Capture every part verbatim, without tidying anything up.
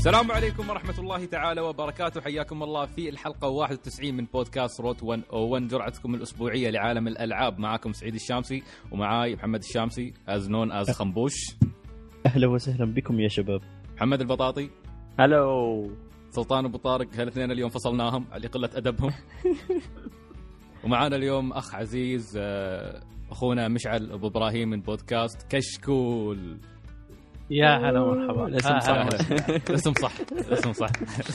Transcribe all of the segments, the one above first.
السلام عليكم ورحمة الله تعالى وبركاته. حياكم الله في الحلقة واحد وتسعين من بودكاست روت مية وواحد، جرعتكم الأسبوعية لعالم الألعاب. معاكم سعيد الشامسي ومعاي محمد الشامسي as known as خنبوش. أهلا وسهلا بكم يا شباب. محمد البطاطي. هلو. سلطان أبو طارق. هالاثنين اليوم فصلناهم على قلة أدبهم. ومعانا اليوم أخ عزيز أخونا مشعل أبو إبراهيم من بودكاست كشكول. يا هلا مرحبا. الاسم صح. الاسم صح. الاسم صح.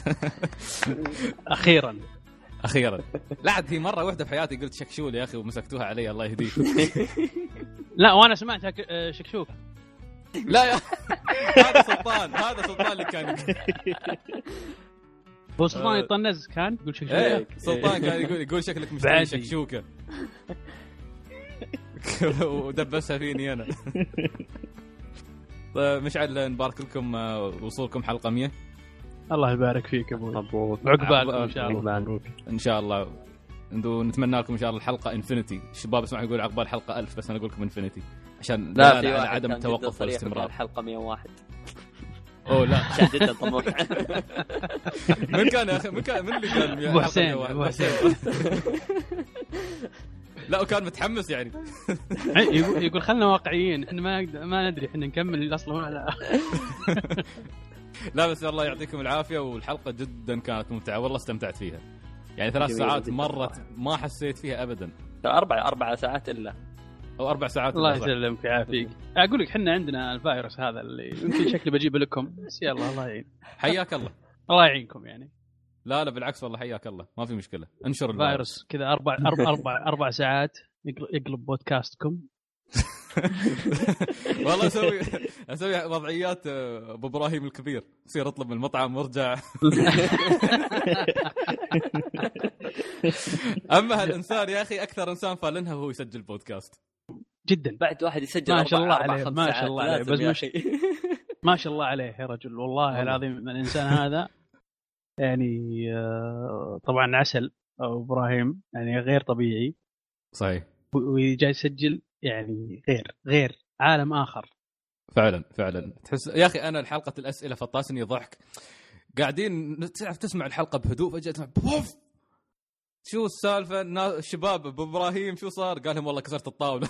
اخيرا اخيرا. لا عاد هي مره واحده في حياتي قلت شكشول يا اخي ومسكتوها علي الله يهديك. لا وانا سمعتها شكشوك. لا يا هذا سلطان، هذا سلطان اللي كان هو سلطان يطنز كان يقول شكشوكه. ايه سلطان كان يقول يقول شكلك مش شكشوكه ودبسها فيني انا. مشعل نبارك لكم وصولكم حلقة مية. الله يبارك فيك ابو. مبروك. عقبالكم ان شاء الله. مبروك ان شاء الله. نتمنى لكم ان شاء الله الحلقة انفينيتي. الشباب اسمعوا يقول عقبال حلقة ألف، بس انا اقول لكم انفينيتي عشان لا على عدم التوقف والاستمرار. الحلقة مية وواحد. اوه لا جدا طموح. من كان يا اخي من كان من اللي كان ابو حسين ابو حسين. لا وكان متحمس يعني. يقول يقول خلنا واقعيين، احنا ما ما ندري احنا نكمل اصلا ولا. لا بس الله يعطيكم العافيه، والحلقه جدا كانت ممتعه والله استمتعت فيها. يعني ثلاث ساعات مرت ما حسيت فيها ابدا. اربع اربع ساعات الا او اربع ساعات. الله يسلمك ويعافيك. اقول لك احنا عندنا الفيروس هذا اللي يمكن شكلي بجيبه لكم، بس يلا الله يعين. حياك الله. الله يعينكم يعني. لا لا بالعكس والله حياك الله، ما في مشكله. انشر الفيروس كذا اربع اربع اربع اربع ساعات يقلب بودكاستكم. والله اسوي اسوي وضعيات ابو ابراهيم الكبير، يصير اطلب من المطعم وارجع. اما هالانسان يا اخي اكثر انسان فالنها وهو يسجل بودكاست جدا. بعد واحد يسجل ما شاء الله عليه، ما شاء الله عليه، بس مش ما شاء الله عليه يا رجل والله العظيم. الانسان هذا يعني طبعا عسل أو إبراهيم يعني غير طبيعي. صحيح. ويجي يسجل يعني غير غير عالم آخر فعلا فعلا. تحس يا أخي أنا الحلقة الأسئلة فطاسني ضحك، قاعدين تعرف تسمع الحلقة بهدوء فجأة بوف شو السالفة الشباب أبو إبراهيم شو صار؟ قال لهم والله كسرت الطاولة.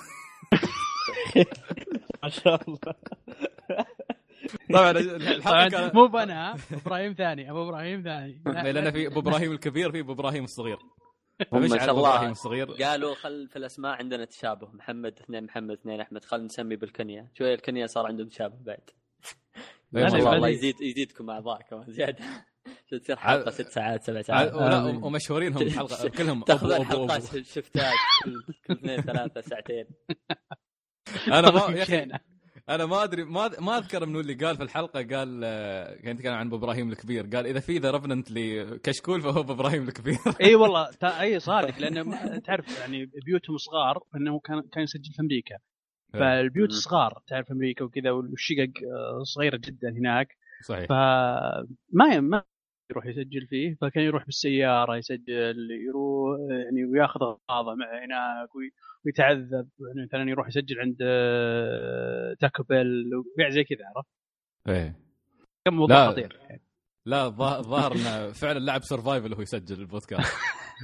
ما شاء الله. طبعا الحلقة كان... مو بنا ابراهيم ثاني ابو ابراهيم ثاني لأن في ابو ابراهيم الكبير في ابو ابراهيم الصغير. ما شاء الله الصغير. قالوا خل في الاسماء عندنا تشابه، محمد اثنين محمد اثنين احمد، خل نسمي بالكنيه شويه. الكنيه صار عندهم تشابه بعد. والله الله يزيد يزيدكم اعضاء كمان زياده. شو تصير حلقه ست ساعات سبع ساعات. ولا ومشهورين هم الحلقه كلهم تاخذ الحلقات شفتات كل اثنين ثلاثه ساعتين. انا ما يا اخي انا ما ادري ما ما اذكر منو اللي قال في الحلقه. قال كان كان عن ابو ابراهيم الكبير، قال اذا في ذا رفننت لكشكول فهو ابو ابراهيم الكبير. اي والله اي صادق، لانه تعرف يعني بيوتهم صغار، انه كان كان يسجل في امريكا، فالبيوت صغار تعرف امريكا وكذا، والشقق صغيره جدا هناك. صحيح. فما ما يروح يسجل فيه، فكان يروح بالسياره يسجل، يروح يعني وياخذ غاضه معه هناك ويتعذب. يعني مثلا يروح يسجل عند تاكو بيل وبيع زي كذا، عرفت؟ ايه كم موضوع خطير يعني. لا ظاهر انه فعلا لعب سرفايفل وهو يسجل البودكاست.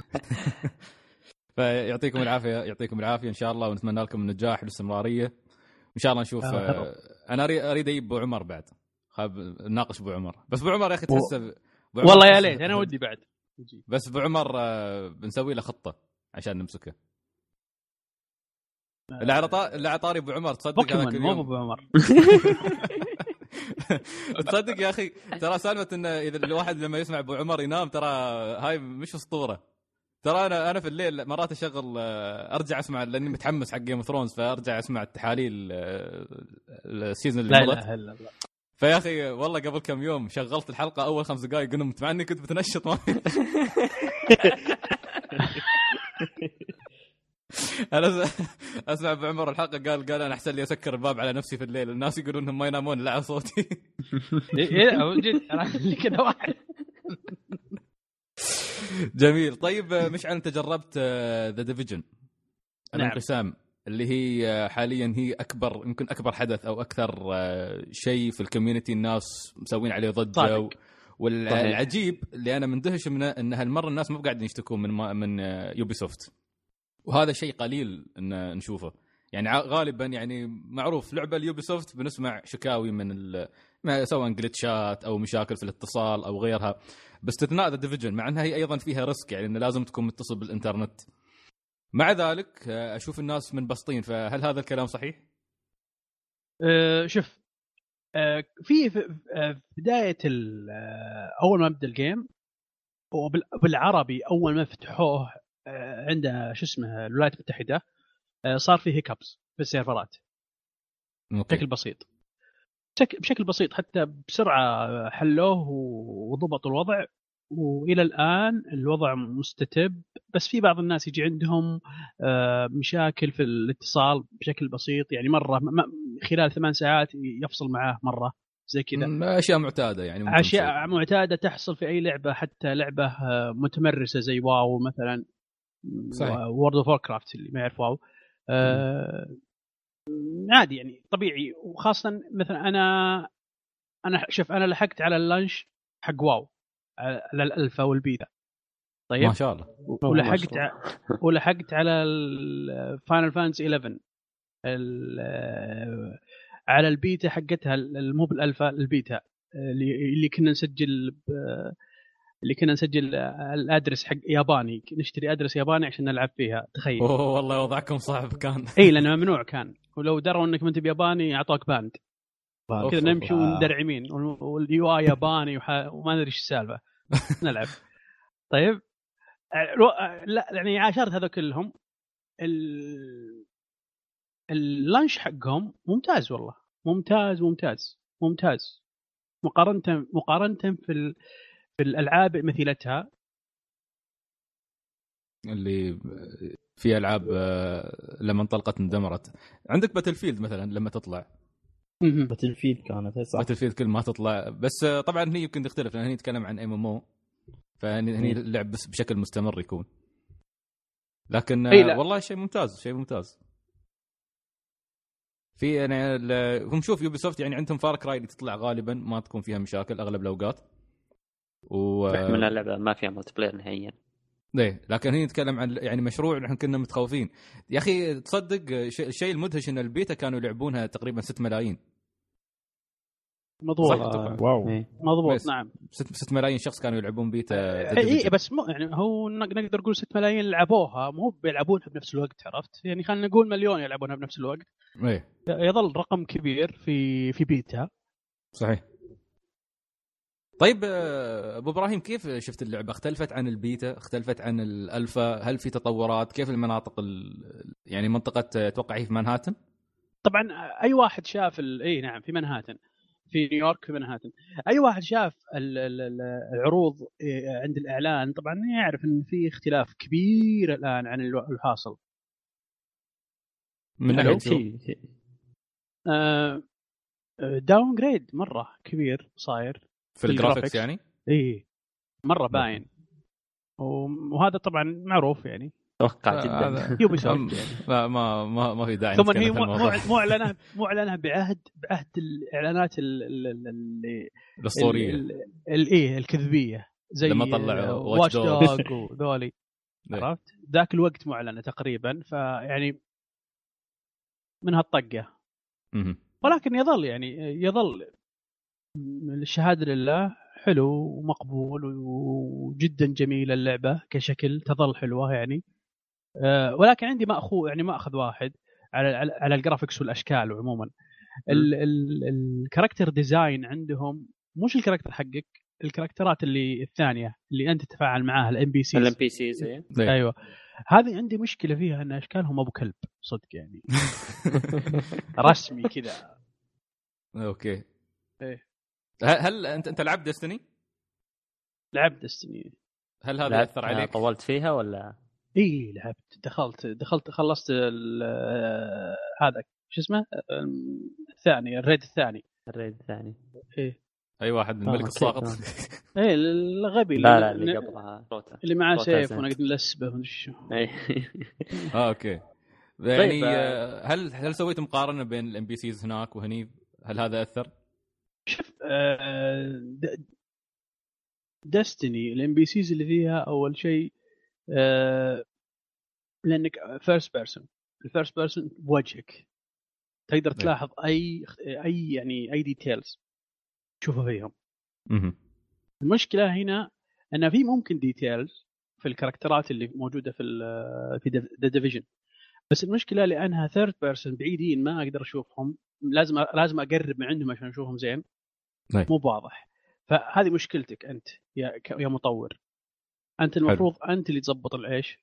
فيعطيكم العافيه يعطيكم العافيه ان شاء الله، ونتمنى لكم النجاح والاستمراريه ان شاء الله. نشوف آه انا اريد اجيب ابو عمر بعد، خاب ناقش ابو عمر. بس ابو عمر يا اخي تحسه والله يا ليت انا ودي بعد. بس ابو عمر آه بنسوي له خطه عشان نمسكه. اللي على طاري اللي على طاري ابو عمر تصدق هذا كل يوم ابو عمر. تصدق يا اخي ترى سالفه ان اذا الواحد لما يسمع ابو عمر ينام، ترى هاي مش اسطوره. ترى انا انا في الليل مرات اشغل ارجع اسمع لاني متحمس حق جيم اوف ثرونز، فارجع اسمع التحاليل السيزون اللي مضت. لا لا لا. فيا اخي والله قبل كم يوم شغلت الحلقه اول خمس دقائق قمت، مع اني كنت بتنشط. ما انا اسمع ابو عمر الحلقه قال قال انا احسن لي اسكر الباب على نفسي في الليل، الناس يقولون انهم ما ينامون الا على صوتي. ايه جد انا اللي كذا واحد. جميل. طيب مشعل انت جربت ذا ديفيجن الانقسام اللي هي حاليا هي اكبر يمكن اكبر حدث او اكثر شيء في الكوميونتي، الناس مسوين عليه ضجه و... والعجيب اللي انا مندهش منه ان هالمره الناس مو قاعدين يشتكون من من يوبي سوفت، وهذا شيء قليل ان نشوفه. يعني غالبا يعني معروف لعبه اليوبي سوفت بنسمع شكاوي من سواء جلitchات او مشاكل في الاتصال او غيرها، باستثناء ذا ديفيجن مع انها هي ايضا فيها ريسك، يعني انه لازم تكون متصل بالانترنت. مع ذلك اشوف الناس منبسطين، فهل هذا الكلام صحيح؟ أه شوف أه في في بدايه اول ما بدا الجيم وبالعربي اول ما فتحوه أه عندنا شو اسمه الولايات المتحده، أه صار فيه هيكابس في السيرفرات بشكل بسيط بشكل بسيط حتى بسرعه حلوه وضبطوا الوضع، والى الان الوضع مستتب. بس في بعض الناس يجي عندهم مشاكل في الاتصال بشكل بسيط، يعني مره خلال ثمان ساعات يفصل معاه مره زي كذا. اشياء معتاده يعني اشياء معتاده تحصل في اي لعبه، حتى لعبه متمرسه زي واو مثلا، وورد اوف ووركرافت اللي ما يعرف واو آه عادي يعني طبيعي. وخاصه مثلا انا انا شوف انا لحقت على اللانش حق واو على الالفا والبيتا، طيب ما شاء الله. ولحقت ع... ولحقت على الفاينل فانتسي إحدى عشر على البيتا حقتها، مو بالالفا البيتا اللي اللي كنا نسجل ب... اللي كنا نسجل الادرس حق ياباني، نشتري ادرس ياباني عشان نلعب فيها. تخيل. اوه والله وضعكم صعب كان. اي لانه ممنوع كان، ولو دروا انك انت بياباني يعطوك باند كذا نمشي وندرعمين واليو اي ياباني وح... وما ندري ايش السالفه نلعب. طيب لا يعني عاشرت هذا كلهم. ال... اللانش حقهم ممتاز والله، ممتاز ممتاز ممتاز مقارنه مقارنه في ال... في الالعاب مثيلتها اللي في العاب لما انطلقت اندمرت. عندك باتل فيلد مثلا لما تطلع، باتل فيلد كانت صح، باتل فيلد كل ما تطلع، بس طبعا هي يمكن تختلف لان هي نتكلم عن ام ام او، فهني اللعب بس بشكل مستمر يكون. لكن والله شيء ممتاز شيء ممتاز. في يعني هم شوف يوبي سوفت يعني عندهم فار كراي اللي تطلع غالبا ما تكون فيها مشاكل اغلب الاوقات، و من اللعبه ما فيها ملتي بلاير نهائيا. ليه؟ لكن هنا نتكلم عن يعني مشروع نحن كنا متخوفين يا اخي. تصدق الشيء المدهش ان البيتا كانوا يلعبونها تقريبا ستة ملايين. مضبوط. واو مضبوط نعم. ستة ملايين شخص كانوا يلعبون بيتا. اي بس مو يعني هو نقدر نقول ستة ملايين لعبوها، مو بيلعبونها بنفس الوقت، عرفت يعني خلينا نقول مليون يلعبونها بنفس الوقت. ايه يظل رقم كبير في في بيتا. صحيح. طيب ابو ابراهيم كيف شفت اللعبه؟ اختلفت عن البيتا؟ اختلفت عن الالفا؟ هل في تطورات؟ كيف المناطق ال... يعني منطقه توقع في منهاتن؟ طبعا اي واحد شاف ال... اي نعم في منهاتن، في نيويورك في منهاتن. اي واحد شاف العروض عند الاعلان طبعا يعرف ان في اختلاف كبير الان عن الحاصل من ناحيه شيء آه داون جريد مره كبير صاير في الجرافيكس يعني. اي مره باين، وهذا طبعا معروف يعني توقع جدا يوبي سوفت يعني. لا ما ما ما في داعي. ثم هي مو مو اعلانها مو اعلانها بعهد بعهد الاعلانات اللي الاسطوريه الايه الكذبيه زي لما طلعوا واتش دوغ وذولي، عرفت ذاك الوقت معلنه تقريبا، فيعني من هالطقه. ولكن يظل يعني يظل الشهاده لله حلو ومقبول وجدا جميل اللعبه كشكل، تظل حلوه يعني. أه ولكن عندي ما اخو يعني ما اخذ واحد على على, على الجرافيكس والاشكال وعموما الكاركتر ديزاين عندهم مش الكاركتر حقك، الكاركترات اللي الثانيه اللي انت تتفاعل معاها الام بي سي الام بي سي ايوه هذه عندي مشكله فيها ان اشكالهم ابو كلب صدق يعني رسمي كذا. اوكي ايه هل انت انت لعبت ديستني؟ لعبت ديستني. هل هذا اثر عليك؟ طولت فيها ولا؟ اي لعبت دخلت دخلت خلصت هذا شو اسمه الثاني الريد الثاني الريد الثاني ايه اي واحد من ملك الساقط. ايه الغبي لا لا اللي قبلها روتا اللي معاه سيف ونقدر نلسبه ونشو. اه اوكي يعني هل هل سويت مقارنه بين الام بي سيز هناك وهني؟ هل هذا اثر؟ شوف آه دستني الام بي سيز اللي فيها اول شيء آه لانك فيرست بيرسون، الفيرست بيرسون بوجهك تقدر تلاحظ اي اي يعني اي ديتيلز تشوفها فيهم. المشكله هنا ان في ممكن ديتيلز في الكاركترات اللي موجوده في في ذا ديفيجن، بس المشكله لانها ثيرد بيرسون بعيدين ما اقدر اشوفهم، لازم لازم اقرب من عندهم عشان اشوفهم زين، مو واضح. فهذه مشكلتك انت يا يا مطور، انت المفروض حلو. انت اللي تظبط الايش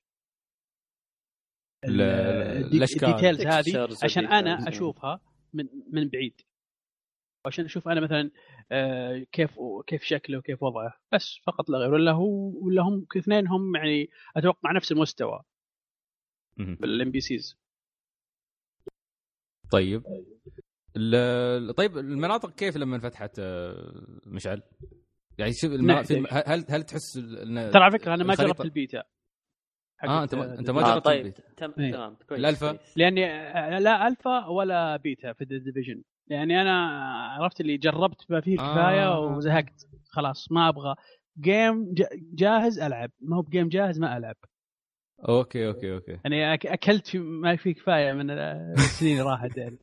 الديتيلز هذه عشان انا اشوفها من من بعيد، عشان اشوف انا مثلا آه كيف كيف شكله وكيف وضعه، بس فقط لا غير. ولا هو ولا هم اثنين هم يعني اتوقع نفس المستوى بالام بي سيز. طيب طيب المناطق كيف لما فتحت مشعل؟ يعني شوف المناطق هل هل تحس ترى على فكره انا ما جربت البيتا. اه انت ما انت ما جربت طيب. البيتا؟ تمام كويس. الالفا لاني لا الفا ولا بيتا في الديفيجن، يعني انا عرفت اللي جربت ما فيه كفايه آه. وزهقت خلاص، ما ابغى جيم جاهز العب، ما هو بجيم جاهز ما العب. اوكي اوكي اوكي يعني اكلت في ما في كفايه من السنين راحت يعني.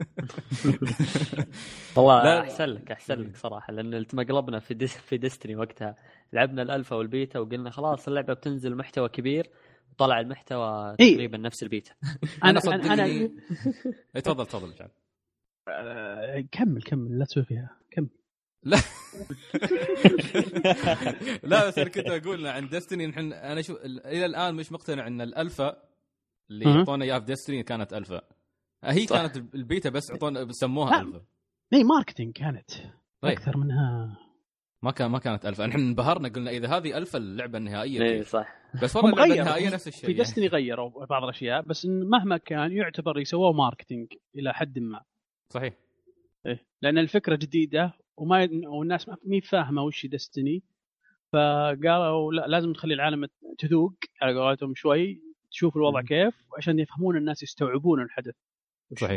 والله احسن لك احسن لك صراحه، لان مقلبنا في ديس في ديستني وقتها لعبنا الالفا والبيتا وقلنا خلاص اللعبه بتنزل محتوى كبير، طلع المحتوى إيه؟ تقريبا نفس البيتا. انا صدقني انا تفضل تفضل مشعل. أه كمل كمل لا تسوي فيها كمل. لا لا بس انا كنت اقول عن ديستني نحن انا شو الى الان مش مقتنع ان الالفا اللي اعطونا اياها في ديستني كانت الفا، هي صح. كانت البيتا بس عطونا سموها الفا. اي ماركتينج كانت طيب. اكثر منها ما كان ما كانت الفا. نحن انبهرنا قلنا اذا هذه الفا اللعبه النهائيه. اي صح. بس والله اللعبه النهائيه نفس الشيء في ديستني يعني. غيروا بعض الاشياء بس مهما كان يعتبر يسووا ماركتينج الى حد ما. صحيح. إيه لأن الفكرة جديدة وما والناس ما مي فاهمة وش دستني، فقالوا لا لازم نخلي العالم تذوق على قولتهم شوي، تشوف الوضع م- كيف عشان يفهمون الناس يستوعبون الحدث. صحيح.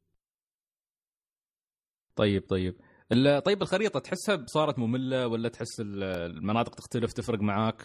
طيب طيب طيب الخريطة تحسها صارت مملة ولا تحس المناطق تختلف تفرق معاك؟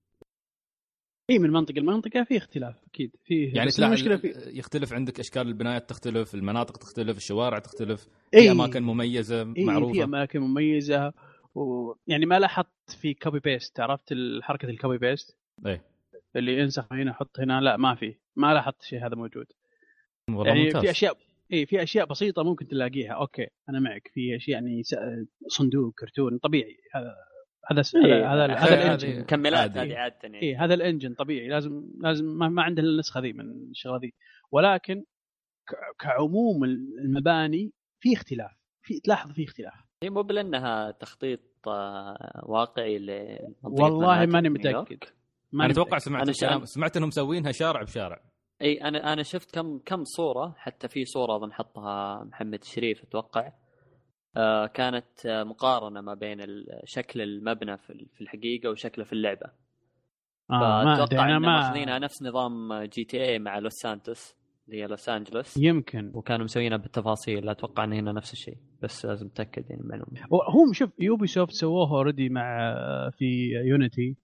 اي من منطقه المنطقه في اختلاف اكيد فيه، يعني المشكله في يختلف عندك اشكال البنايات تختلف، المناطق تختلف، الشوارع تختلف، إيه؟ في اماكن مميزه إيه معروفه. في اماكن مميزه ويعني ما لاحظت في كوبي بيست، عرفت حركه الكوبي بيست ايه اللي انسخ هنا حط هنا، لا ما في، ما لاحظت شيء هذا موجود. يعني ممتاز. في اشياء اي في اشياء بسيطه ممكن تلاقيها اوكي انا معك، في اشياء يعني صندوق كرتون طبيعي، هذا هذا إيه هذا هذا الانجن مكملات هذه عاده يعني اي هذا الانجن طبيعي، لازم لازم ما, ما عنده النسخه ذي من الشغله ذي، ولكن كعموم المباني في اختلاف، في تلاحظ في اختلاف. هي مو بلانها تخطيط واقعي لمنطقه والله ماني متاكد، انا اتوقع سمعت أنا سمعت انهم مسوينها شارع بشارع. اي انا انا شفت كم كم صوره، حتى في صوره اظن حطها محمد الشريف اتوقع، آه كانت مقارنه ما بين شكل المبنى في الحقيقه وشكله في اللعبه. آه فاتوقع انهم ماخذينها نفس نظام جي تي اي مع لوس سانتوس اللي هي لوس انجلوس يمكن، وكانوا مسوينها بالتفاصيل. لا اتوقع ان هنا نفس الشيء، بس لازم اتاكد يعني المعلومه. هم شوف يوبي سوفت سووها اوريدي مع في يونيتي.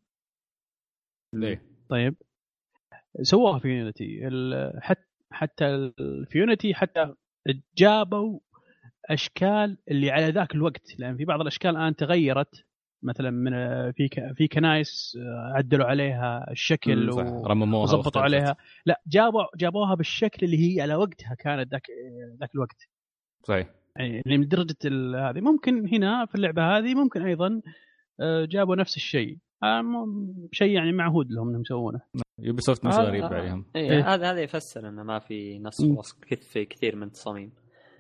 ليه؟ طيب سووها في يونيتي حتى حتى في يونيتي حتى جابوا اشكال اللي على ذاك الوقت، لان في بعض الاشكال الان تغيرت، مثلا من في في كنايس عدلوا عليها الشكل وظبطوا عليها، لا جابوا جابوها بالشكل اللي هي على وقتها كانت ذاك ذاك الوقت. صحيح. يعني من درجه هذه ممكن هنا في اللعبه هذه ممكن ايضا جابوا نفس الشيء، شيء يعني معهود لهم انهم يسوونه. يوبي سوفت مش غريب عليهم. ايه هذا هذا يفسر انه ما في نص وصف في كثير من التصاميم.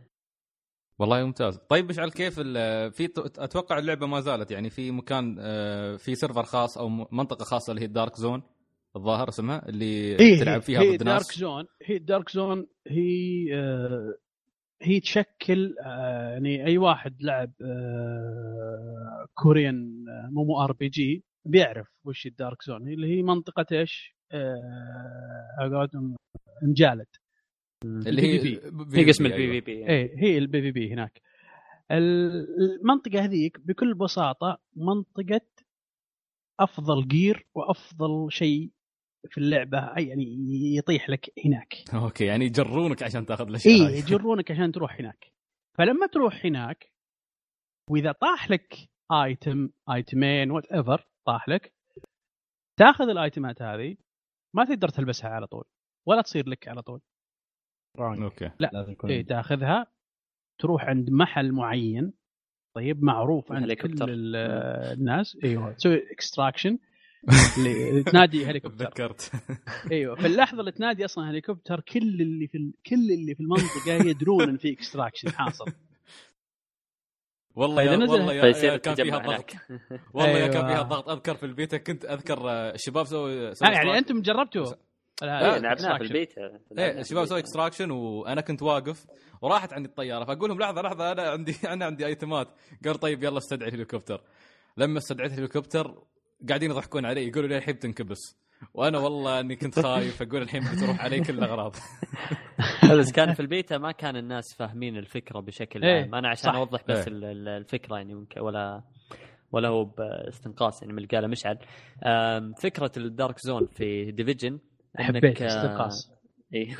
والله ممتاز. طيب مشعل كيف في اتوقع اللعبه ما زالت يعني في مكان في سيرفر خاص او منطقه خاصه اللي هي الدارك زون الظاهر اسمها اللي إيه تلعب فيها ضد ناس. دارك زون هي الدارك زون هي آه هي تشكل آه يعني اي واحد لعب آه كوريان مومو ار بي جي بيعرف وش الدارك زون، اللي هي منطقه ايش اقعدهم آه مجالد اللي هي في قسم البي في بي. ايه هي البي في بي هناك. المنطقه هذيك بكل بساطه منطقه افضل جير وافضل شيء في اللعبه، يعني يطيح لك هناك. اوكي، يعني يجرونك عشان تاخذ الاشياء. اي يجرونك عشان تروح هناك. فلما تروح هناك واذا طاح لك ايتم ايتمين وات ايفر طاح لك، تاخذ الايتمات هذه ما تقدر تلبسها على طول ولا تصير لك على طول. اوكي، لا لازم يكون إيه تاخذها تروح عند محل معين طيب معروف عند كل الناس. ايوه تسوي اكستراكشن اللي تنادي هليكوبتر. تذكرت. ايوه في اللحظه اللي تنادي اصلا هليكوبتر كل اللي في ال... كل اللي في المنطقه يدرون ان في اكستراكشن حاصل. والله يا والله يا, يا كان فيها ضغط. والله يا كان فيها ضغط. اذكر في البيت كنت اذكر الشباب سووا سو... يعني انتم جربتوا؟ لا لعبناه في البيت. ايه الشباب سووا اكستراكشن وانا كنت واقف وراحت عندي الطياره، فاقول لهم لحظه لحظه انا عندي انا عندي ايتمات. قال طيب يلا استدعي الهليكوبتر. لما استدعيت الهليكوبتر قاعدين يضحكون علي يقولوا لي الحين تنكبس، وانا والله اني كنت خايف اقول الحين بتروح علي كل الاغراض. بس كان في البيت ما كان الناس فاهمين الفكره بشكل عام. انا عشان اوضح بس الفكره يعني ممكن ولا ولا هو باستنقاص يعني من اللي قاله مشعل. فكره الدارك زون في ديفيجن حبيت استنقاص. اي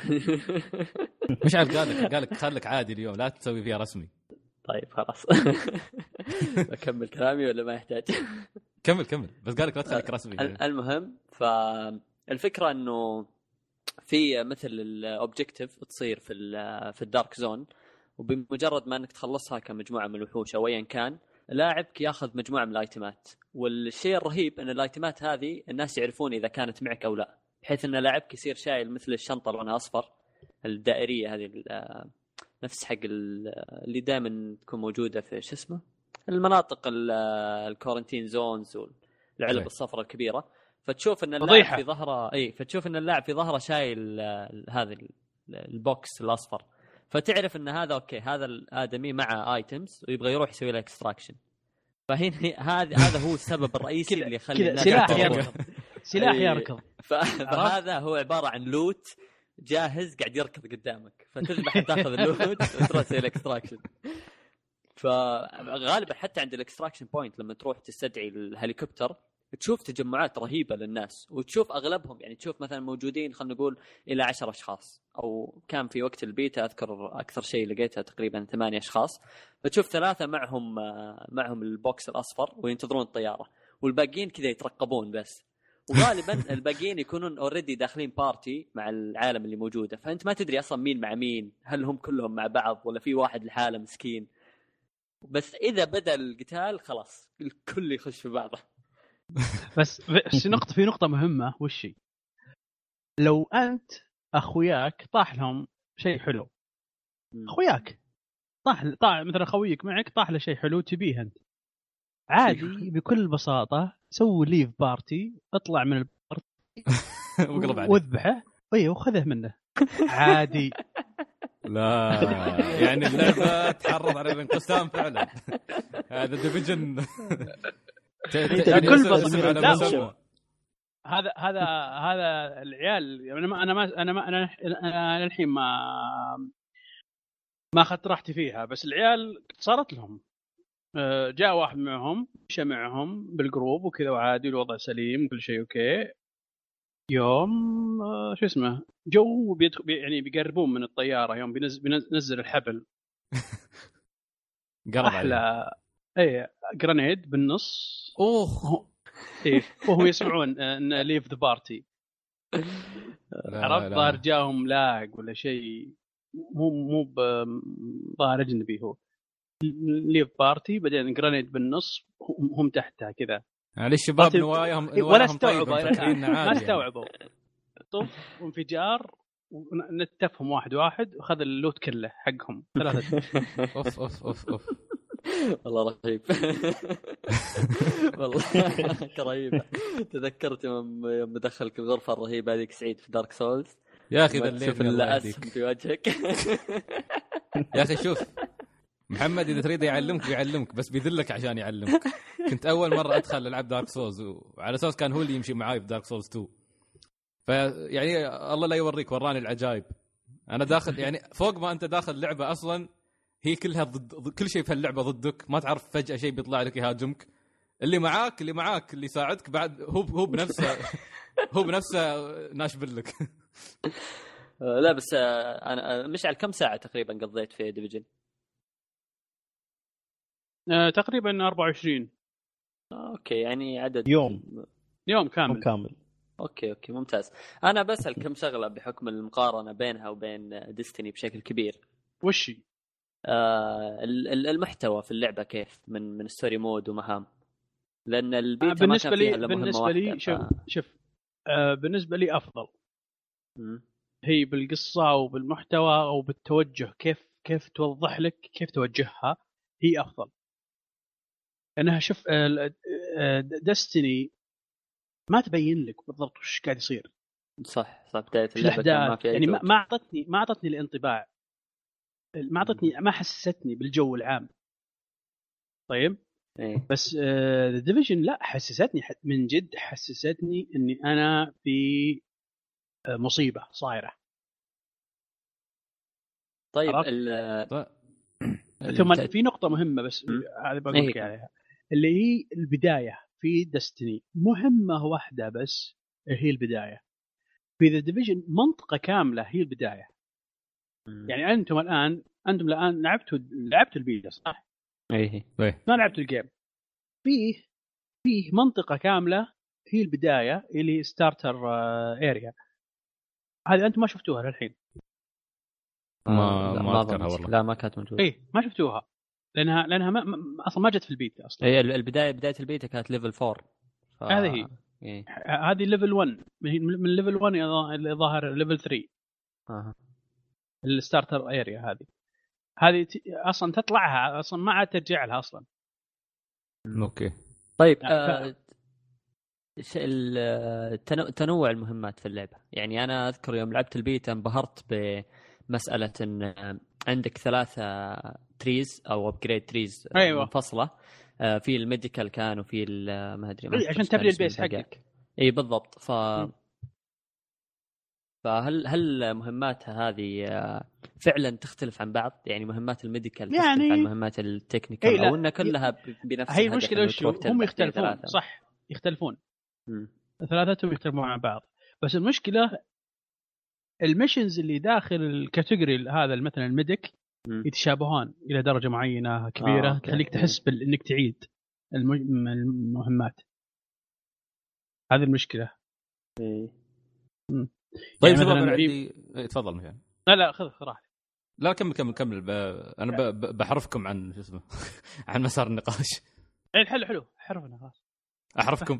مشعل قال لك قال لك خليك عادي اليوم لا تسوي فيها رسمي. طيب خلاص اكمل كلامي ولا ما يحتاج؟ كمل كمل بس قالك لا تخليك رسمي. المهم فالفكره انه في مثل الاوبجكتيف تصير في في الدارك زون، وبمجرد ما انك تخلصها كمجموعه من الوحوش او ايا كان لاعبك ياخذ مجموعه من الايتمات. والشيء الرهيب ان الايتمات هذه الناس يعرفون اذا كانت معك او لا، بحيث ان لاعبك يصير شايل مثل الشنطه لونها اصفر الدائريه هذه نفس حق اللي دائما تكون موجوده في شو اسمه المناطق الكورنتين زونز والعلب الصفراء الكبيره. فتشوف ان اللاعب في ظهره اي فتشوف ان اللاعب في ظهره شايل هذا البوكس الاصفر، فتعرف ان هذا اوكي هذا الادمي مع ايتمز ويبغى يروح يسوي له اكستراكشن. فهنا هذا هذا هو السبب الرئيسي اللي يخلي الناس سلاح يركض سلاح يركض. فهذا هو عباره عن لوت جاهز قاعد يركض قدامك، فتذبح تاخذ اللوت وتروح تسوي الاكستراكشن. فغالبا حتى عند الاكستراكشن بوينت لما تروح تستدعي الهليكوبتر تشوف تجمعات رهيبه للناس، وتشوف اغلبهم يعني تشوف مثلا موجودين خلينا نقول الى عشرة اشخاص، او كان في وقت البيتا اذكر اكثر شيء لقيتها تقريبا ثمانية اشخاص. فتشوف ثلاثه معهم معهم البوكس الاصفر وينتظرون الطياره، والباقيين كذا يترقبون بس. وغالبا الباقيين يكونون اوريدي داخلين بارتي مع العالم اللي موجوده، فانت ما تدري اصلا مين مع مين، هل هم كلهم مع بعض ولا في واحد لحاله مسكين. بس اذا بدا القتال خلاص الكل يخش في بعضه. بس في نقطه في نقطه مهمه، وش هي؟ لو انت اخوياك طاح لهم شيء حلو، اخوياك طاح طاح مثلا خويك معك طاح له شيء حلو تبيه انت، عادي بكل بساطه سوي ليف بارتي، اطلع من البارتي واذبحه اي وخذه منه عادي. لا يعني اللعبه تحرض على الانقسام فعلا. هذا ديفيجن بكل بساطه. هذا هذا هذا العيال انا ما انا ما انا ما انا, أنا الحين ما ما اخذت راحتي فيها، بس العيال صارت لهم جاء واحد معهم مشى معهم بالجروب وكذا وعادي الوضع سليم كل شيء اوكي. يوم شو اسمه جو بيدخل يعني بيقربون من الطياره، يوم بينزل بينزل الحبل قرب عليه اي جرانيد بالنص اوه ايه وهم يسمعون ان ليف ذا بارتي. عرفت ظاهر جاهم لاق ولا شيء، مو مو ظاهر اجنبي، هو ليف بارتي بعدين جرانيد بالنص هم تحتها كذا. يعني الشباب نواياهم ولا استوعبوا ما استوعبوا طف وانفجار ونتفهم واحد واحد وخذ اللوت كله حقهم ثلاثة. اوف اوف اوف اوف والله رهيب. والله رهيب. تذكرت يوم دخلك الغرفة الرهيبة هذيك سعيد في دارك سولز يا أخي ذا اللي أسهم في وجهك. يا أخي شوف محمد إذا تريد يعلمك بيعلمك بس بيدلك عشان يعلمك. كنت أول مرة أدخل ألعب دارك سولز وعلى أساس كان هو اللي يمشي معاي في دارك سولز تو، فيعني الله لا يوريك وراني العجائب. أنا داخل يعني فوق ما أنت داخل لعبة أصلاً هي كلها ضد كل شيء في اللعبة ضدك، ما تعرف فجأة شيء بيطلع لك يهاجمك. اللي معاك اللي معاك اللي يساعدك بعد هو هو بنفسه هو بنفسه ناشبل لك. لا بس انا مش على كم ساعه تقريبا قضيت في ديفيجن؟ آه، تقريبا أربعة وعشرين. اوكي يعني عدد يوم يوم كامل. يوم كامل. اوكي اوكي ممتاز. انا بسأل كم شغله بحكم المقارنه بينها وبين ديستني بشكل كبير. وشي آه المحتوى في اللعبه كيف من من ستوري مود ومهام، لان البيتا آه بالنسبه ما كان فيها لي الا بالنسبه لي شوف ف... شوف آه بالنسبه لي افضل م. هي بالقصه وبالمحتوى او بالتوجه، كيف كيف توضح لك كيف توجهها، هي افضل. انها شوف دستني ما تبين لك بالضبط وش قاعد يصير. صح صح. بدايه اللعبه كان ما فيها يعني ما اعطتني ما اعطتني الانطباع، ما اعطتني ما حسستني بالجو العام. طيب إيه؟ بس ذا ديفيجن لا، حسستني من جد، حسستني اني انا في مصيبه صايره. طيب ال ثم في نقطه مهمه بس هذه بقول لك عليها، اللي هي البدايه في دستني. مهمه واحده بس هي البدايه. في ذا ديفيجن منطقه كامله هي البدايه. م. يعني انتم الان انتم الان لعبتوا لعبتوا البيتا صح؟ ايه ما لعبتوا الجيم. فيه فيه منطقه كامله هي البدايه اللي ستارتر اريا. هذه انتم ما شفتوها للحين. ما ما اذكرها والله. لا ما كانت موجوده. ايه ما شفتوها لانها لانها ما ما اصلا ما جت في البيتا اصلا. هي البدايه بدايه البيتا كانت ليفل فور. ف... هذه هي إيه؟ هذه ليفل واحد من ليفل واحد الى ظاهر ليفل ثلاثة. اها الستارتر اريا هذه هذه اصلا تطلعها اصلا ما عاد ترجع لها اصلا. اوكي طيب آه تنوع المهمات في اللعبه. يعني انا اذكر يوم لعبت البيتا انبهرت بمساله ان عندك ثلاثه تريز او ابجريد تريز أيوة. منفصله، في الميديكال كان وفي ما ادري ما عشان تبني البيس حقك. اي بالضبط. ف م. فهل هل مهماتها هذه فعلا تختلف عن بعض؟ يعني مهمات الميديكال يعني... تختلف عن مهمات التكنيكال او ان كلها بنفس هي المشكله وش هم يختلفون صح يختلفون م. ثلاثتهم يختلفون عن بعض. بس المشكله الميشنز اللي داخل الكاتيجوري هذا مثلا الميديك م. يتشابهون الى درجه معينه كبيره آه، تخليك تحس بانك تعيد المهمات. هذه المشكله. إيه. طيب يعني مثلا عندي تفضل مكان. لا لا خذ راحتك. لا كمل كمل كمل ب... انا ب... بحرفكم عن شو اسمه عن مسار النقاش. اي حلو حلو حرفنا خلاص احرفكم.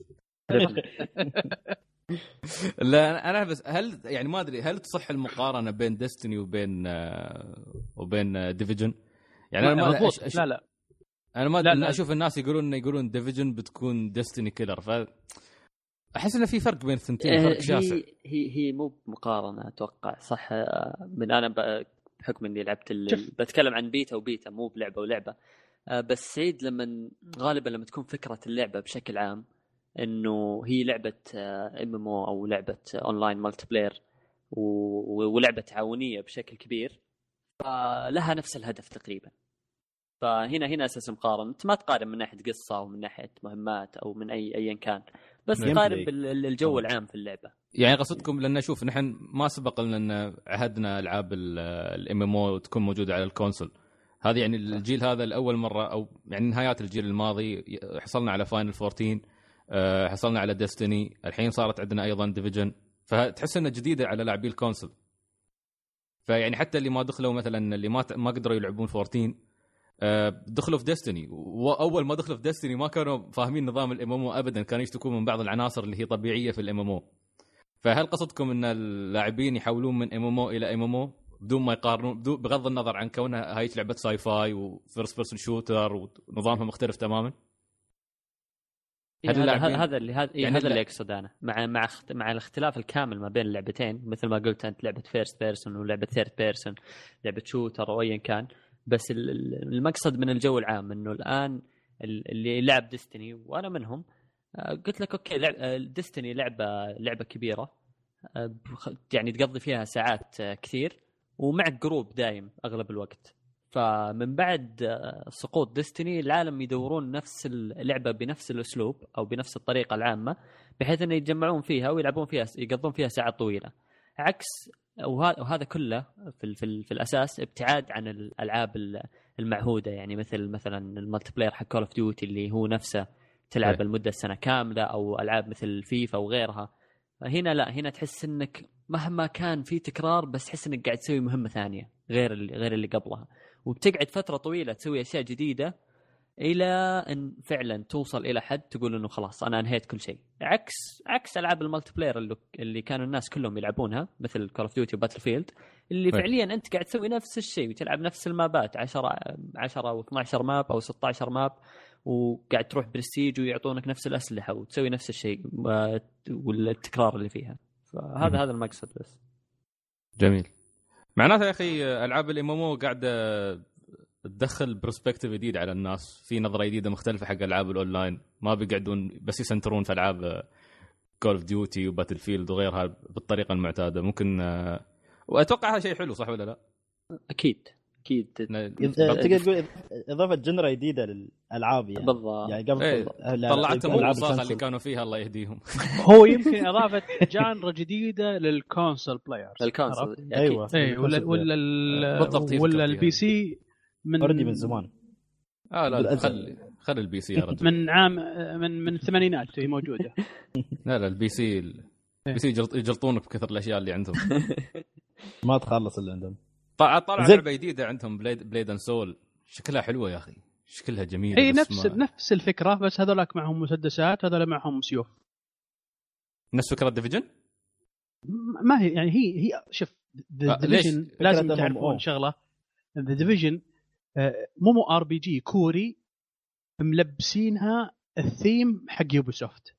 لا انا بس هل يعني ما ادري هل تصح المقارنه بين ديستني وبين وبين ديفيجن؟ يعني انا ما أش... أش... لا لا انا ما لا لا. اشوف الناس يقولون يقولون ديفيجن بتكون ديستني كيلر، ف احس انه في فرق بين الثنتين، فرق شاسع. هي هي هي مو مقارنه اتوقع صح. من انا بحكم اني لعبت ال... بتكلم عن بيتا وبيتا مو بلعبه ولعبه. بس سعيد لما غالبا لما تكون فكره اللعبه بشكل عام انه هي لعبه ام ام او او لعبه اونلاين مالتي بلاير ولعبه تعاونيه بشكل كبير، فلها نفس الهدف تقريبا. فهنا هنا اساس مقارنه. انت ما تقارن من ناحيه قصه او من ناحيه مهمات او من اي ايا كان، بس تقارن بالجو العام في اللعبه. يعني قصدكم لان اشوف نحن ما سبق لنا عهدنا العاب الام ام او تكون موجوده على الكونسول. هذه يعني الجيل هذا الاول مره، او يعني نهايات الجيل الماضي حصلنا على فاينل فورتين، أه حصلنا على ديستني، الحين صارت عندنا ايضا ديفيجن. فتحس انها جديده على لاعبي الكونسول. فيعني حتى اللي ما دخلوا مثلا اللي ما ما قدروا يلعبون فورتين أه دخلوا في ديستني، واول ما دخلوا في ديستني ما كانوا فاهمين نظام الام ام او ابدا، كانوا يشتكون من بعض العناصر اللي هي طبيعيه في الام ام او. فهل قصدكم ان اللاعبين يحولون من ام ام او الى ام ام او بدون ما يقارنون، بغض النظر عن كونها هاي لعبه ساي فاي وفيرست بيرسون شوتر ونظامها مختلف تماما؟ هذا هذا اللي هذا يعني هذا اللي اقصد انا مع مع مع الاختلاف الكامل ما بين اللعبتين. مثل ما قلت انت لعبه فيرست بيرسون ولعبه ثيرد بيرسون، لعبه شوتر او ايا كان. بس المقصد من الجو العام انه الان اللي لعب ديستني وانا منهم قلت لك اوكي لعب ديستني لعبه لعبه كبيره يعني تقضي فيها ساعات كثير ومعك جروب دايم اغلب الوقت. فمن بعد سقوط ديستني العالم يدورون نفس اللعبة بنفس الأسلوب أو بنفس الطريقة العامة بحيث أن يتجمعون فيها ويلعبون فيها يقضون فيها ساعات طويلة عكس وهذا كله في, في, في الأساس ابتعاد عن الألعاب المعهودة يعني مثل مثلا المالتي بلاير حق كول اوف ديوتي اللي هو نفسه تلعب المدة سنة كاملة أو ألعاب مثل فيفا وغيرها. هنا لا هنا تحس إنك مهما كان في تكرار بس تحس إنك قاعد تسوي مهمة ثانية غير اللي غير اللي قبلها وبتقعد فترة طويلة تسوي أشياء جديدة إلى أن فعلا توصل إلى حد تقول إنه خلاص أنا أنهيت كل شيء عكس عكس ألعاب المالتي بلاير اللي, اللي كانوا الناس كلهم يلعبونها مثل كول اوف ديوتي وباتل فيلد اللي طيب. فعليا أنت قاعد تسوي نفس الشيء وتلعب نفس المابات عشرة عشرة أو اثنا عشر ماب أو ستة عشر ماب وقاعد تروح برستيج ويعطونك نفس الأسلحة وتسوي نفس الشيء والتكرار اللي فيها فهذا هذا المقصد بس. جميل. معناته يا أخي ألعاب الإمامو قاعدة تدخل برسبكتيف جديد على الناس في نظرة جديدة مختلفة حق ألعاب الأونلاين ما بيقعدون بس يسنترون في ألعاب كول اوف ديوتي وباتل فيلد وغيرها بالطريقة المعتادة ممكن وأتوقع هذا شيء حلو صح ولا لا؟ أكيد أكيد تقدر تقول إضافة جنرا جديدة للألعاب يعني بالضبط يعني قبل ايه. طلعتهم الوساخة اللي كانوا فيها الله يهديهم. هو يمكن إضافة جانرا جديدة للكونسول بلايرز الكونسول أيوة ايه ولا ولا ال ولا البي سي من أردي من زمان اه لا خلي خلي البي سي يا رجل من عام من من الثمانينات هي موجودة. لا لا البي سي البي سي يجلطونك بكثر الأشياء اللي عندهم ما تخلص اللي عندهم. طلع طلع لعبة جديدة عندهم بليد بليد اند سول شكلها حلوة يا أخي شكلها جميل. اي نفس ما... نفس الفكرة بس هذولك معهم مسدسات هذول معهم سيوف نفس فكرة ديفيجن ما هي يعني هي هي شوف ديفيجن لازم تعرفون شغلة ذا ديفيجن مو ار بي جي كوري ملبسينها الثيم حق يوبيسوفت.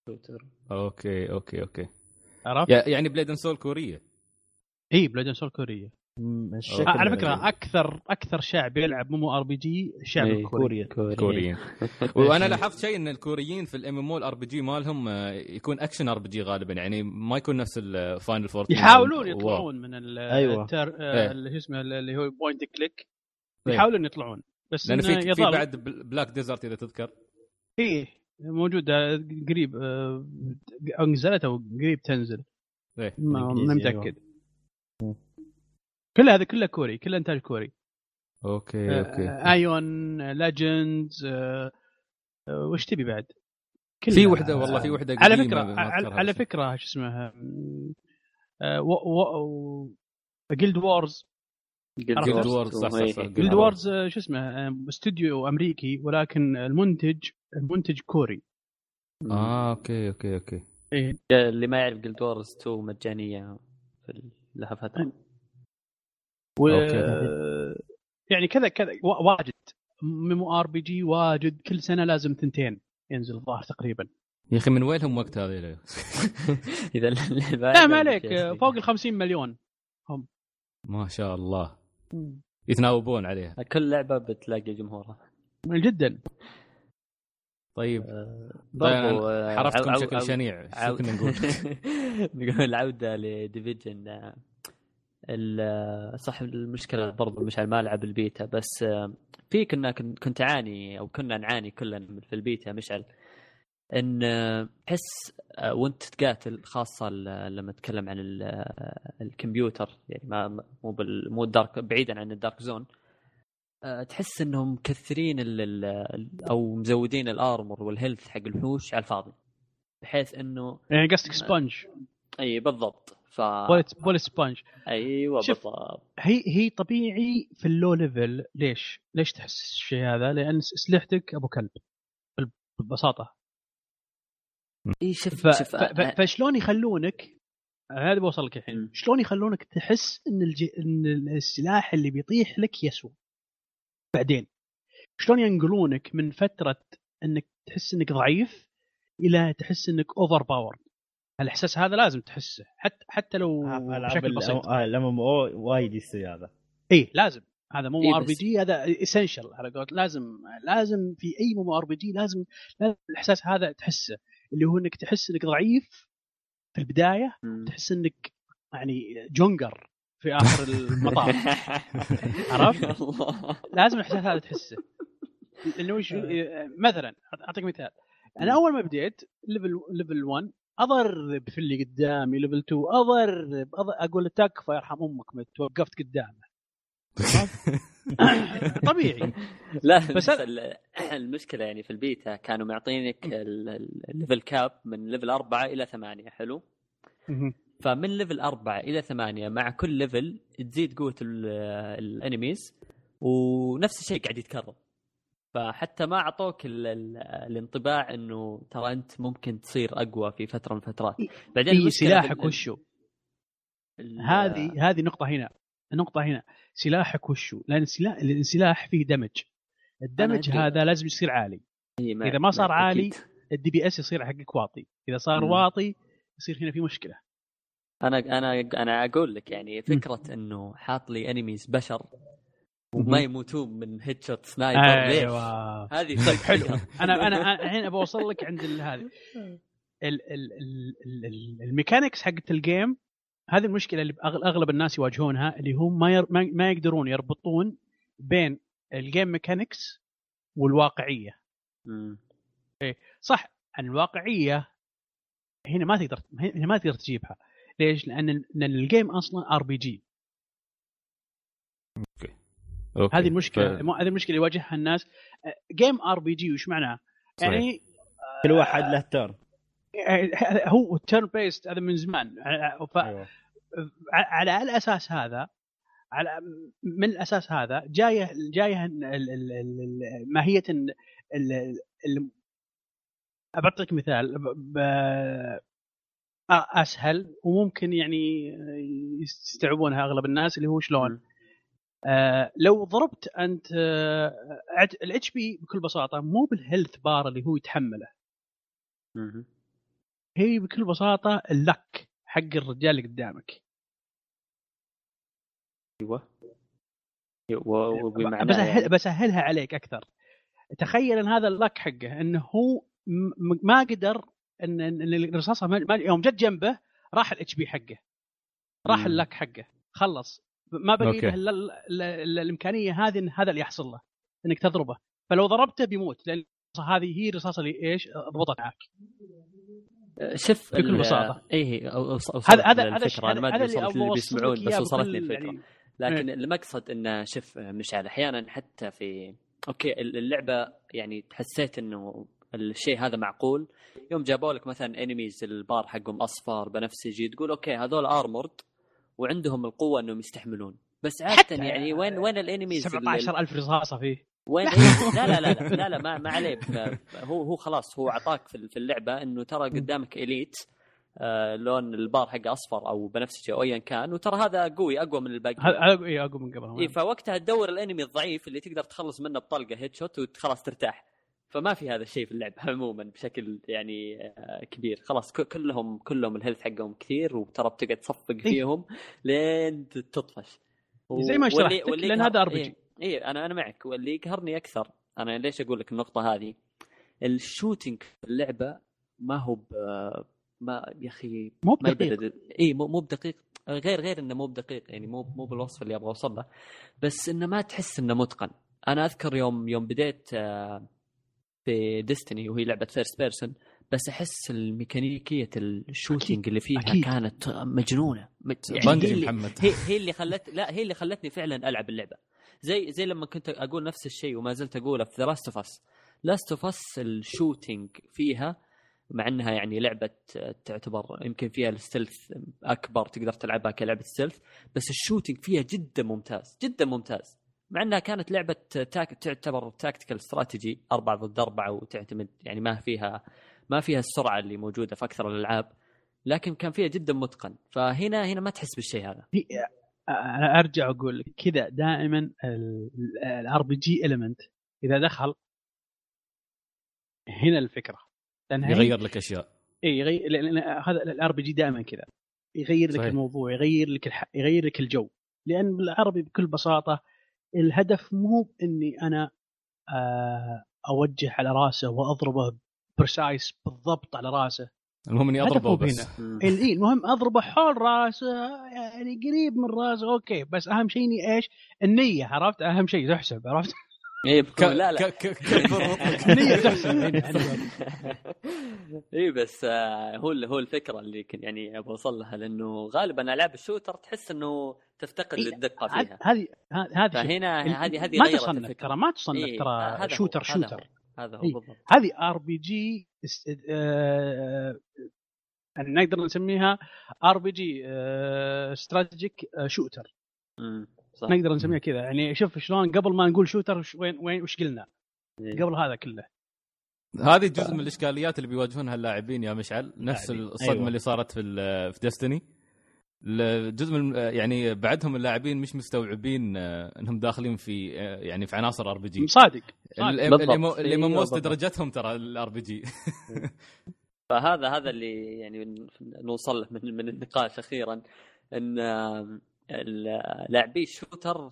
اوكي اوكي اوكي عرفت يعني بليد اند سول كورية. اي بليد اند سول كورية على فكرة أكثر أكثر شعب يلعب مو ار بي جي شعب الكوري كوريين. وأنا لاحظت شيء إن الكوريين في الام ام او الار بي جي مالهم يكون أكشن ار بي جي غالبا يعني ما يكون نفس الفاينل فورتين يحاولون يطلعون من أيوة. التر... اللي اسمه اللي هو بوينت كليك يحاولون يطلعون بس لأن في, يضل... في بعد بلاك ديزرت إذا تذكر إيه موجودة قريب نزلت أو قريب تنزل إيه. ما متأكد كل هذا كله كوري كله إنتاج كوري. أوكي أوكي آيون ليجندز وش تبي بعد في وحدة والله في وحدة على فكرة على, على فكرة شو اسمها جيلد وورز جيلد وورز صح صح جيلد وورز شو اسمه استوديو أمريكي ولكن المنتج المنتج كوري. آه أوكي أوكي أوكي إيه اللي ما يعرف جيلد وورز تو مجانية في لها فترة و... يعني كذا كذا واجد مو ار بي جي واجد كل سنه لازم ثنتين ينزل الظاهر تقريبا. يا اخي من وينهم وقت هذا اذا لا ما عليك فوق ال خمسين مليون هم ما شاء الله يتناوبون عليها كل لعبه بتلاقي جمهورها من جدا. طيب طيب حرفتكم بشكل شنيع شو كنا نقول نقول العوده لديفيجن صح. المشكله برضو مش على الملعب البيتا بس في كنا كنت اعاني او كنا نعاني كلنا في البيتا مشعل ان تحس وانت تقاتل خاصه لما تتكلم عن الكمبيوتر يعني ما مو مو الدارك بعيدا عن الدارك زون تحس انهم مكثرين او مزودين الارمر والهيلث حق الوحوش على الفاضي بحيث انه يعني قصدك سبونج. اي بالضبط ف بولت بولت سبونج ايوه بالضبط. هي هي طبيعي في اللو ليفل. ليش ليش تحس الشيء هذا؟ لان اسلحتك ابو كلب ببساطه. اي شوف ف... شوف ف... ف... فشلون يخلونك هذا بوصلك الحين شلون يخلونك تحس ان الج... ان السلاح اللي بيطيح لك يسوى بعدين شلون ينقلونك من فتره انك تحس انك ضعيف الى تحس انك اوفر باور. الاحساس هذا لازم تحسه حتى حتى لو بشكل بسيط. الام ام او وايد يصير هذا. اي لازم هذا مو ار بي جي هذا اسينشال على قولت لازم لازم في اي مو ار بي جي لازم لازم الاحساس هذا تحسه اللي هو انك تحس انك ضعيف في البدايه م. تحس انك يعني جونجر في اخر المطاف. عرفت؟ لازم الاحساس هذا تحسه، لانه وش مثلا اعطيك مثال. انا اول ما بديت ليفل ليفل واحد اضرب في اللي قدامي، ليفل اثنين اضرب, أضرب اقول تكفى يرحم امك ما توقفت قدامه. طبيعي. لا بس المشكله يعني في البيتا كانوا معطينك الليفل كاب من ليفل أربعة الى ثمانية. حلو. فمن ليفل أربعة الى ثمانية مع كل ليفل تزيد قوه الانيميز، ونفس الشيء قاعد يتكرر. فحتى ما اعطوك الانطباع انه ترى انت ممكن تصير اقوى في فتره من الفترات. بعدين إيه سلاحك وشو هذه هذه نقطه هنا النقطه هنا سلاحك وشو، لان السلاح السلاح فيه دمج. الدمج هذا لازم يصير عالي. اذا ما صار عالي الدي بي اس يصير حقك واطي، اذا صار م. واطي يصير هنا في مشكله. انا انا انا اقول لك يعني فكره م. انه حاط لي انميز بشر وما يموتون من هيد شوت سنايبر. أيوة. هذه طيب حلو. انا انا الحين ابغى اوصل لك عند هذه الميكانكس حقت الجيم. هذه المشكله اللي اغلب الناس يواجهونها، اللي هم ما ير... ما يقدرون يربطون بين الجيم ميكانكس والواقعيه. امم ايه صح. عن الواقعيه هنا ما تقدر هنا ما تقدر تجيبها. ليش؟ لان لان الجيم اصلا ار بي جي. اوكي اوكي هذه المشكله ف... هذه المشكله اللي يواجهها الناس. جيم ار بي جي وش معناه؟ يعني كل واحد له تيرن. هو تيرن بيست هذا من زمان. ف... أيوة. على الاساس هذا على من الاساس هذا جايه جايه ماهيه أعطيك مثال اسهل وممكن يعني يستوعبونها اغلب الناس، اللي هو شلون آه لو ضربت انت آه الاتش بي بكل بساطه مو بالهيلث بار اللي هو يتحمله، هي بكل بساطه اللك حق الرجال اللي قدامك. ايوه وبمعنى بسهل يعني... بسهلها عليك اكثر. تخيل ان هذا اللك حقه انه هو ما قدر ان الرصاصه ما... يوم جت جنبه راح الاتش بي حقه، راح اللك حقه، خلص ما بقي له الامكانيه هذه هذا اللي يحصل له انك تضربه. فلو ضربته بيموت، لان هذه هي الرصاصه اللي ايش ضبطت معك. شوف بكل بساطه ايه هذا هذا الفكره. انا ما ادري وصلت اللي بيسمعون بس وصلتني الفكره يعني... لكن إيه؟ المقصد انه شوف مشعل احيانا حتى في اوكي اللعبه يعني حسيت انه الشيء هذا معقول يوم جابوا لك مثلا انميز البار حقهم اصفر بنفسجي، تقول اوكي هذول ارمورد وعندهم القوه انهم يستحملون، بس عاده يعني وين وين الانميز سبعة عشر ألف رصاصه فيه وين إيه؟ لا لا لا لا لا, لا ما ما عليه. هو هو خلاص هو اعطاك في اللعبه انه ترى قدامك اليت آه لون البار حقه اصفر او بنفسجي او ايا كان، وترى هذا قوي اقوى من الباقي. هذا اي اقوى من قبل. اي فوقتها تدور الانمي الضعيف اللي تقدر تخلص منه بطلقه هيد شوت وخلاص ترتاح. فما في هذا الشيء في اللعبه عموما بشكل يعني كبير. خلاص كلهم كلهم الهيلث حقهم كثير، وترى بتقعد تصفق فيهم لين تطفش زي ما شرحت لان هذا ار بي جي. اي انا انا معك. واللي يقهرني اكثر انا ليش اقول لك النقطه هذه، الشوتينج في اللعبه ما هو ما يا اخي مو بدقيق. اي مو مو بدقيق، غير غير انه مو بدقيق يعني مو مو بالوصف اللي ابغى اوصل له، بس انه ما تحس انه متقن. انا اذكر يوم يوم بديت في ديستني وهي لعبه فيرست بيرسون، بس احس الميكانيكيه الشوتينج اللي فيها أكيد. كانت مجنونه يعني هي, محمد. هي هي اللي خلت لا هي اللي خلتني فعلا العب اللعبه. زي زي لما كنت اقول نفس الشيء وما زلت اقوله في لاست اوف اس. لاست اوف اس الشوتينج فيها مع انها يعني لعبه تعتبر يمكن فيها الستيلث اكبر تقدر تلعبها كلعبه ستيلث، بس الشوتينج فيها جدا ممتاز جدا ممتاز، مع انها كانت لعبه تاك... تعتبر تاكتيكال استراتيجي أربعة ضد أربعة وتعتمد يعني ما فيها ما فيها السرعه اللي موجوده في اكثر الالعاب، لكن كان فيها جدا متقن. فهنا هنا ما تحس بالشيء هذا. انا ارجع اقول لك كذا دائما الار بي جي اليمنت اذا دخل هنا الفكره يغير لك اشياء. اي يغير، لان هذا الار بي جي دائما كذا يغير لك صحيح. الموضوع يغير لك الح... يغير لك الجو، لان بالعربي بكل بساطه الهدف مو اني انا اوجه على راسه واضربه برسايس بالضبط على راسه، المهم اني اضربه بس. اي المهم اضربه حول راسه يعني قريب من راسه اوكي، بس اهم شيء اني ايش النيه، عرفت؟ اهم شيء تحسب، عرفت؟ اي ك... لا لا كبر النيه تحسب. اي بس هو هو الفكره اللي يعني ابغى اوصل لها، لانه غالبا العاب الشوتر تحس انه تفتقد إيه للدقه فيها. هذه هذه فهنا هذه هذه ما تصنف ترى، ما تصنف إيه ترى شوتر هو. شوتر هذا هو إيه. بالضبط. هذه ار بي جي آه... نقدر نسميها ار بي جي استراتيجيك شوتر. امم صح، نقدر نسميها كذا يعني. شوف شلون قبل ما نقول شوتر وين وين وش قلنا إيه. قبل هذا كله. هذه جزء من الاشكاليات اللي بيواجهونها اللاعبين يا مشعل، نفس الصدمه أيوة. اللي صارت في في ديستني. الجزء من يعني بعدهم اللاعبين مش مستوعبين انهم داخلين في يعني في عناصر ار بي جي. صادق اللي اللي من موست درجتهم ترى الار بي جي. فهذا هذا اللي يعني نوصل له من من النقاش اخيرا، ان اللاعبي الشوتر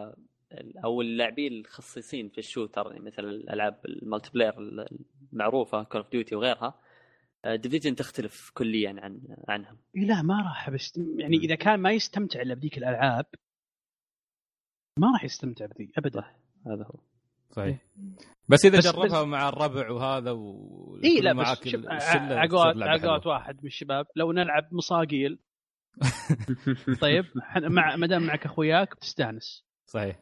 او اللاعبين الخصيصين في الشوتر يعني مثل الالعاب المالتي بلاير المعروفه كول اوف ديوتي وغيرها، ديفيجن تختلف كليا عن عنهم. لا ما راح بس يعني اذا كان ما يستمتع الا بديك الالعاب ما راح يستمتع بذي ابدا. هذا هو صحيح. بس اذا بس جربها بس مع الربع وهذا و إيه لا معك عقود عقود واحد من الشباب لو نلعب مصاقيل طيب مع مدام معك اخوياك بتستانس. صحيح.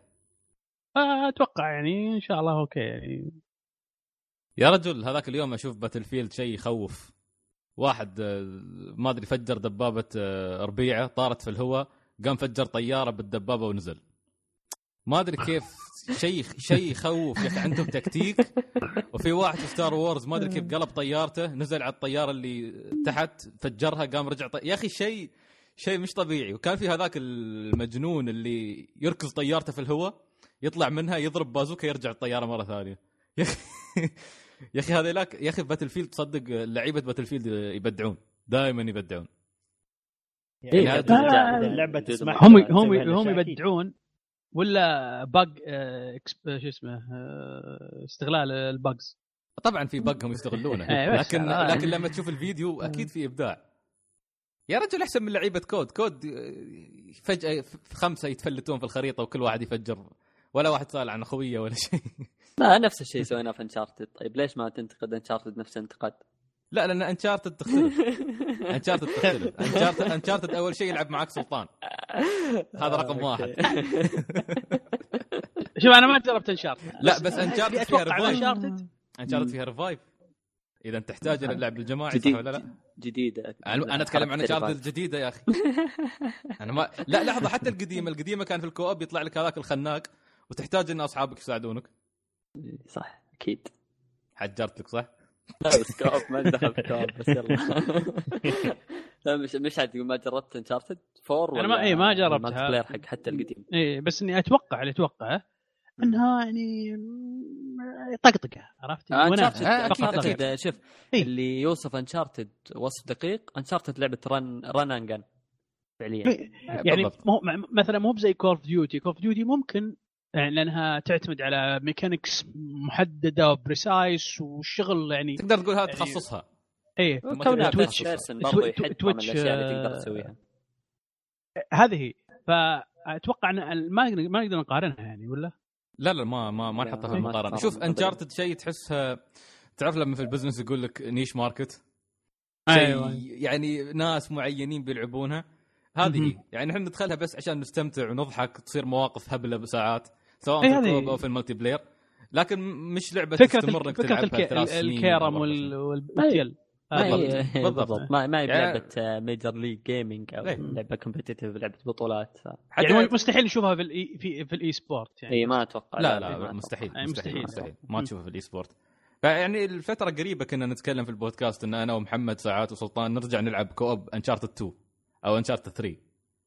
اتوقع يعني ان شاء الله اوكي يعني. يا رجل هذاك اليوم اشوف باتل فيلد شيء يخوف. واحد ما ادري فجر دبابه ربيعه طارت في الهواء، قام فجر طياره بالدبابه ونزل. ما ادري كيف شيء شيء يخوف يا اخي. عندهم تكتيك. وفي واحد في ستار وورز ما ادري كيف قلب طيارته، نزل على الطياره اللي تحت فجرها قام رجع طي... يا اخي شيء شيء مش طبيعي. وكان في هذاك المجنون اللي يركز طيارته في الهواء يطلع منها يضرب بازوكا يرجع الطياره مره ثانيه. يا اخي يا اخي هذا لك يا اخي باتل فيلد تصدق لعيبه باتل فيلد يبدعون دائما يبدعون. يعني هذه اللعبه تسمح هم هم هم يبدعون ولا باج شو اسمه استغلال الباجز. طبعا في باج هم يستغلونه لكن لكن لما تشوف الفيديو اكيد في ابداع. يا رجل احسن من لعيبه كود. كود فجاه خمسه يتفلتون في الخريطه وكل واحد يفجر ولا واحد سال عن اخويه ولا شيء. لا نفس الشيء سويناه في انشارتد. طيب ليش ما تنتقد انشارتد نفس انتقاد؟ لا لان انشارتد تختلف. انشارتد تختلف. انشارتد انشارتد اول شيء يلعب معك سلطان، هذا رقم واحد. شوف انا ما جربت انشارتد. لا بس انشارتد فيها ريفايف. انشارتد فيها ريفايف اذا انت تحتاج الى اللعب الجماعي صح ولا لا؟ جديده. انا اتكلم عن انشارتد الجديده يا اخي. انا ما لا لحظه حتى القديمه القديمه كان في الكواب يطلع لك هذاك الخناق وتحتاج ان اصحابك يساعدونك. صح اكيد. حجرت لك صح. لا بس كواب ما دخل في كواب بس يلا. لا مش مش عاد ما جربت انشارتد فور ولا انا ما اي ما جربتها بلاير حق حتى القديم. اي بس اني اتوقع اللي اتوقعه انها يعني طقطقه عرفت. انشارتد اكيد اكيد. شوف إيه؟ اللي يوصف انشارتد وصف دقيق. انشارتد لعبه رن رن انجن فعليا يعني مو مثلا مو بزي كول اوف ديوتي. كول اوف ديوتي ممكن يعني لانها تعتمد على ميكانيكس محدده وبريسايس والشغل يعني تقدر تقول هذا تخصصها. ايه كونها تويتش برضه يحد تويتش الاشياء اللي تقدر تسويها هذه. فاتوقع ان ما ما نقدر نقارنها يعني ولا لا لا ما ما ما نحطها في المقارنه. شوف انشارتد شيء تحسها تعرف لما في البزنس يقول لك نيش ماركت أيوة. يعني ناس معينين بيلعبونها. هذه يعني احنا ندخلها بس عشان نستمتع ونضحك تصير مواقف هبله بساعات سواء في الكوب او في الملتي بلاير، لكن مش لعبه تستمر انك تلعبها ثلاث سنين. الكيرم والبتيل بالضبط ما ما هي لعبه ميجر ليج جيمنج او لعبه كومبيتيتيف لعبه بطولات. يعني مستحيل نشوفها في الاي في, في الاي سبورت يعني. اي ما اتوقع. لا لا, لا مستحيل مستحيل, مستحيل, مستحيل. ما تشوفها في الاي سبورت. فيعني الفتره قريبه كنا نتكلم في البودكاست ان انا ومحمد ساعات وسلطان نرجع نلعب كوب انشارتد تو او انشارتد ثري.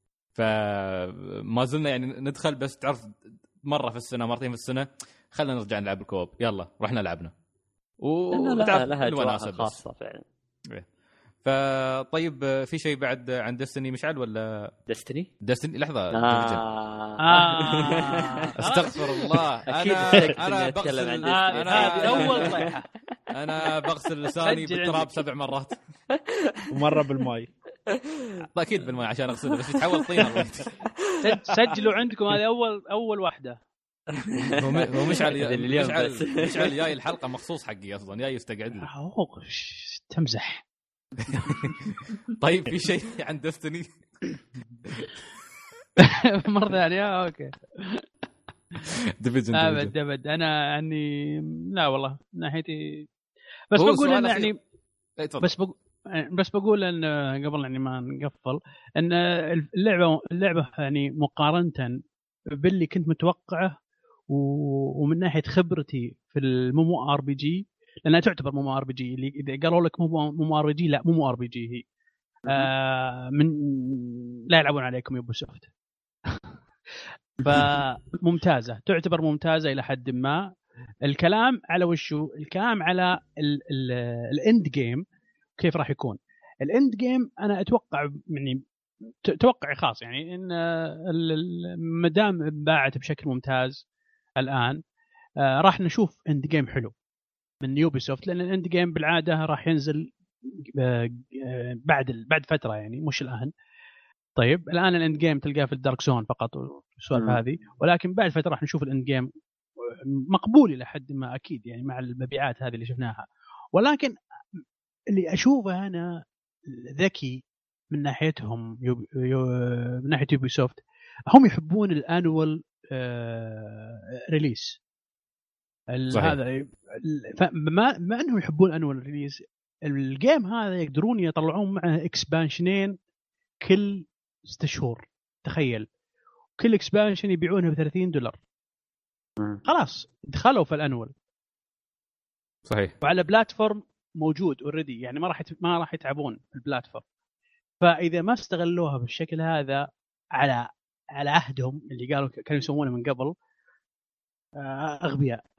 فما زلنا يعني ندخل بس تعرف مره في السنه مرتين في السنه خلينا نرجع نلعب الكوب يلا رحنا لعبنا وتعرف لها الوناسه خاصه فعلا. فطيب في شيء بعد عن ديستني مشعل ولا ديستني ديستني لحظه آه. آه. استغفر الله. اكيد انا انا اتكلم عن انا اول طيحه انا بغسل لساني بالتراب سبع مرات ومره بالماء. اكيد بالماء عشان اغسله بس يتحول طينه. سجلوا عندكم هذه اول اول واحده. هو مش على مش على مش على جاي الحلقه مخصوص حقي اصلا جاي يستقعد لي. اوه تمزح. طيب في شيء عن دستني مره ثانيه اوكي. ديفيجن ابد ابد انا يعني لا والله ناحيتي بس بقول ان يعني بس بقول بس بقول ان قبل يعني ما نقفل ان اللعبه اللعبه يعني مقارنه باللي كنت متوقعه ومن ناحيه خبرتي في المو ار بي جي لانها تعتبر مو ار بي جي اللي اذا قالوا لك مو مو ار بي جي لا مو ار بي جي هي آه من لا يلعبون عليكم يوبي سوفت. فممتازه تعتبر ممتازه الى حد ما. الكلام على وشو الكلام على الاند جيم كيف راح يكون الاند جيم. انا اتوقع يعني توقعي خاص يعني ان المدام باعت بشكل ممتاز الان آه راح نشوف اند جيم حلو من يوبي سوفت لان الاند جيم بالعاده راح ينزل آه بعد بعد فتره يعني مش الان. طيب الان الاند جيم تلقاه في الدارك زون فقط والسوالف هذه ولكن بعد فتره راح نشوف الاند جيم مقبول الى حد ما اكيد يعني مع المبيعات هذه اللي شفناها. ولكن اللي اشوفه انا ذكي من ناحيتهم يوب... يو... من ناحيه يوبي سوفت هم يحبون الانوال آه... ريليس هذا فما ما انهم يحبون الانوال ريليس الجيم هذا يقدرون يطلعون معه اكسبانشنين كل ستة شهور. تخيل كل اكسبانشن يبيعونها ب ثلاثين دولار خلاص دخلوا في الانوال صحيح وعلى بلاتفورم موجود اوريدي يعني ما راح ما راح يتعبون في البلاتفورم. فاذا ما استغلوها بالشكل هذا على على عهدهم اللي قالوا كانوا يسوونه من قبل اغبياء.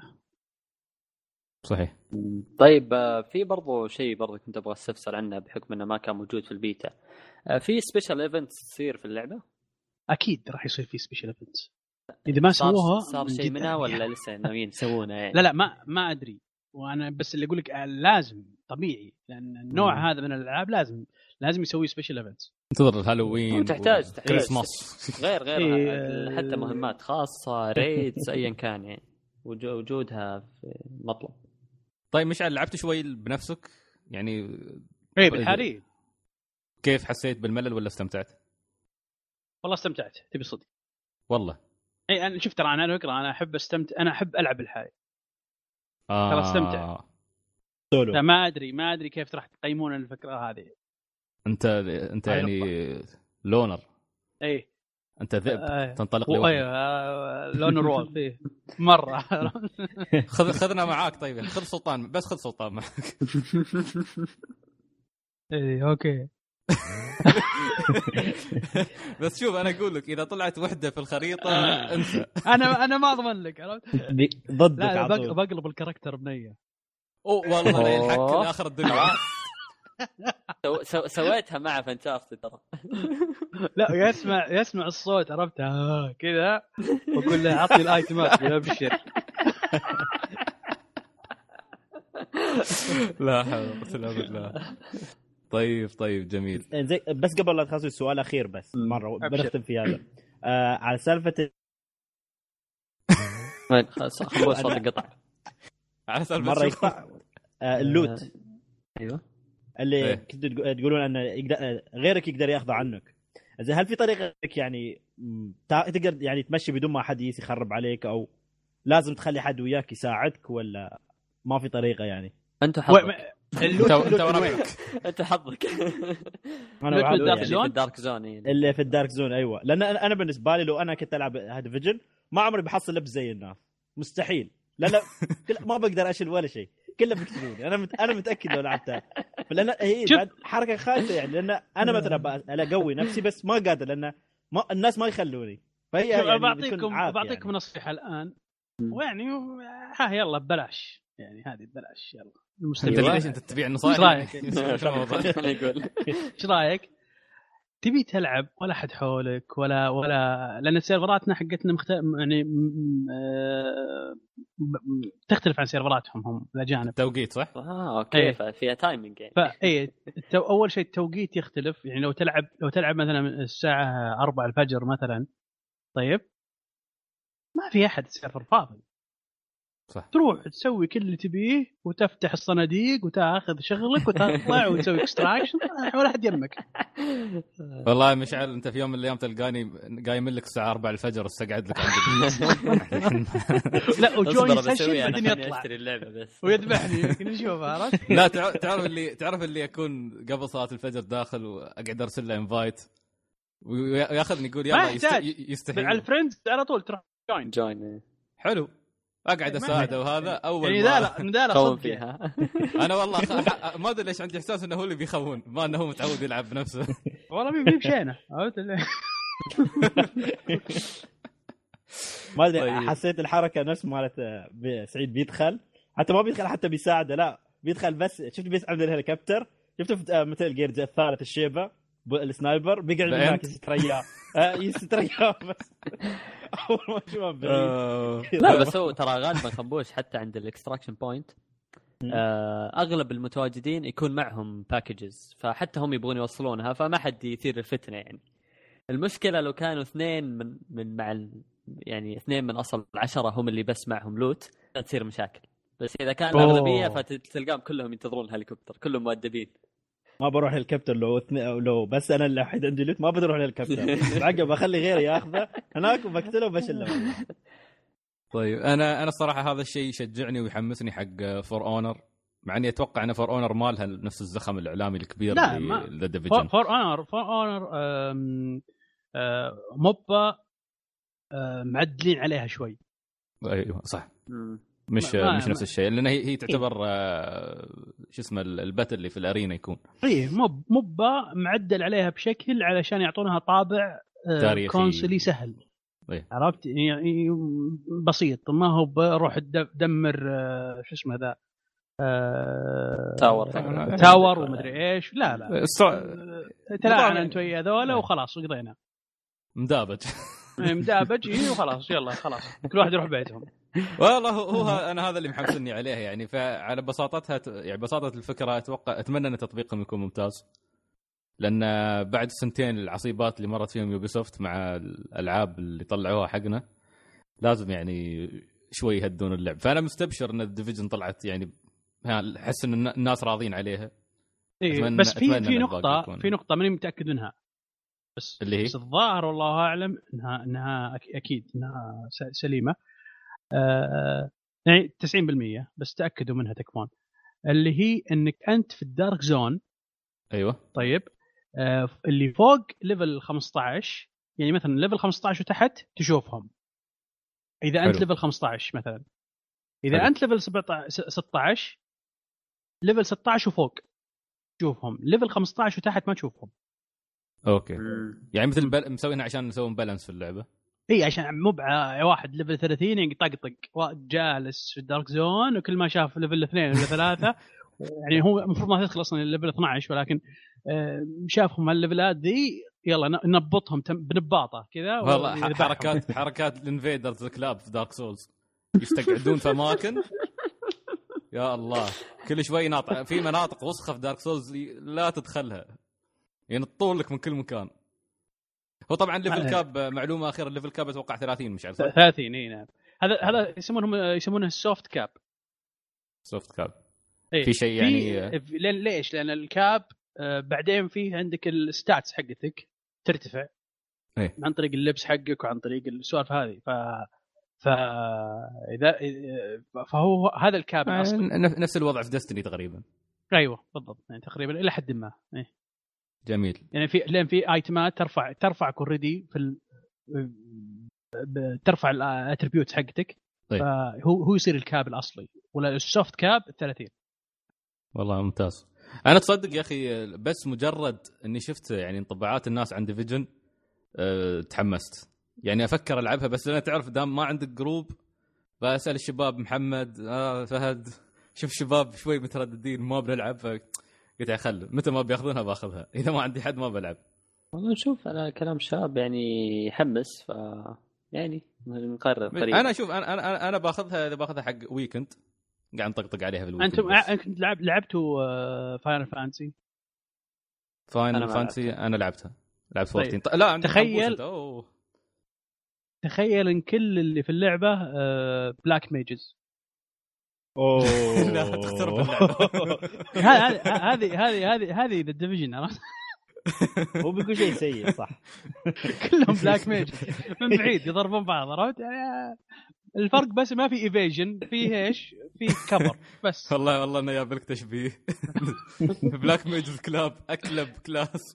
صحيح. طيب في برضو شيء برضو كنت ابغى استفسر عنه بحكم انه ما كان موجود في البيتا. في سبيشال ايفنتس تصير في اللعبه؟ اكيد راح يصير في سبيشال ايفنتس اذا ما سووها. صار شيء منها ولا لسه ناويين يسوونها يعني؟ لا لا ما ما ادري وانا بس اللي اقول لك لازم طبيعي لان النوع مم. هذا من الالعاب لازم لازم يسوي سبيشال ايفنتس. انتظر الهالوين تحتاج تحتاج كريسماس غير غير إيه حتى مهمات خاصه ريدز ايا كان يعني وجودها في مطلب. طيب مشعل لعبت شوي بنفسك يعني ايه بالحري كيف حسيت بالملل ولا استمتعت؟ والله استمتعت تبي صدق والله. اي انا شفت ترى انا اقرا انا احب استمتع انا احب العب الحالي آه. ترى استمتع سولو. ما ادري ما ادري كيف راح تقيمون الفكره هذه. انت انت يعني لونر اي انت ذئب آه. تنطلق لوحدك. ايوه لونر وول فيه مره. خذ خذنا معاك. طيب خذ سلطان بس خذ سلطان معك. اي اوكي. بس شوف انا اقول لك اذا طلعت وحده في الخريطه انسى. انا انا ما اضمن لك ضدك. لا بقلب الكاركتر بنيه. اوه والله لا يلحق لاخر الدنيا. سو سويتها مع فانتاستي ترى. لا يسمع يسمع الصوت عرفتها كذا وكل له اعطي الايتمات وابشر. لا حول ولا قوه. طيب طيب جميل. زي بس قبل لا تخلص السؤال اخير بس مره بنختم في هذا آه على سالفه وين خلاص صوت قطع على سالفه مره يقطع آه اللوت. ايوه اللي إيه؟ كنت تقولون انه يقدر غيرك يقدر ياخذه عنك. زين هل في طريقه يعني تقدر يعني تمشي بدون ما حد يخرب عليك او لازم تخلي حد وياك يساعدك ولا ما في طريقه يعني؟ انت حظك انت انت انت حظك. انا في الدارك زون الدارك زون اللي في الدارك زون ايوه لان انا بالنسبه لي لو انا كنت العب هذا فيجن ما عمري بحصل لبس زي الناس مستحيل. لا لا ما بقدر اشيل ولا شيء كله بيكسروني. انا مت... انا متاكد لو لعبتها لان هي بعد حركه خايسه يعني لان انا مثلا اقوي نفسي بس ما قادر لان ما... الناس ما يخلوني. فهي يعني بعطيكم بعطيكم يعني. نصيحه الان ويعني ها يلا ببلاش يعني هذه ببلاش يلا المستمتع. ليش انت تبيع النصائح؟ ايش رايك؟ ايش رايك؟ تبي تلعب ولا حد حولك ولا ولا لان السيرفراتنا حقتنا مخت... يعني م... آه... تختلف عن سيرفراتهم هم الاجانب. توقيت صح؟ اه اوكي ايه. فيها تايمينج يعني. فاي التو... اول شيء التوقيت يختلف، يعني لو تلعب لو تلعب مثلا الساعه أربعة الفجر مثلا، طيب ما في احد السيرفر فاضي، صح. تروح تسوي كل اللي تبيه وتفتح الصناديق وتاخذ شغلك وتطلع وتسوي اكستراكشن ولا حد يمك. والله مشعل انت في يوم من الايام تلقاني قايم لك الساعه أربعة الفجر استقعد لك عندك. لا وجوين سيشن بعدين يطلع اشتري اللعبه بس ويذبحني لكن نشوف عرفت. لا تعرف اللي تعرف اللي يكون قبل صلاه الفجر داخل واقعد ارسل له انفايت وياخذني يقول يلا يستحي على الفريندز على طول تروح جوين جوين حلو اقعد اساعده وهذا اول يعني لا لا لا فيها. انا والله خ... ما ادري ليش عندي احساس انه هو اللي بيخون ما انه هو متعود يلعب بنفسه. والله بي مشينا ما ادري حسيت الحركه نفس مالت سعيد بيدخل حتى ما بيدخل حتى بيساعده، لا بيدخل بس شفت بيسحب من الهليكوبتر، شفت مثل جيرز الثالث الشيبه السنايبر بيقعد هناك يستريح يستريح بس اول ما شوفه بعيد. لا بس هو ترى غالبا خنبوش حتى عند الاكستراكشن بوينت اغلب المتواجدين يكون معهم باكجز، فحتى هم يبغون يوصلونها فما حد يثير الفتنه. يعني المشكله لو كانوا اثنين من من مع ال... يعني اثنين من اصل عشرة هم اللي بس معهم لوت تصير مشاكل، بس اذا كان الاغلبيه فتلقاهم كلهم ينتظرون الهليكوبتر كلهم مؤدبين. ما بروح الهليكوبتر لو لو بس انا اللي الوحيد عندي لوت ما بروح الهليكوبتر عقب بخلي غيري ياخذه هناك وبقتله وبشله. طيب انا انا الصراحه هذا الشيء يشجعني ويحمسني حق فور اونر، مع اني اتوقع ان فور اونر ما لها نفس الزخم الاعلامي الكبير اللي ديفيجن. فور اونر فور اونر موبا معدلين عليها شوي. ايوه صح مش ما مش نفس الشيء لان هي هي تعتبر آه شو اسمه الباتل اللي في الارينا يكون اي موب موبا معدل عليها بشكل علشان يعطونها طابع آه كونسولي سهل. إيه؟ عرفت يعني بسيط ما هو بروح دمر آه شو اسمه ذا آه تاور تاور ومدري ايش. لا لا السع... تلاعن انت ويا هذول وخلاص قضينا مدابج مدابج ايه وخلاص يلا خلاص كل واحد يروح بيتهم. والله هو انا هذا اللي محمسني عليها يعني. فعلى بساطتها يعني بساطه الفكره اتوقع اتمنى ان تطبيقهم يكون ممتاز، لان بعد سنتين العصيبات اللي مرت فيهم يوبيسوفت مع الالعاب اللي طلعوها حقنا لازم يعني شوي يهدون اللعب. فانا مستبشر ان الديفيجن طلعت يعني احس ان الناس راضين عليها. إيه بس في في نقطه في نقطه ماني متاكد منها بس اللي هي بس الظاهر والله اعلم انها انها اكيد انها سليمه آه يعني تسعين بالمية بس تاكدوا منها تكفون، اللي هي انك انت في الدارك زون. ايوه طيب آه اللي فوق ليفل خمسة عشر يعني مثلا ليفل خمسة عشر وتحت تشوفهم اذا حلو. انت ليفل خمسة عشر مثلا، اذا حلو. انت ليفل ستة عشر ليفل ستة عشر وفوق تشوفهم، ليفل خمسة عشر وتحت ما تشوفهم. اوكي مم. يعني مثل بل... مسوينها عشان نسوي بالانس في اللعبه. اي عشان مو واحد ليفل ثلاثين يطقطق جالس في الدارك زون وكل ما شاف ليفل اثنين ولا ثلاثه يعني هو المفروض ما تدخل اصلا الليفل اثنا عشر ولكن شافهم هالليفلات ذي يلا نبطهم بنباطه كذا. والله حركات حركات الانفيدرز كلاب في دارك سولز يستقعدون في اماكن يا الله كل شوي ناطق في مناطق وسخه في دارك سولز لا تدخلها ينطون لك من كل مكان. هو طبعا ليفل كاب معلومه اخيره الليفل كاب اتوقع ثلاثين مش عارف ثلاثين اي نعم هذا هذا يسمونهم يسمونه السوفت كاب. سوفت كاب إيه؟ في شيء يعني في لين ليش لان الكاب آه بعدين فيه عندك الستاتس حقتك ترتفع إيه؟ عن طريق اللبس حقك وعن طريق السوالف هذه ف فاذا فهو هذا الكاب آه اصلا نفس الوضع في دستني تقريبا. ايوه بالضبط يعني تقريبا الى حد ما إيه؟ جميل يعني في لين في ايتمات ترفع ترفعك اوريدي في ال... ترفع الاتريبيوت حقتك. طيب. فهو هو يصير الكاب الاصلي ولا السوفت كاب ثلاثين. والله ممتاز. انا تصدق يا اخي بس مجرد اني شفت يعني انطباعات الناس عن ديفيجن أه تحمست يعني افكر العبها، بس انا تعرف دام ما عندك جروب فاسال الشباب محمد آه فهد شوف شباب شوي مترددين ما بنلعب، قلت يا خل متى ما بياخذونها باخذها، اذا ما عندي حد ما بلعب. والله نشوف. انا كلام شاب يعني يحمس، ف يعني نقرر قريب. انا اشوف انا انا انا باخذها اذا باخذها حق ويكند قاعد نطقطق عليها في الويكند. انتم انتم لعب لعبتوا فاينل فانسي؟ فاينل فانسي انا لعبتها لعبت فورتين. طيب. لا تخيل تخيل ان كل اللي في اللعبه بلاك ميجز. اوه لا تخسر باللعبه. هذه هذه هذه هذه ذا ديفيجن. هو بيقول شيء سيء صح. كلهم بلاك ميج من بعيد يضربون بعض، عرفت يعني؟ الفرق بس ما في ايفيجن، فيه ايش؟ في كفر بس. والله والله انا جايب لك تشبيه. بلاك ميج كلاب اكلب كلاس.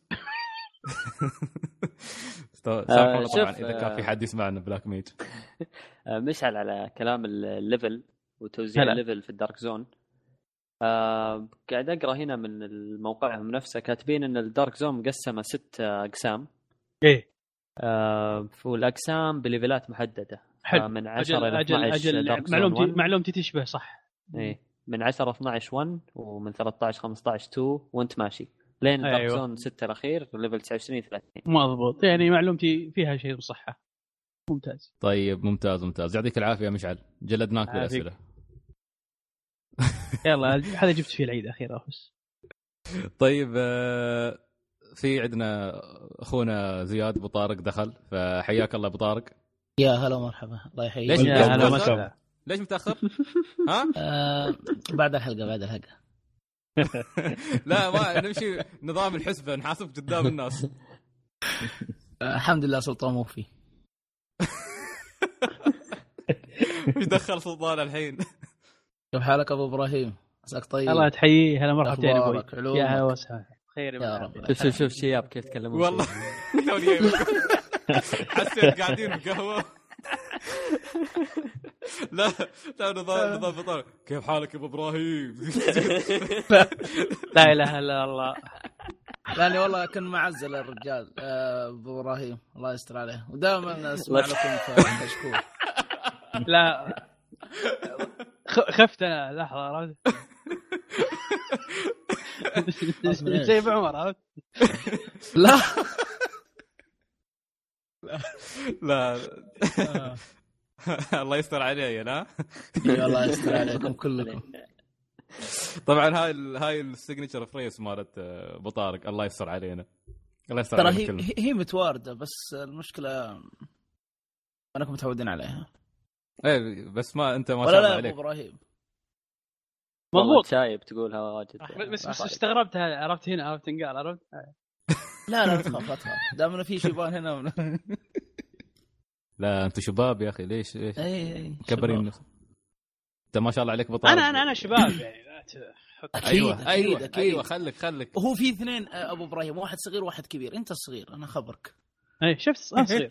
طبعا اذا كان في حد يسمعنا بلاك ميج. مشعل على كلام الليفل وتوزيع الليفل في الدارك زون. آه قاعد أقرأ هنا من الموقعهم نفسه كاتبين إن الدارك زون مقسمة ست أقسام. إيه. آه والأقسام بليفلات محددة. حلو. من عشرة إلى اثنا عشر. معلومتي معلومتي تشبه صح. إيه من عشرة اثنا عشر واحد ومن ثلاثة عشر خمسة عشر اثنين وانت ماشي لين الدارك أيوة. زون ستة الأخير ليفل تسعة وعشرين ثلاثين. مضبوط، يعني معلومتي فيها شيء بصحة. ممتاز. طيب ممتاز ممتاز يعطيك العافية مشعل، جلدناك بالأسئلة. يلا هذا جبت فيه العيد أخيرا بس. طيب في عندنا أخونا زياد أبو طارق دخل، فحياك الله أبو طارق. يا هلا مرحبا، الله يحييك. ليش يا هلا مرحبا. ليش متأخر؟ ها؟ آه بعد الحلقة بعد الحلقة. لا ما نمشي نظام الحسبة نحاسب قدام الناس. آه الحمد لله سلطان موفي. وش دخل سلطان الحين؟ كيف حالك أبو إبراهيم؟ عساك طيب. الله تحييه. هلا مرحبتين أبوي. يا هلا وسهلا. خير يا رب. شوف شوف شياب كيف تكلمون. والله حسيت قاعدين بقهوة. لا لا نظام نظام فطار. كيف حالك يا ابو ابراهيم؟ لا اله الا الله. يعني والله كان معزل الرجال ابو ابراهيم، الله يستر عليه، ودائما اسمع لكم مشكور. لا خفت انا لحظه، عرفت؟ زي بعمر، عرفت؟ لا لا الله يستر علي لا. الله يستر عليكم كلكم. طبعا هاي هاي السيجنتشر فريس مالت ابو طارق، الله يستر علينا. الله يستر ترى علينا. هي هي متوارده، بس المشكله انكم متعودين عليها. ايه بس ما انت ما شاء الله عليك ابو ابراهيم. مضبوط شايب تقولها واجد. بس بس استغربت، عرفت هنا عرفت انقال، عرفت؟ لا لا تخاف لا تخاف، دامنا في شبان هنا. لا انتم شباب يا اخي، ليش ليش اي كبرين نفسك انت ما شاء الله عليك بطارق. انا انا انا شباب يعني لا أكيد ايوه أكيد ايوه أكيد. ايوه خليك خليك هو في اثنين ابو ابراهيم، واحد صغير واحد كبير، انت الصغير انا خبرك. اي شفت انا صغير.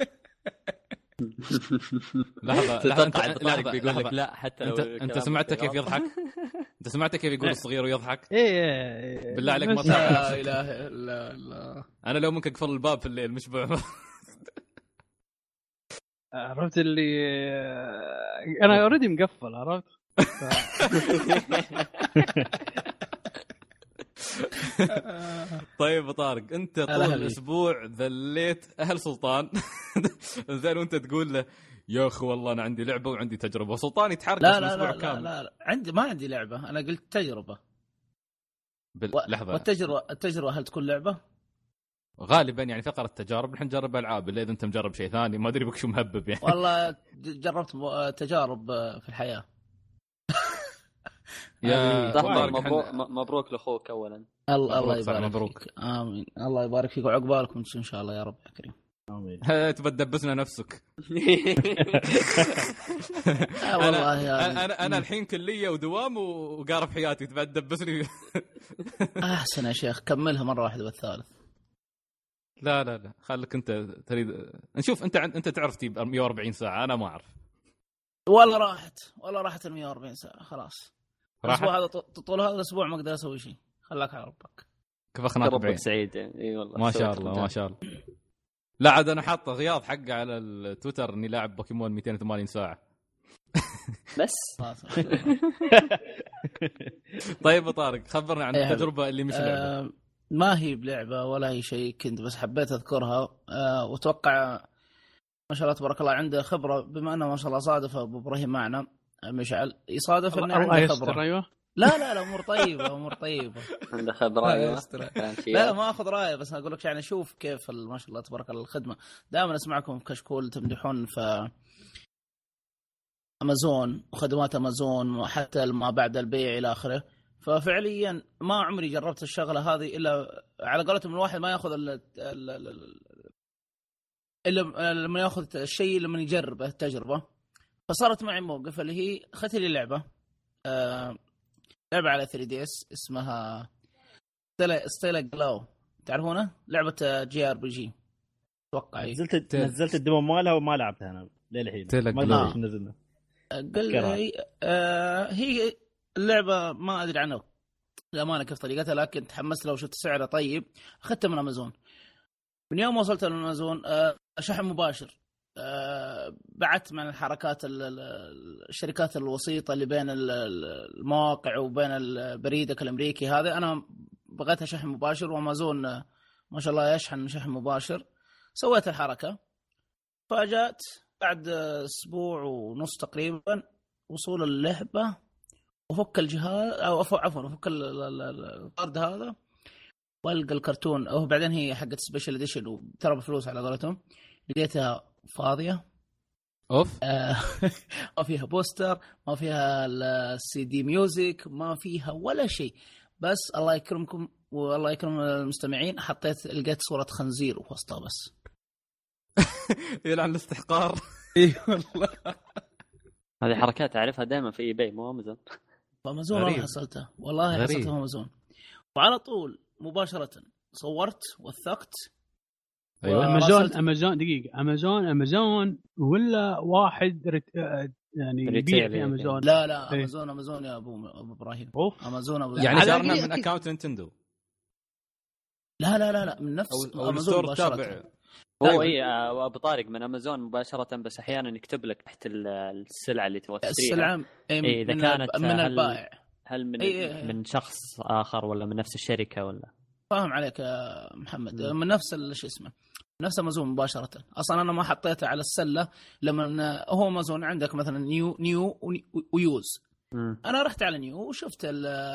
لحظه تتوقع بطارق بيقول لك لا حتى لو انت انت سمعته كيف يضحك؟ انت سمعته كيف يقول الصغير ويضحك؟ ايه بالله عليك ما لا تعرف. اله الا الله. انا لو ممكن اقفل الباب في الليل مش بعمر. عرفت اللي انا اوريدي مقفل، عرفت؟ طيب طارق انت طول الاسبوع ذليت اهل سلطان. زين وانت تقول له يا اخي والله انا عندي لعبه وعندي تجربه، وسلطان يتحرك لا لا اسبوع لا, كامل. لا لا عندي ما عندي لعبه، انا قلت تجربه. بال... و... لحظه والتجربه التجربه هل تكون لعبه؟ غالبا يعني فقره تجارب، نحن نجرب العاب، الا اذا انت مجرب شيء ثاني ما ادري بك شو مهبب يعني. والله جربت تجارب في الحياه. يا مبروك مبروك لاخوك اولا. الله الله يبارك مبروك. فيك. امين. الله يبارك فيك وعقبالكم ان شاء الله يا رب يا كريم. امين. تبى تدبسنا نفسك. والله يا انا انا الحين كليه ودوام وقارب حياتي، تبى تدبسني. احسن يا شيخ كملها مره واحده بالثالث. لا لا لا خليك انت تريد نشوف. انت انت تعرف تجيب مية وأربعين ساعه، انا ما اعرف. والله راحت والله راحت ال مية وأربعين ساعه خلاص. الاسبوع هذا طول هذا الاسبوع ما اقدر اسوي شيء. خلاك على ربك. كيف اخناك ربك سعيد يعني. اي والله ما شاء الله ما شاء الله. لا عاد انا حاطه غياض حقه على التويتر اني لاعب بوكيمون مئتين وثمانين ساعه بس. طيب طارق خبرنا عن التجربه اللي مش لعبه. ما هي بلعبه ولا هي شيء، كنت بس حبيت اذكرها. أه واتوقع ما شاء الله تبارك الله عنده خبره، بما انه ما شاء الله صادف ابو ابراهيم معنا مشعل، يصادف انه عنده خبره. أيوة. لا لا لا امور طيبه امور طيبه عنده خبره. أيوة. لا ما اخذ رايه، بس اقول لك يعني شوف كيف ما شاء الله تبارك الله الخدمه. دائما اسمعكم في كشكول تمدحون في امازون وخدمات امازون وحتى ما بعد البيع الى اخره. ففعليا ما عمري جربت الشغله هذه الا على قولتهم الواحد ما ياخذ الا لما ياخذ الشيء لما يجرب التجربه. فصارت معي موقف اللي هي اخذت لي لعبه آه لعبه على ثري دي اس اسمها ستيلا ستيلا جلو، تعرفونها؟ لعبه جي ار بي جي اتوقع. نزلت نزلت الديمو مالها وما لعبتها انا للحين، ما ادري ايش نزلنا. قل هي آه هي اللعبه ما ادري عنها للامانه كيف طريقتها، لكن تحمست لها وشفت سعرها طيب اخذتها من امازون. من يوم وصلت لامازون آه شحن مباشر. أه بعدت من الحركات الشركات الوسيطة اللي بين المواقع وبين البريدك الأمريكي هذا. أنا بغيتها شحن مباشر، وأمازون ما شاء الله يشحن شحن مباشر. سويت الحركة، فجأت بعد أسبوع ونص تقريبا وصول اللعبة وفك الجهاز أو عفوا فك الطرد هذا والقى الكرتون. أو بعدين هي حقت سبيشال إديشن وترى بفلوس على قولتهم، لقيتها فاضية اوف. آه ما فيها بوستر، ما فيها السي دي ميوزك، ما فيها ولا شيء. بس الله يكرمكم والله يكرم المستمعين، حطيت لقيت صورة خنزير وسطها بس. يلعن الاستحقار. اي والله هذه حركات اعرفها دائما في اي باي مو امازون. فامازون والله حصلتها، والله حصلتها في امازون. وعلى طول مباشرة صورت وثقت. أيوة. امازون امازون دقيقه امازون امازون ولا واحد رت... يعني يبيع في امازون؟ لا لا امازون امازون يا ابو ابو ابراهيم. امازون ابو يعني صارنا من اكاونت نينتندو. لا لا لا لا من نفس امازون مباشره. هو اي ابو طارق من امازون مباشره، بس احيانا يكتب لك تحت السلعه اللي تبغى تشتريها السلعه إيه اذا كانت من البائع، هل من إيه من شخص اخر ولا من نفس الشركه ولا. فاهم عليك يا محمد. م. من نفس شو اسمه نفس امازون مباشره. اصلا انا ما حطيته على السله لما هو امازون عندك مثلا نيو نيو ويوز. م. انا رحت على نيو وشفت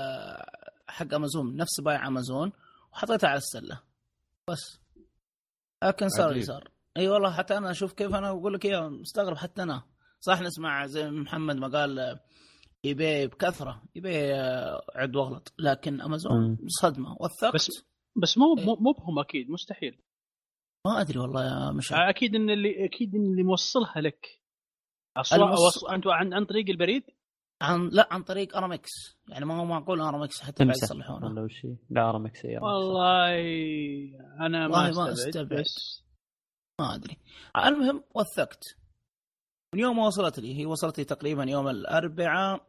حق امازون نفس بايع امازون وحطيته على السله بس. لكن صار يصير اي أيوة والله. حتى انا اشوف كيف انا اقول لك يا مستغرب. حتى انا صح نسمع زي محمد ما قال ايباي بكثره، ايباي عد واغلط، لكن امازون صدمه وثقت. بس بس مو مو مو بهم اكيد مستحيل. ما ادري والله يا مش اكيد ان اللي اكيد ان اللي موصلها لك اصلا المص... انت عن عن طريق البريد. عن لا عن طريق ارامكس، يعني ما هو معقول ارامكس حتى بعد يصلحونه ولا شيء. لا ارامكس يا والله انا ما استبعد ما ادري. المهم وثقت. من يوم ما وصلت لي، هي وصلت لي تقريبا يوم الاربعاء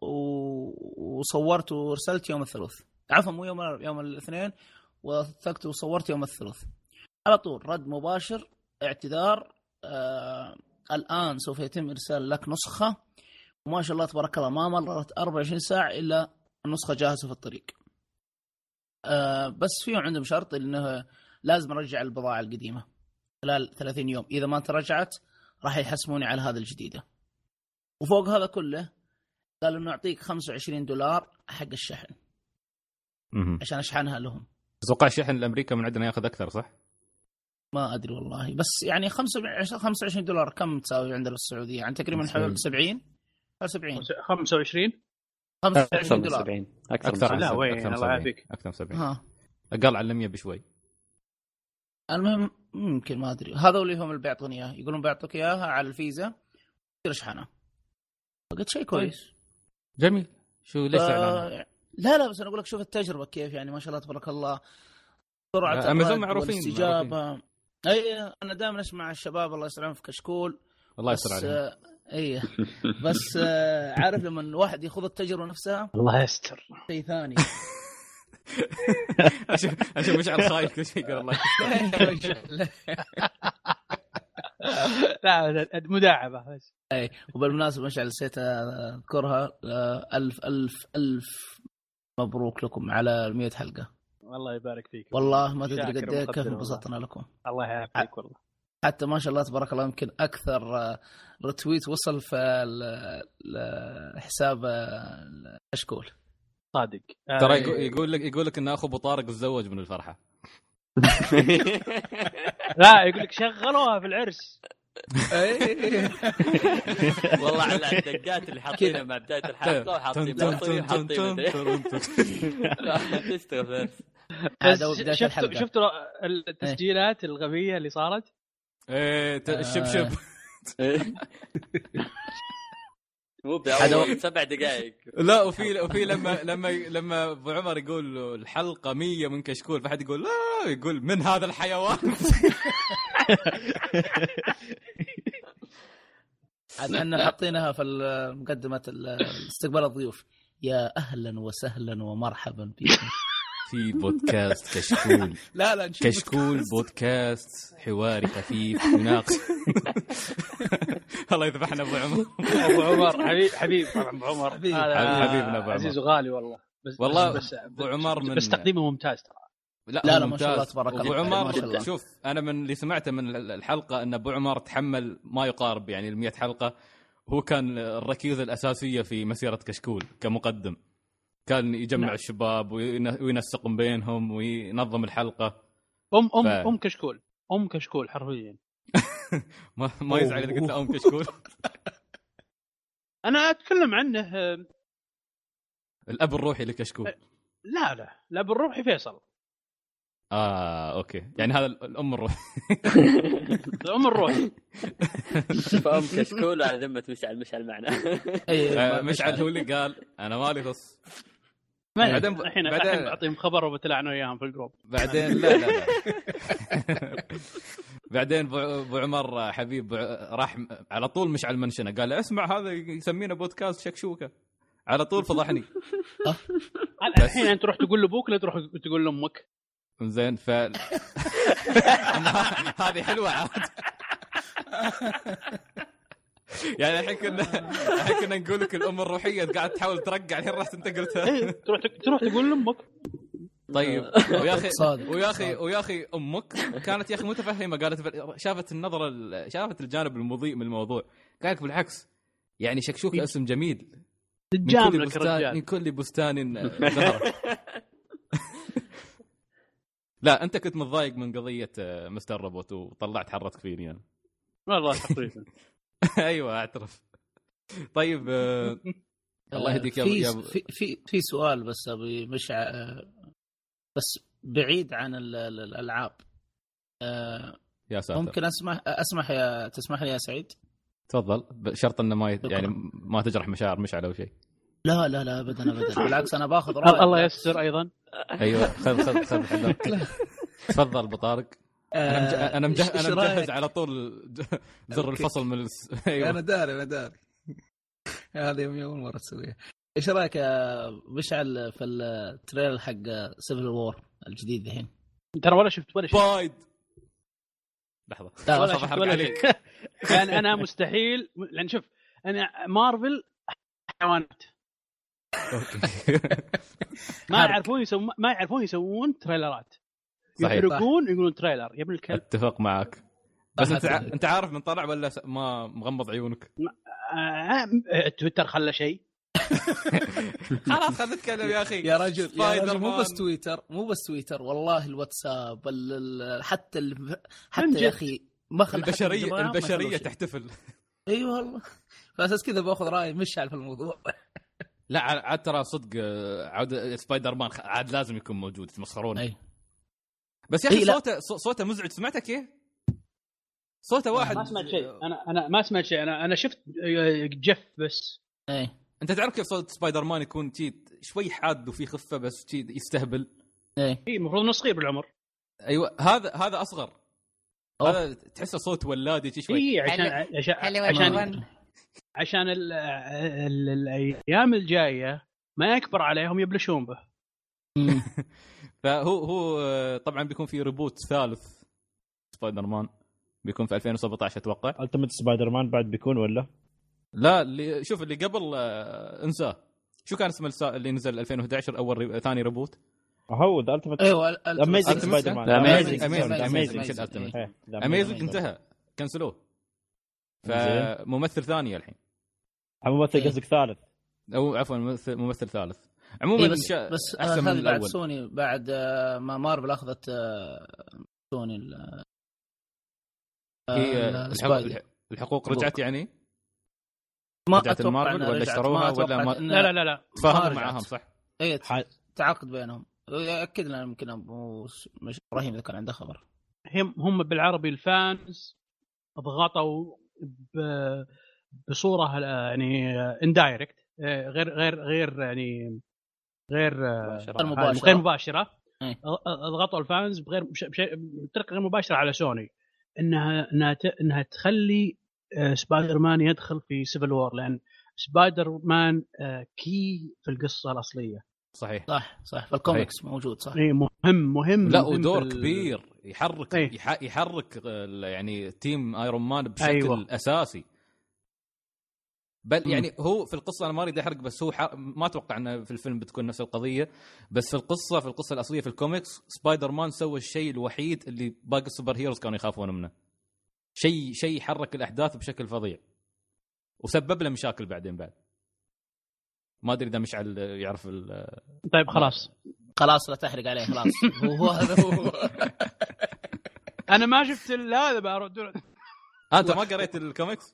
وصورت ورسلت يوم الثلاث، عفوا مو يوم يوم الاثنين، وثقت وصورت يوم الثلاث على طول. رد مباشر اعتذار آه الآن سوف يتم إرسال لك نسخة. وما شاء الله تبارك الله ما مرت أربعة وعشرين ساعة إلا النسخة جاهزة في الطريق. آه بس فيهم عندهم شرط إنه لازم أرجع البضاعة القديمة خلال ثلاثين يوم، إذا ما ترجعت راح يحسموني على هذا الجديدة. وفوق هذا كله قالوا إنه أعطيك خمسة وعشرين دولار حق الشحن م- عشان أشحنها لهم. أتوقع شحن الأمريكا من عندنا يأخذ أكثر صح؟ ما أدري والله، بس يعني خمسة وعشرين دولار كم تساوي عندنا بالسعودية؟ يعني تقريبا حوالي سبعين سبعين خمسة وعشرين خمسة وعشرين دولار أكثر, أكثر لا وين الله يعافيك أكثر من سبعين ها. أقل على المية بشوي. المهم ممكن ما أدري، هذا اللي هم اللي بيعطوني إياه، يقولون بيعطوك إياها على الفيزا ترشحنها. فقلت شيء كويس جميل. شو ليش ف... لا لا بس أنا أقول لك شوف التجربة كيف، يعني ما شاء الله تبارك الله سرعة أمازون معروفين الاستجابة. اي انا دائما اسمع الشباب الله يسلمهم في كشكول الله يستر عليهم. اي بس عارف لما الواحد ياخذ التجربه نفسها الله يستر شيء ثاني. اشوف اشوف مشعل خايف كل شيء يقول الله يستر. لا مداعبه بس. اي وبالمناسبه مشعل نسيت اذكرها، الف الف الف مبروك لكم على مية حلقه. والله يبارك فيك والله ما تدري قد ايه كيف انبسطنا لكم. الله يعافيك والله. حتى ما شاء الله تبارك الله يمكن اكثر رتويت وصل في حساب اشكول صادق. ترى يقول لك يقول لك ان اخو ابو طارق تزوج من الفرحه. لا يقول لك شغلوها في العرس. والله على الدقات اللي حاطينها مع بدايه الحلقه وحاطين حاطين تستغفر. شفتوا شفتوا التسجيلات الغبيه اللي صارت؟ ايه الشبشب مو بأول سبع دقائق. لا وفي وفي لما لما لما ابو عمر يقول الحلقه مية من كشكول، فحد يقول لا، يقول من هذا الحيوان. احنا حاطينها في مقدمه استقبال الضيوف. يا اهلا وسهلا ومرحبا بكم في بودكاست كشكول. لا لا كشكول بودكاست حواري خفيف يناقش. الله يذبحنا ابو عمر. ابو عمر حبيب حبيب ابو عمر حبيبنا ابو عمر عزيز وغالي والله. بس والله ابو عمر من بس تقديمه ممتاز ترى. لا لا, لا ما شاء الله تبارك الله. ابو عمر شوف انا من اللي سمعته من الحلقه ان ابو عمر تحمل ما يقارب يعني المئة حلقه. هو كان الركيزه الاساسيه في مسيره كشكول كمقدم. كان يجمع نعم. الشباب وينسق بينهم وينظم الحلقة. أم أم ف... أم كشكول أم كشكول حرفيا. ما ما يزعل إذا قلت أم كشكول. أنا أتكلم عنه الأب الروحي لكشكول. لا لا الأب الروحي فيصل. آه أوكي يعني هذا الأم الروحي. الأم الروحي. فأم كشكول على ذمة مشعل مشعل معنا. آه مشعل هو اللي قال أنا مالي خص. بعدين الحين بعدين بعطيهم خبر وبتلعنوا اياهم في الجروب. بعدين لا لا, لا. بعدين ابو عمر حبيب راح على طول مشعل منشنه قال اسمع هذا يسمينا بودكاست شكشوكه على طول فضحني. الحين انت تروح تقول لابوك لا تروح تقول لامك زين ف هذه حلوه عاد. يعني الحين كنا الحين كنا نقول لك الام الروحيه قاعد تحاول ترجع الحين راح انت قلتها. تروح تروح تقول لامك. طيب ويا اخي ويا اخي ويا اخي امك كانت يا اخي متفهمه قالت شافت النظره شافت الجانب المضيء من الموضوع. قالك بالعكس يعني شكشوكه اسم جميل من كل بستان من كل بستان زهره. لا انت كنت متضايق من قضيه مستر روبوت وطلعت حرتك فيني يعني. والله تقريبا. ايوه اعترف. طيب آه... الله يهديك يا في في في في سؤال بس ابي مش ع... بس بعيد عن الالعاب. آه... يا ساتر ممكن اسمح اسمح يا تسمح لي يا سعيد؟ تفضل بشرط انه ما ي... يعني ما تجرح مشاعر مشعل او شيء. لا لا لا ابدا ابدا بالعكس انا باخذ رايك. الله يستر ايضا. ايوه خذ خذ خذ حذرك. تفضل ابو طارق. انا مج... انا مجهز انا مجهز على طول زر الفصل من الس... أيوة. انا داري انا داري هذه اول مره تسويها. ايش رايك يا مشعل في التريلر حق سيفل وور الجديد الحين؟ ترى ولا شفت ولا شيء. بايد لحظه لا ولا شفت ولا شيء. يعني انا مستحيل لان شوف انا مارفل حيوانات. ما يعرفون يسوون ما يعرفون يسوون تريلرات. يحرقون يقولون تريلر يا ابن الكلب. اتفق معك بس انت ع... انت عارف من طلع ولا ما مغمض عيونك؟ آه... تويتر خلى شيء. خلاص خلينا نتكلم يا اخي. يا رجل, يا رجل مو بس تويتر مو بس تويتر والله الواتساب ال... حتى ال... حتى يا اخي ما خلى البشريه البشريه تحتفل. اي أيوة والله فاساس كذا باخذ راي مشعل في الموضوع. لا عاد ترى صدق عود سبايدر مان عاد لازم يكون موجود تمسخرون. أي. بس يا اخي صوته صوته مزعج. سمعته كيف صوته واحد؟ ما سمعت شيء. انا انا ما سمعت شيء. انا انا شفت جيف بس. اي انت تعرف كيف صوت سبايدر مان يكون شيء شوي حاد وفي خفه بس شيء يستهبل. اي المفروض انه صغير بالعمر. ايوه هذا هذا اصغر. أوه. هذا تحسه صوت ولادي شوي. اي عشان عشان عشان, عشان ال ال الايام الجايه ما يكبر عليهم يبلشون به. فهو هو طبعا بيكون في ريبوت ثالث سبايدر مان بيكون في ألفين وسبعة عشر اتوقع. التيمت سبايدر مان بعد بيكون ولا لا؟ اللي شوف اللي قبل آه انساه. شو كان اسم اللي نزل ألفين وأحد عشر اول ري... ثاني ريبوت هو ذا التيمت ايوه اميزنج سبايدر مان اميزنج اميزنج مش الالتيمت اميزنج انتهى كنسلوه فممثل ثاني الحين ممثل قصدك ثالث او عفوا ممثل ممثل ثالث عموما إيه بس, بس احسن من بعد الاول سوني بعد ما مارفل اخذت سوني هي الحقوق, الحقوق رجعت يعني ما رجعت المارفل ولا اشتروها ولا ما... لا لا لا لا تفاهموا معاهم صح اي تعاقد بينهم ياكد لنا يمكن ابو ابراهيم اذا كان عنده خبر هم هم بالعربي الفانز ضغطوا بصوره يعني اندايركت غير غير غير يعني غير مباشرة. غير مباشره ضغطوا الفانز بغير بطريقه غير مباشره على سوني انها انها انها تخلي سبايدر مان يدخل في سيفل وور لان سبايدر مان كي في القصه الاصليه صحيح صح صح في الكوميكس صحيح. موجود صح اي مهم مهم لا مهم ودور بال... كبير يحرك ايه؟ يحرك يعني تيم ايرون مان بشكل أيوة. اساسي بل يعني هو في القصه انا ما اريد احرق بس هو ح... ما اتوقع انه في الفيلم بتكون نفس القضيه بس في القصه في القصه الاصليه في الكوميكس سبايدر مان سوى الشيء الوحيد اللي باقي السوبر هيروز كانوا يخافون منه شيء شيء يحرك الاحداث بشكل فظيع وسبب له مشاكل بعدين بعد ما ادري اذا مشعل يعرف ال... طيب خلاص خلاص لا تحرق عليه خلاص هو هذا هو انا ما شفت هذا برد انت ما قريت الكوميكس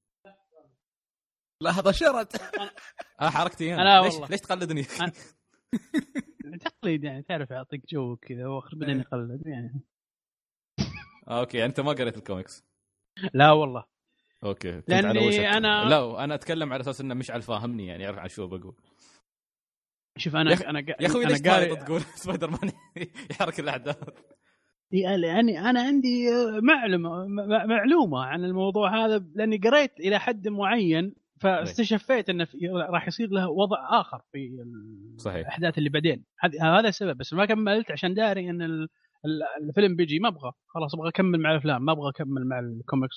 لحظه شرت اه حركتي انا ليش ليش تقلدني تقليد يعني تعرف يعطيك جو كذا واخر بعدين يقلد يعني اوكي انت ما قريت الكوميكس لا والله اوكي لاني انا لا انا اتكلم على اساس انه مشعل فاهمني يعني يعرف عن شو بقول شوف انا يخ... انا يا اخوي ليش قاعد تقول سبايدر مان يحرك الاحداث يعني انا عندي معلومه معلومه عن الموضوع هذا لاني قريت الى حد معين فاستشفيت انه راح يصير له وضع اخر في الاحداث اللي بعدين هذا السبب بس ما كملت عشان داري ان الفيلم بيجي ما ابغى خلاص ابغى اكمل مع الافلام ما ابغى اكمل مع الكوميكس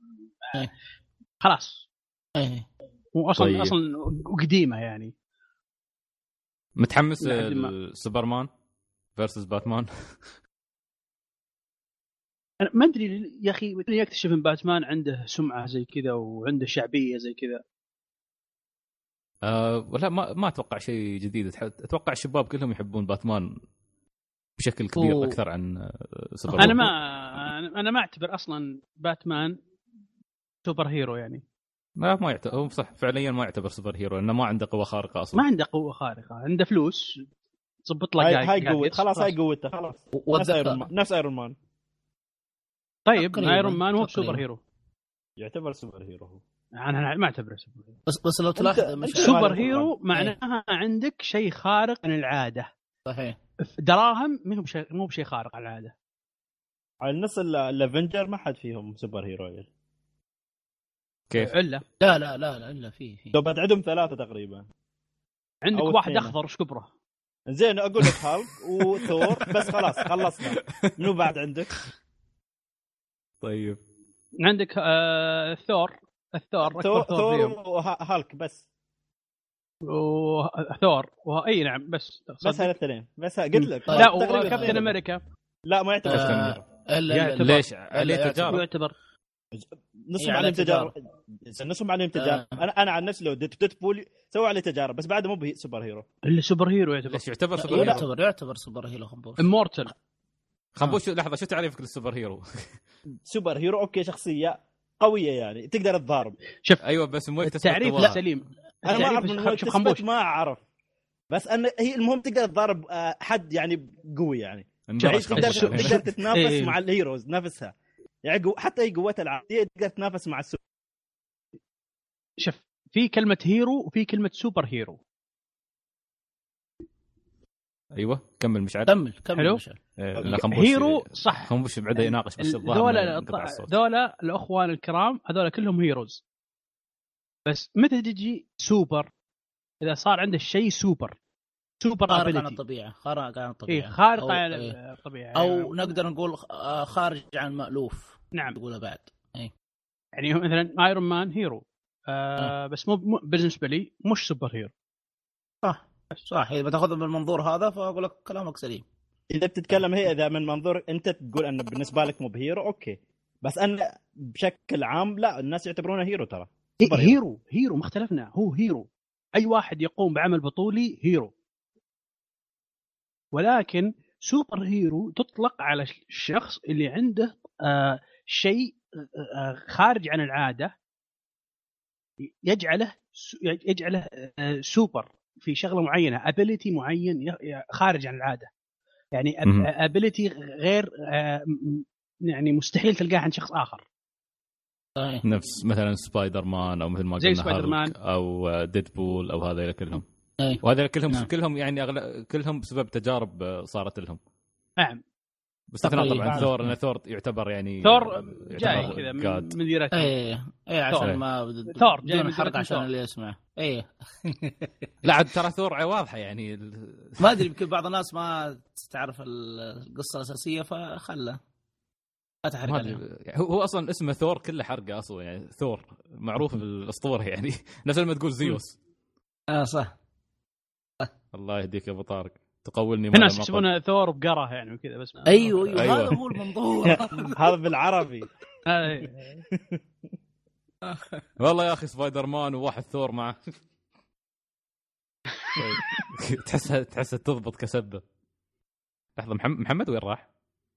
خلاص واصلا طيب. اصلا قديمه يعني متحمس سوبرمان فيرسس باتمان انا ما ادري يا اخي يكتشف ان باتمان عنده سمعه زي كذا وعنده شعبيه زي كذا أه ولا ما ما اتوقع شيء جديد اتوقع الشباب كلهم يحبون باتمان بشكل كبير أوه. اكثر عن سوبر انا ما انا ما اعتبر اصلا باتمان سوبر هيرو يعني ما ما يعتبر هو صح فعليا ما يعتبر سوبر هيرو انه ما عنده قوه خارقه اصلا ما عنده قوه خارقه عنده فلوس تضبط له هاي, هاي قوه خلاص هاي قوته خلاص نفس ايرون مان نفس ايرون مان طيب ايرون مان هو سوبر هيرو يعتبر سوبر هيرو هو انا ما اعتبره سوبر هيرو بس بس لو تلاحظ مش سوبر هيرو معناها عندك شيء خارق عن العاده صحيح دراهم مو بشيء مو بشيء خارق عن العاده على النص الافنجر ما حد فيهم سوبر هيرو يعني. كيف الا لا لا لا لا الا في في لو بعدهم ثلاثه تقريبا عندك واحد اخضر ايش كبره زين اقول لك هالك وثور بس خلاص خلصنا منو بعد عندك طيب عندك آه ثور الثور ثور, ثور وهالك بس وثور واي نعم بس بس هالاثنين بس قلت لك لا وكابتن امريكا لا ما يعتبر آه يعتبر ليش عليه تجارب يعتبر نصهم عليهم تجارب نصهم عليهم تجارب آه. انا انا عن نفسي لو ديدبول سووا عليه تجارب بس بعد مو به سوبر هيرو اللي سوبر هيرو يعتبر ليش يعتبر سوبر هيرو يعتبر يعتبر سوبر هيرو خنبوش امورتل خنبوش لحظه شو تعريفك للسوبر هيرو سوبر هيرو اوكي شخصيه قويه يعني تقدر تضارب شوف ايوه بس مو التعريف لا سليم انا ما اعرف من شوف خنبوش ما اعرف بس انا هي المهم تقدر تضارب حد يعني قوي يعني تقدر تقدر تتنافس مع الهيروز نفسها يعني حتى هي قوتها العاديه تقدر تنافس مع السوبر. شوف في كلمه هيرو وفي كلمه سوبر هيرو. ايوه كمل مشعل كمل كمل مشعل. هيرو صح خنبوش بعده يناقش بس ذولا ذولا الاخوان الكرام هذول كلهم هيروز بس متى تجي سوبر اذا صار عنده شيء سوبر سوبر خارق عن الطبيعه خارق عن الطبيعه إيه خارق عن الطبيعه او يعني نقدر نقول خارج عن المألوف نعم نقولها بعد إيه. يعني مثلا ايرون مان هيرو آه بس مو بالنسبه لي مش سوبر هيرو صح صح اذا بتاخذها بالمنظور هذا فاقول لك كلامك سليم. اذا بتتكلم هي اذا من منظور انت تقول انه بالنسبه لك مو بهيرو اوكي، بس انا بشكل عام لا الناس يعتبرونه هيرو ترى. هيرو هيرو, هيرو ما اختلفنا، هو هيرو. اي واحد يقوم بعمل بطولي هيرو، ولكن سوبر هيرو تطلق على الشخص اللي عنده آه شيء آه خارج عن العاده يجعله يجعله آه سوبر في شغله معينه، ابيليتي معين خارج عن العاده. يعني ابيليتي غير آه يعني مستحيل تلقاه عند شخص اخر. نفس مثلا سبايدر مان او مثل ما قلنا او ديدبول او هذول كلهم. أي. وهذا كلهم نعم. كلهم يعني أغلب كلهم بسبب تجارب صارت لهم. نعم. باستثناء طبعا ثور، لأن ثور يعتبر يعني ثور جاي كذا من ديرة. اي اي عشان ما ثور جاي من حرق عشان اللي يسمع. اي لا ترى ثور واضحه يعني ما ادري يمكن بعض الناس ما تعرف القصه الاساسيه فخله اتحرق عليهم. هو اصلا اسمه ثور كله حرقه اصلا، يعني ثور معروف بالاسطوره يعني نفس ما تقول زيوس. اه صح. الله يهديك يا ابو طارق تقولني. الناس يحسبون ثور بقره يعني وكذا بس. ايوه ايوه هذا هو المنظور. هذا بالعربي. والله يا اخي سبايدر مان وواحد ثور معه تحسها تحسها تضبط كسبه. لحظه محمد وين راح؟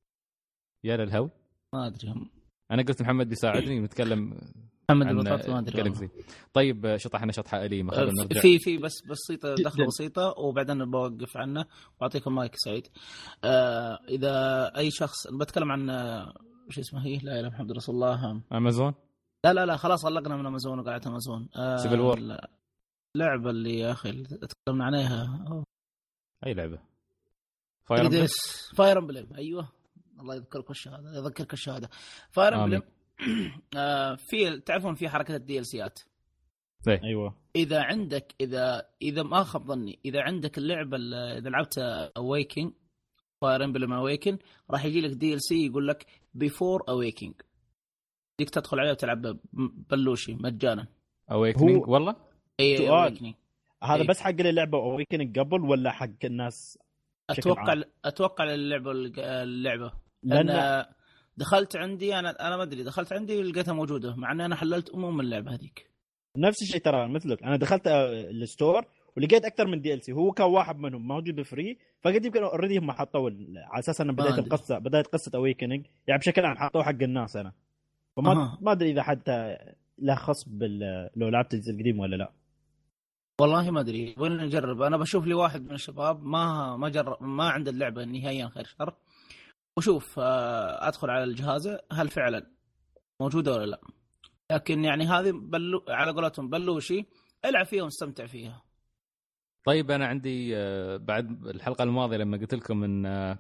يا للهوي ما ادري. انا قلت محمد بيساعدني ونتكلم محمد البطاط ما ادري. طيب شطحنا شطحه أليمة خلينا نرجع. في في بس بسيطه دخله بسيطه وبعدين بوقف عنه واعطيكم مايك سعيد. آه اذا اي شخص بتكلم عن وش اسمه هي لا اله الا محمد رسول الله امازون. لا لا لا خلاص غلقنا من امازون وقعدت امازون. آه سيفل وور اللعبه اللي يا اخي تكلمنا عنها. أوه. اي لعبه؟ فاير امبلم. فاير امبلم ايوه الله يذكرك الشهاده يذكرك الشهاده. فاير امبلم آه في تعرفون في حركه الدي ال سيات. ايوه اذا عندك اذا اذا ما خاب ظني اذا عندك اللعبه اذا لعبت اويكن فاير امبلم اويكن راح يجي لك دي ال سي يقول لك بيفور اويكن، ديك تدخل عليه وتلعب بلوشي مجانا. اويكنينج والله اي اويكنينج هذا أي. بس حق اللعبه اويكنينج قبل ولا حق الناس؟ اتوقع عام. اتوقع اللعبه اللعبه لان دخلت عندي انا انا ما ادري دخلت عندي لقيتها موجوده مع ان انا حللت امم اللعبه هذيك. نفس الشيء ترى مثلك انا دخلت الستور ولقيت اكثر من دي ال سي، هو كان واحد منهم موجود فري فقد يمكن اوريدي هم حطوا على اساس انه بدايه القصه بدايه قصه اويكنينج يعني بشكل عام حطوه حق الناس انا فما أه. ما ادري اذا حتى له خص بال لو لعبت الجزء القديم ولا لا. والله ما ادري وين نجرب. انا بشوف لي واحد من الشباب ما ما جرب ما عنده اللعبه نهائيا خير شر وشوف ادخل على الجهاز هل فعلا موجوده ولا لا. لكن يعني هذه بلو على قولتهم بلوشي العب فيها واستمتع فيها. طيب انا عندي بعد الحلقه الماضيه لما قلت لكم ان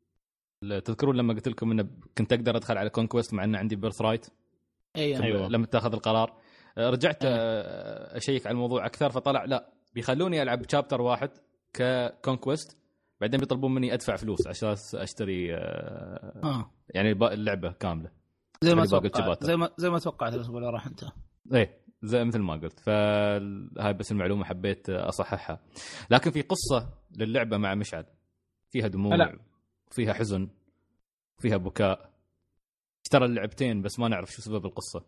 تذكرون لما قلت لكم ان كنت اقدر ادخل على كونكويست مع ان عندي بيرث رايت. ايوه لما تاخذ القرار رجعت أيوة. اشيك على الموضوع اكثر فطلع لا بيخلوني العب شابتر واحد ككونكويست بعدين بيطلبون مني ادفع فلوس عشان اشتري آه. يعني اللعبه كامله زي ما توقعت زي ما زي ما توقعت الاسبوع اللي راح انت. ايه زي مثل ما قلت فهاي بس المعلومه حبيت اصححها. لكن في قصه للعبه مع مشعل فيها دموع لا. فيها حزن فيها بكاء. اشترى اللعبتين بس ما نعرف شو سبب القصه.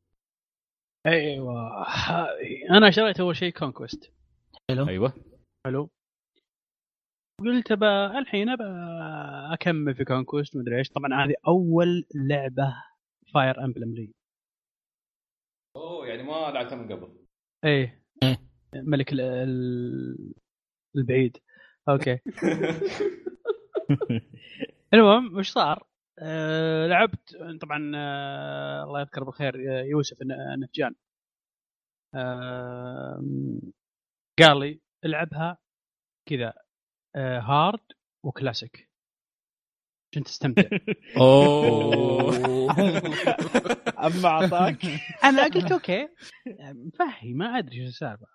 ايوه انا شريت اول شيء كونكويست. حلو ايوه حلو قلت بقى الحين بقى اكمل في كونكويست مدري ايش. طبعا هذه اول لعبه فاير امبلم لي. اوه يعني ما لعبتها من قبل. ايه ملك البعيد اوكي. المهم وش صار أه لعبت طبعا أه الله يذكر بالخير يوسف النفجان أه قال لي العبها كذا أه هارد وكلاسيك عشان تستمتع. اوه اما عطاك انا قلت اوكي فهي ما ادري ايش السالفه.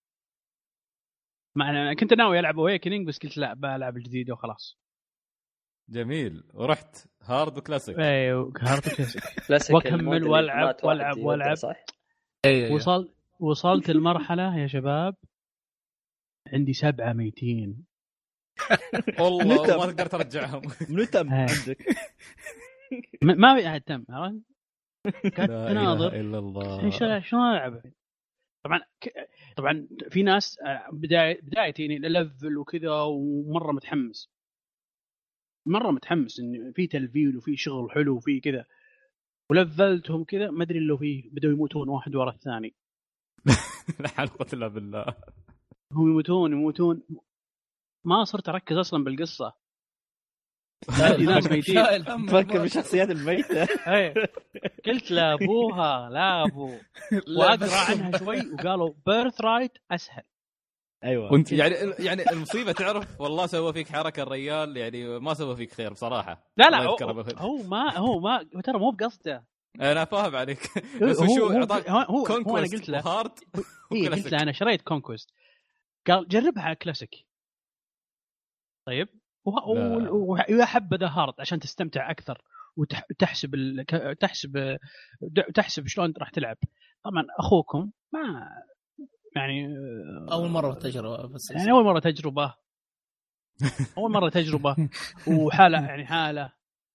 ما انا كنت ناوي العب اويكنينج بس قلت لا بلعب الجديد وخلاص. جميل ورحت هارد وكلاسيك. ايوه هارد وكلاسيك واكمل والعب والعب والعب. أيوة. وصل وصلت المرحله يا شباب عندي سبعة ميتين والله ما تقدر ترجعهم. من تم عندك ما في احد تم عرفت. لا اله الا الله. شلون شلون العب طبعا ك... طبعا في ناس بدايه بدايتي يعني ليفل وكذا ومره متحمس مره متحمس ان في تلفيل وفي شغل حلو وفي كذا ولفلتهم كذا ما ادري لو في بدوا يموتون واحد ورا الثاني. لا حول الا بالله. هم يموتون يموتون ما صرت اركز اصلا بالقصه. ناس ميتين تفكر بالشخصيات الميته. قلت لا ابوها لا ابو واقرا عنها شوي وقالوا بيرث رايت اسهل. ايوه وانت يعني يعني المصيبه تعرف والله سوى فيك حركه الرجال يعني ما سوى فيك خير بصراحه. لا لا هو, هو ما هو ما ترى مو بقصده. انا فاهم عليك بس شو اعطاك هو, هو انا قلت له هارد إيه قلت له انا شريت كونكوست قال جربها على كلاسيك طيب ويحب ذا هارد عشان تستمتع اكثر وتحسب ال... تحسب تحسب شلون راح تلعب. طبعا اخوكم ما يعني اول مره تجربه بس يعني اول مره تجربه اول مره تجربه وحاله يعني حاله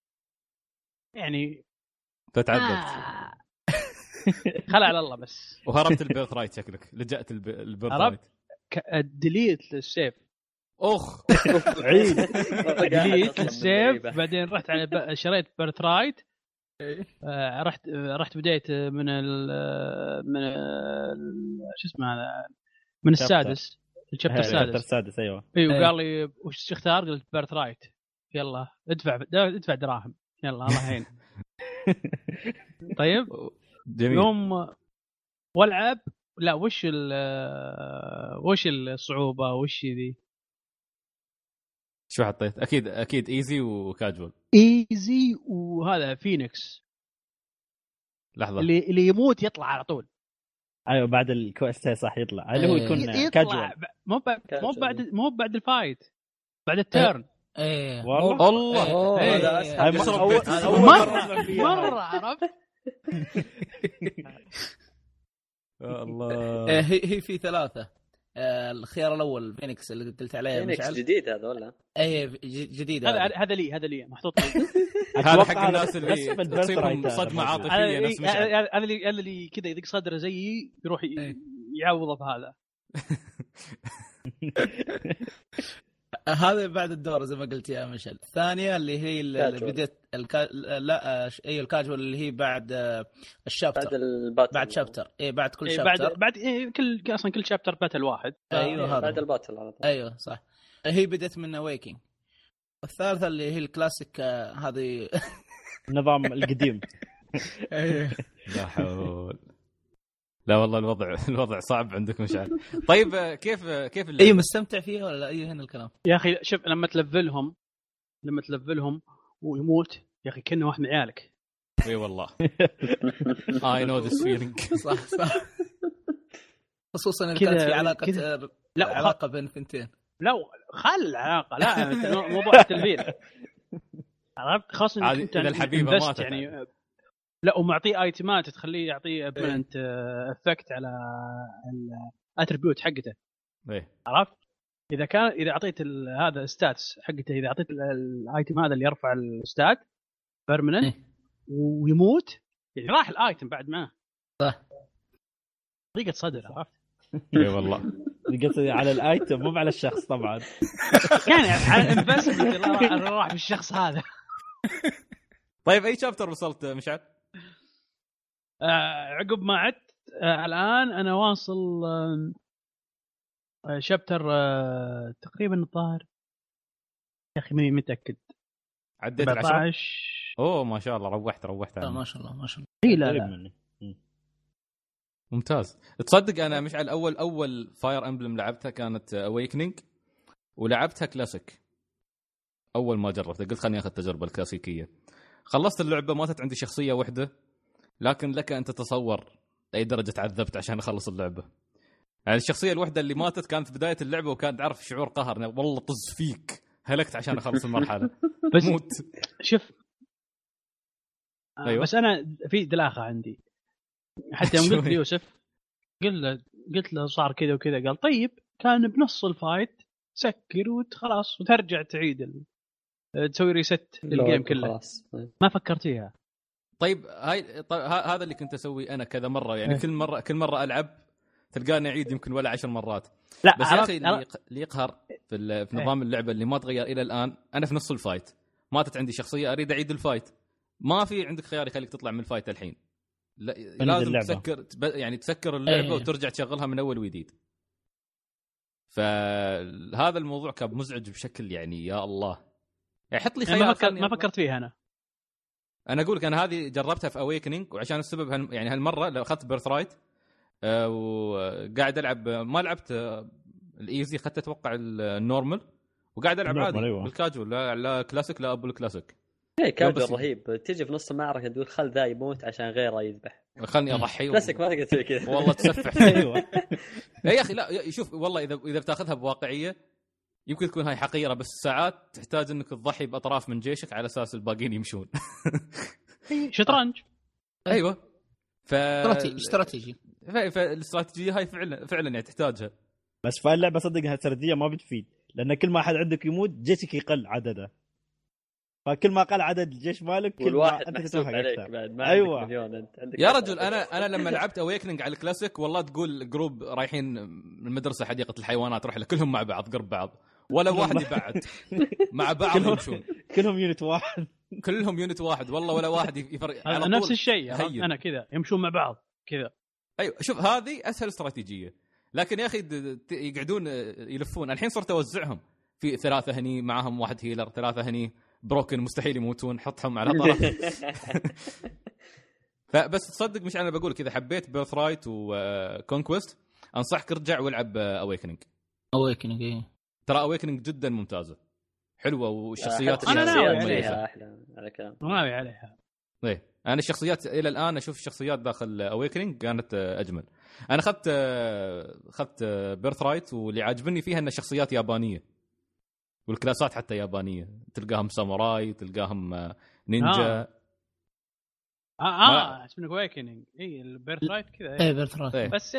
يعني فتعذبت. آه. خلع على الله بس. وهربت البيرث رايت شكلك لجأت البيرث رايت. ديليت السيف اخ عيد ديليت السيف بعدين رحت على شريت بيرث رايت. آه رحت رحت بديت من ال من شو اسمه هذا من السادس الشابتر السادس السادس ايوه ايوه قال لي وش تختار قلت بيرث رايت يلا ادفع ادفع دراهم يلا الله يعين. طيب جميل. يوم والعب لا وش ال وش الصعوبه وش ذي شو حطيت؟ اكيد اكيد ايزي وكاجوال. ايزي وهذا فينيكس لحظه اللي اللي يموت يطلع على طول. ايوه بعد الكويست صح يطلع اللي هو يكون كاجوال مو بعد مو بعد مو بعد الفايت بعد التيرن. ايه والله والله هذا اسهل مره مره عرفت. يا الله. هي هي في ثلاثه. الخيار الاول فينيكس اللي قلت عليه فينيكس جديد هذا ولا ايه جديد هذا هذا لي هذا لي محطوط لي. هذا حق الناس اللي تصيبهم صدمه عاطفيه نفس مشعل. هذا اللي اللي كذا يدق صدره زيي يروح يعوضه بهذا. هذا بعد الدور زي ما قلت يا مشعل. الثانيه اللي هي اللي بديت الكا... لا اي الكاجوال اللي هي بعد الشابتر بعد الباتل بعد شابتر اي بعد كل إيه شابتر بعد بعد إيه كل اصلا كل شابتر باتل واحد. ايوه هذا بعد الباتل على طول. ايوه صح. هي بديت من ويكينج. الثالثه اللي هي الكلاسيك هذه النظام القديم. لا حول. لا والله الوضع الوضع صعب عندك مشعل. طيب كيف كيف اللعبة؟ اي مستمتع فيها ولا اي هنا الكلام يا اخي شوف لما تلفلهم لما تلفلهم ويموت يا اخي كأنه واحد من عيالك. اي والله I know this feeling. صح صح. خصوصا اذا كانت في علاقه كدا. لا علاقه بين ثنتين. لا خل العلاقه لا موضوع التلفيل عرفت خاصه انك اذا الحبيبه ماتت يعني لا ومعطيه ايتمات تخليه يعطيه بلنت افكت على الاتريبيوت حقته. ايه عرفت اذا كان اذا اعطيت هذا ستاتس حقته اذا اعطيت الايتم هذا اللي يرفع الستات بيرمننت ويموت يعني راح الايتم بعد معه. صح طريقه صدر عرفت. اي والله قصدي على الايتم مو على الشخص طبعا. يعني على الانفستمنت اللي راح بالشخص هذا. طيب اي شابتر وصلت مشعل؟ آه عقب ما عدت آه الان انا واصل آه شابتر آه تقريبا الظاهر يا اخي ماني متاكد. عديت العشرة؟ اوه ما شاء الله روحت روحت لا ما شاء الله ما شاء الله. اي لا لا ممتاز. تصدق انا مشعل اول اول فاير امبلم لعبتها كانت اويكنينج ولعبتها كلاسيك اول ما جربتها قلت خليني اخذ التجربه الكلاسيكيه. خلصت اللعبه ماتت عندي شخصيه واحده لكن لك ان تتصور اي درجه تعذبت عشان اخلص اللعبه. يعني الشخصيه الوحده اللي ماتت كانت بدايه اللعبه وكانت تعرف شعور قهر والله طز فيك هلكت عشان اخلص المرحله. بس موت. شوف آه أيوة. بس انا في دلاخه عندي حتى يوم قلت ليوسف قلت له قلت له صار كذا وكذا قال طيب كان بنص الفايت سكر وخلاص وترجع تعيد ال... تسوي ريست للجيم كله. ما فكرت فيها. طيب هاي طيب هذا اللي كنت اسوي انا كذا مره يعني. كل مره كل مره العب تلقاني اعيد يمكن ولا عشر مرات. لا بس يا اخي اللي يقهر في, في نظام اللعبه اللي ما تغير الى الان، انا في نص الفايت ماتت عندي شخصيه اريد اعيد الفايت، ما في عندك خيار يخليك تطلع من الفايت الحين. لا لازم اللعبة. تسكر يعني تسكر اللعبه أيه. وترجع تشغلها من اول وجديد. فهذا الموضوع كان مزعج بشكل يعني يا الله. يعني حط لي خيار. ما فكرت ما فكرت فيها انا. انا اقول لك انا هذه جربتها في اويكنينج، وعشان السبب هل يعني هالمره لو اخذت بيرث رايت أه وقاعد العب ما لعبت الايزي، اخذت اتوقع النورمال وقاعد العب عادي أيوة. بالكاجوال لا, لا كلاسيك لا ابو الكلاسيك. اي كاجوال رهيب. تيجي في نص المعركه تقول خل ذا يموت عشان غيره يذبح، خلني اضحي. كلاسيك ما تقدر تسوي كذا والله تسفح. ايوه يا اخي لا شوف والله اذا اذا بتاخذها بواقعيه يمكن تكون هاي حقيره، بس ساعات تحتاج انك تضحي باطراف من جيشك على اساس الباقيين يمشون. شطرنج. ايوه ف استراتيجي. فالاستراتيجيه هاي فعلا فعلا يعني تحتاجها. بس في اللعبه صدق انها سرديه ما بتفيد، لان كل ما احد عندك يموت جيشك يقل عدده، فكل ما قل عدد الجيش مالك كل ما انت تسوق عليك بعد ما أيوة. عندك مليون انت عندك يا رجل. انا انا لما لعبت اويكنينج على الكلاسيك والله تقول جروب رايحين المدرسه حديقه الحيوانات روح كلهم مع بعض قرب بعض ولا واحد يبعد مع بعض يمشون كلهم يونت واحد كلهم يونت واحد والله ولا واحد يفرق على طول. نفس الشيء انا كذا يمشون مع بعض كذا. ايوه شوف هذه اسهل استراتيجيه، لكن يا اخي يقعدون يلفون. الحين صرت اوزعهم في ثلاثه هني معهم واحد هيلر، ثلاثه هني بروكن مستحيل يموتون حطهم على طرف. فبس تصدق مش انا بقول كذا حبيت بيرث رايت وكونكويست، انصحك ارجع والعب اويكنينج. اويكنينج ايه ترى اويكنينج جدا ممتازه حلوه، والشخصيات انا ناوي عليها احلى على كلام ناوي عليها. ايه انا الشخصيات الى الان اشوف الشخصيات داخل اويكنينج كانت اجمل. انا اخذت اخذت بيرث رايت واللي عاجبني فيها ان الشخصيات يابانيه والكلاسات حتى يابانية، تلقاهم ساموراي تلقاهم نينجا. اه اه اسمه اويكنينج. اي البيرث رايت كذا. اي بيرث رايت بس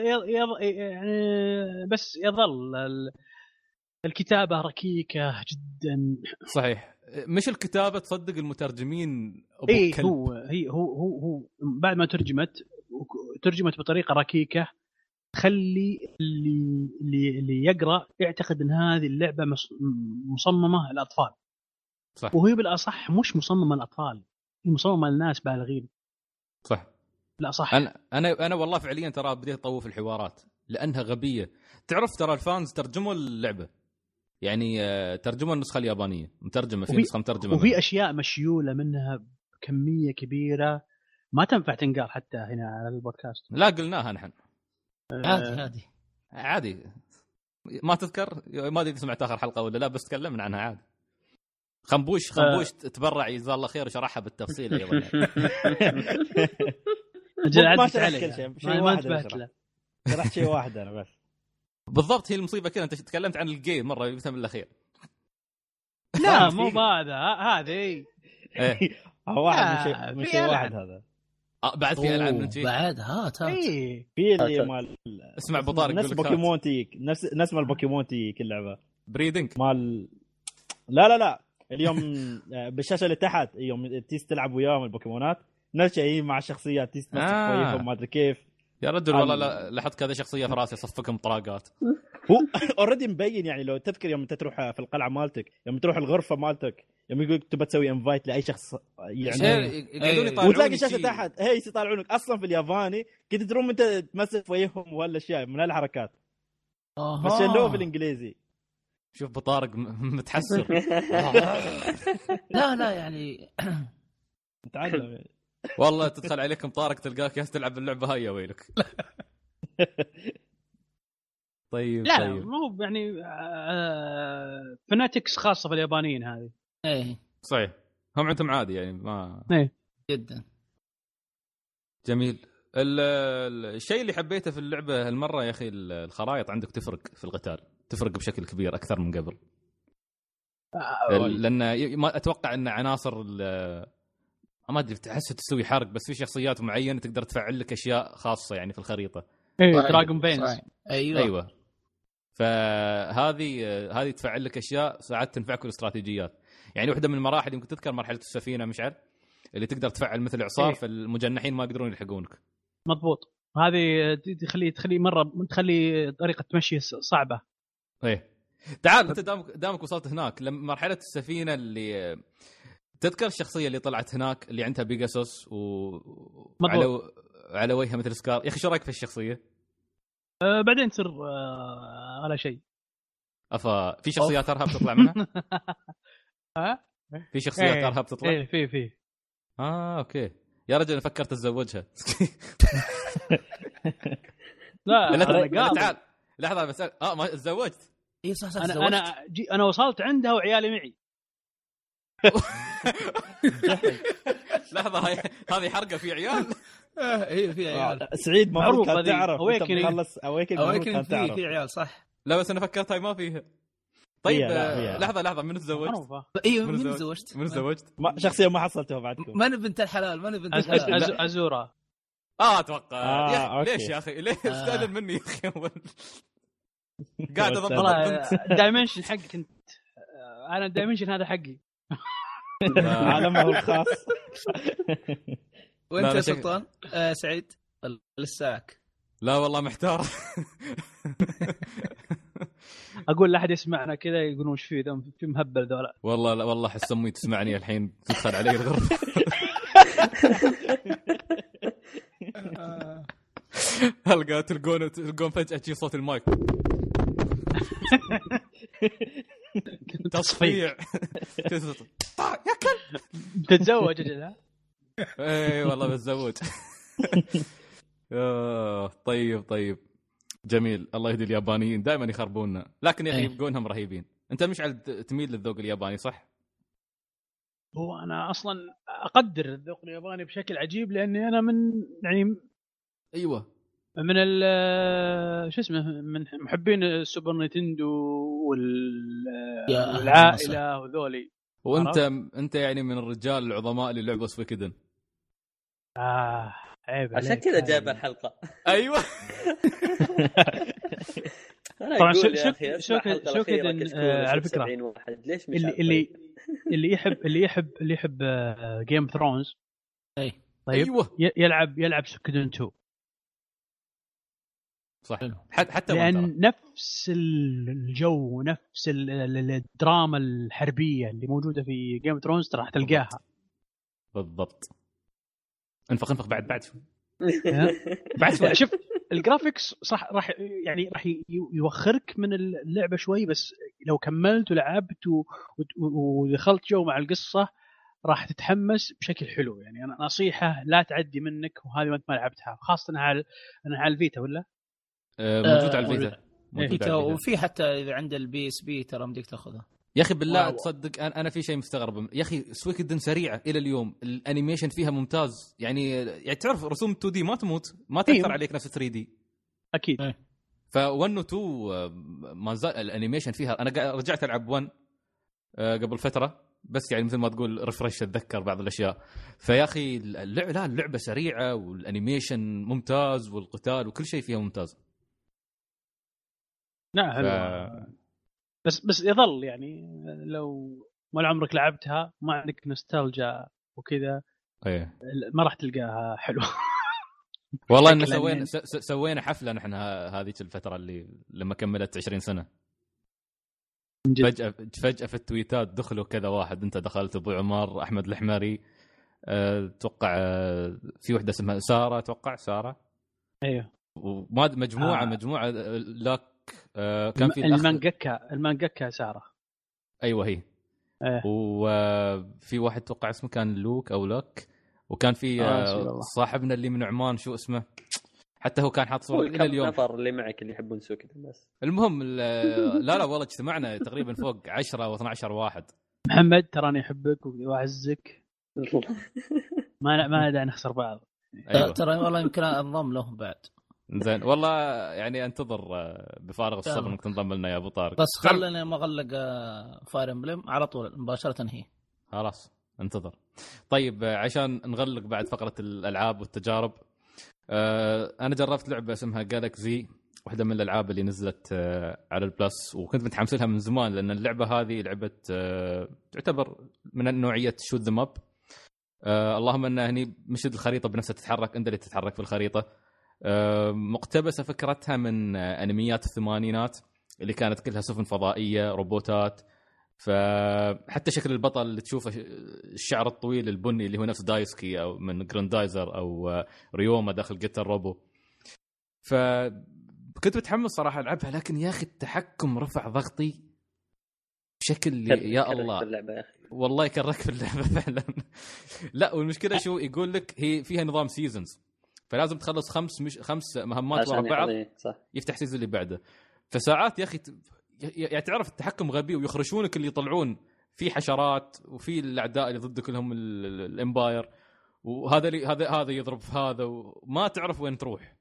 يعني بس يظل الكتابة ركيكة جدا. صحيح مش الكتابة تصدق المترجمين أبو إيه كلب. هو هي هو هو هو بعد ما ترجمت ترجمت بطريقة ركيكة تخلي اللي اللي اللي يقرأ يعتقد ان هذه اللعبة مصممة للأطفال. صح. وهي بالأصح مش مصممة للأطفال، هي مصممة للناس بالغين. صح. لا صح. انا انا انا والله فعليا ترى بديت اطوف الحوارات لانها غبيه. تعرف ترى الفانز ترجموا اللعبه، يعني ترجموا النسخه اليابانيه مترجمه في نسخه مترجمه، وفي اشياء مشيوله منها كميه كبيره ما تنفع تنقال حتى هنا على البودكاست. لا قلناها نحن عادي عادي عادي. ما تذكر ما ادري سمعت اخر حلقه ولا لا، بس تكلمنا عنها عادي. خنبوش خنبوش أه. تبرع جزاه الله خير وشرحها بالتفصيل يا ولد. ما شرحت كل شيء، شيء واحد شرحت شيء واحد انا بس. بالضبط هي المصيبه كذا. انت تكلمت عن الجيم مره يفهم الله خير. لا مو هذا هذه ايه واحد شيء مش شيء واحد هذا. آه بعد في العاب من شيء بعد هات هات ايه في اللي مال اسمع بطارق نفس بوكيمون تيك نفس نفس مال بوكيمون تيك اللعبه بريدنج مال. لا لا لا اليوم بالشاشه اللي تحت يوم تيس تلعب وياهم البوكيمونات نفس شيء مع الشخصيات تيس تنسق آه. وياهم ما ادري كيف. يا رجل والله لا لاحظت كذا شخصيه في راسي صفكم طراقات. هو اوريدي مبين يعني. لو تذكر يوم انت تروح في القلعه مالتك، يوم تروح الغرفه مالتك، يوم يقولك تبى تسوي انفايت لاي شخص يعني يقعدون يطالعون وتلاقي شاشه تحت هي يطالعونك. اصلا في الياباني كنت تروم انت تمسك وياهم ولا اشياء من هالحركات. آه. بس شلوه بالانجليزي. شوف بطارق متحسر. لا لا يعني تعلم والله تدخل عليكم طارق تلقاك ياس تلعب اللعبه هاي يا ويلك. طيب لا طيب مو يعني آه فناتكس خاصه باليابانيين هذه. ايه صحيح هم عندهم عادي يعني ما ايه جدا جميل. الشيء اللي حبيته في اللعبه هالمره يا اخي الخرائط عندك تفرق في القتال، تفرق بشكل كبير اكثر من قبل. آه لان ما اتوقع ان عناصر ما ادري تحس تسوي حرق، بس في شخصيات معينه تقدر تفعل لك اشياء خاصه يعني في الخريطه. ايه دراجون بينز. ايوه ايوه فهذه هذه تفعل لك اشياء ساعات تنفعك الاستراتيجيات. يعني واحده من المراحل يمكن تذكر مرحله السفينه مشعل اللي تقدر تفعل مثل اعصار إيه. فالمجنحين ما يقدرون يلحقونك. مضبوط. هذه تخلي تخلي مره تخلي طريقه تمشي صعبه. ايه تعال انت دامك دامك وصلت هناك لما مرحله السفينه اللي تذكر الشخصيه اللي طلعت هناك اللي عندها بيجاسوس وعلى و... على وجهها مثل سكار. يا اخي شو رايك في الشخصيه؟ أه بعدين تصير أه على شيء. افا في شخصيات ارهاب تطلع منها؟ ها في شخصيات ايه ارهاب تطلع؟ ايه في في اه اوكي يا رجل انا فكرت اتزوجها. لا لا, انا لا تعال لحظه بس اه ما تزوجت. اي صح صح انا انا جي انا وصلت عندها وعيالي معي. لحظه هاي هذه حرقه في عيال. ايه في عيال. سعيد معروف كان تعرف اويكن خلص اويكن اويكن في في عيال صح. لا بس انا فكرت هاي ما فيها. طيب هي آه لحظه لحظه من تزوجت؟ ايوه من تزوجت؟ من تزوجت؟ شخصيه ما حصلتها بعدكم. من بنت الحلال من بنت أز الحلال أز ازورا. اه اتوقع آه، يا أوكي. ليش يا اخي ليش استاذن مني يا اخي اول قاعد اضبط والله بنت. الدايمنشن حقك انت. انا الدايمنشن هذا حقي. عالمه الخاص. وانت لا، يا لا شك- سلطان آه سعيد لساك. لا والله محتار. اقول لاحد يسمعنا كذا يقولون وش في ذا في مهبل ذولا. والله لا والله احس امي تسمعني الحين تدخل علي الغرفه. هلقى تلقون تلقون فجاه شي صوت المايك تصفيع. يا كلب بتتزوج اجل. اي والله بتزوج. آه، طيب طيب جميل. الله يهدي اليابانيين دائما يخربوننا لكن يا اخي إيه. يبقونهم رهيبين. انت مش على تميل للذوق الياباني صح؟ هو انا اصلا اقدر الذوق الياباني بشكل عجيب لاني انا من يعني ايوه من ال شو اسمه من محبين السوبر نينتندو يا والعائله وذولي. وانت انت يعني من الرجال العظماء اللي لعبوا سويكدن. اه عيب عشان عليك. كذا جايب الحلقه. ايوه طبعا شو شو شو شو شو كذا على فكره ليش مش اللي اللي اللي يحب اللي يحب اللي يحب جيم ثرونز اي طيب ايوه ي- يلعب يلعب سوكيدن اثنين صح حتى حتى لان نفس الجو نفس ال- ال- الدراما الحربيه اللي موجوده في جيم ثرونز راح تلقاها بالضبط. انفخ انفخ بعد بعد شوي. بعد شوي. شوف الجرافيكس صح راح يعني راح ي- يوخرك من اللعبه شوي بس لو كملت ولعبت و- و- ودخلت جو مع القصه راح تتحمس بشكل حلو. يعني انا نصيحه لا تعدي منك وهذه وانت ما لعبتها خاصه على انا على الفيتا ولا آه، موجود على الفيتا. موجود فيتا على الفيتا. وفي حتى اذا عند البي اس بي ترى مديك تاخذها. يا اخي بالله واو. تصدق انا انا في شيء مستغرب يا اخي سويكدن سريعه الى اليوم. الانيميشن فيها ممتاز يعني يعني تعرف رسوم تو دي ما تموت ما تاثر أيوه. عليك نفس ثري دي. اكيد إيه. ف1 و تو ما زال الانيميشن فيها. انا قاعد- رجعت العب واحد آه، قبل فتره بس يعني مثل ما تقول ريفرش اتذكر بعض الاشياء. فيا اخي اللعبه لا اللعبه سريعه والانيميشن ممتاز والقتال وكل شيء فيها ممتاز. نعم ف... حلو. بس بس يظل يعني لو ما عمرك لعبتها ما عندك نوستالجيا وكذا ايه ما راح تلقاها حلوه. والله ان شكلاً سوينا يعني. س- س- سوينا حفله نحن هذه الفتره اللي لما كملت عشرين سنه. جد. فجاه فجاه في التويتات دخلوا كذا واحد انت دخلت ابو عمر احمد الحماري اتوقع أه في وحده اسمها ساره اتوقع ساره ايوه وما مجموعه آه. آه. مجموعه لك أه كان في المانجاكا المانجاكا ساره ايوه هي ايه. وفي واحد توقع اسمه كان لوك او لوك وكان في آه آه صاحبنا اللي من عمان شو اسمه حتى هو كان حاط صورة الى الى اليوم. نفر اللي معك اللي يحبون سوكيدن بس. المهم لا لا والله اجتمعنا تقريبا فوق عشرة او اثنا عشر واحد. محمد تراني احبك واعزك. ما ما داعي نخسر بعض. أيوة. ترى والله يمكن انضم لهم بعد. زين والله يعني انتظر بفارغ الصبر انك تنضم لنا يا ابو طارق. بس خلينا ما اغلق فاير امبلم على طول مباشره هي. خلاص انتظر. طيب عشان نغلق بعد فقره الالعاب والتجارب. انا جربت لعبه اسمها جالكسي واحده من الالعاب اللي نزلت على البلس، وكنت متحمس لها من زمان لان اللعبه هذه لعبه تعتبر من نوعيه شوت ذم اب. اللهم ان هني مشت الخريطه بنفسها تتحرك، انت اللي تتحرك في الخريطه. مقتبسه فكرتها من انميات الثمانينات اللي كانت كلها سفن فضائيه روبوتات. فحتى شكل البطل اللي تشوفه الشعر الطويل البني اللي هو نفس دايسكي او من جراندايزر او ريوما داخل جيتر روبو. فكنت متحمس صراحه العبها، لكن يا اخي التحكم رفع ضغطي بشكل يا الله والله يكرك في اللعبه فعلا. لا والمشكله شو يقول لك هي فيها نظام سيزونز، فلازم تخلص خمس مش خمس مهمات ورا بعض يفتح سيزون اللي بعده. فساعات يا اخي يعني تعرف التحكم غبي، ويخرشونك اللي يطلعون في حشرات وفي الاعداء اللي ضدك كلهم الامباير، وهذا اللي هذا هذا يضرب في هذا وما تعرف وين تروح.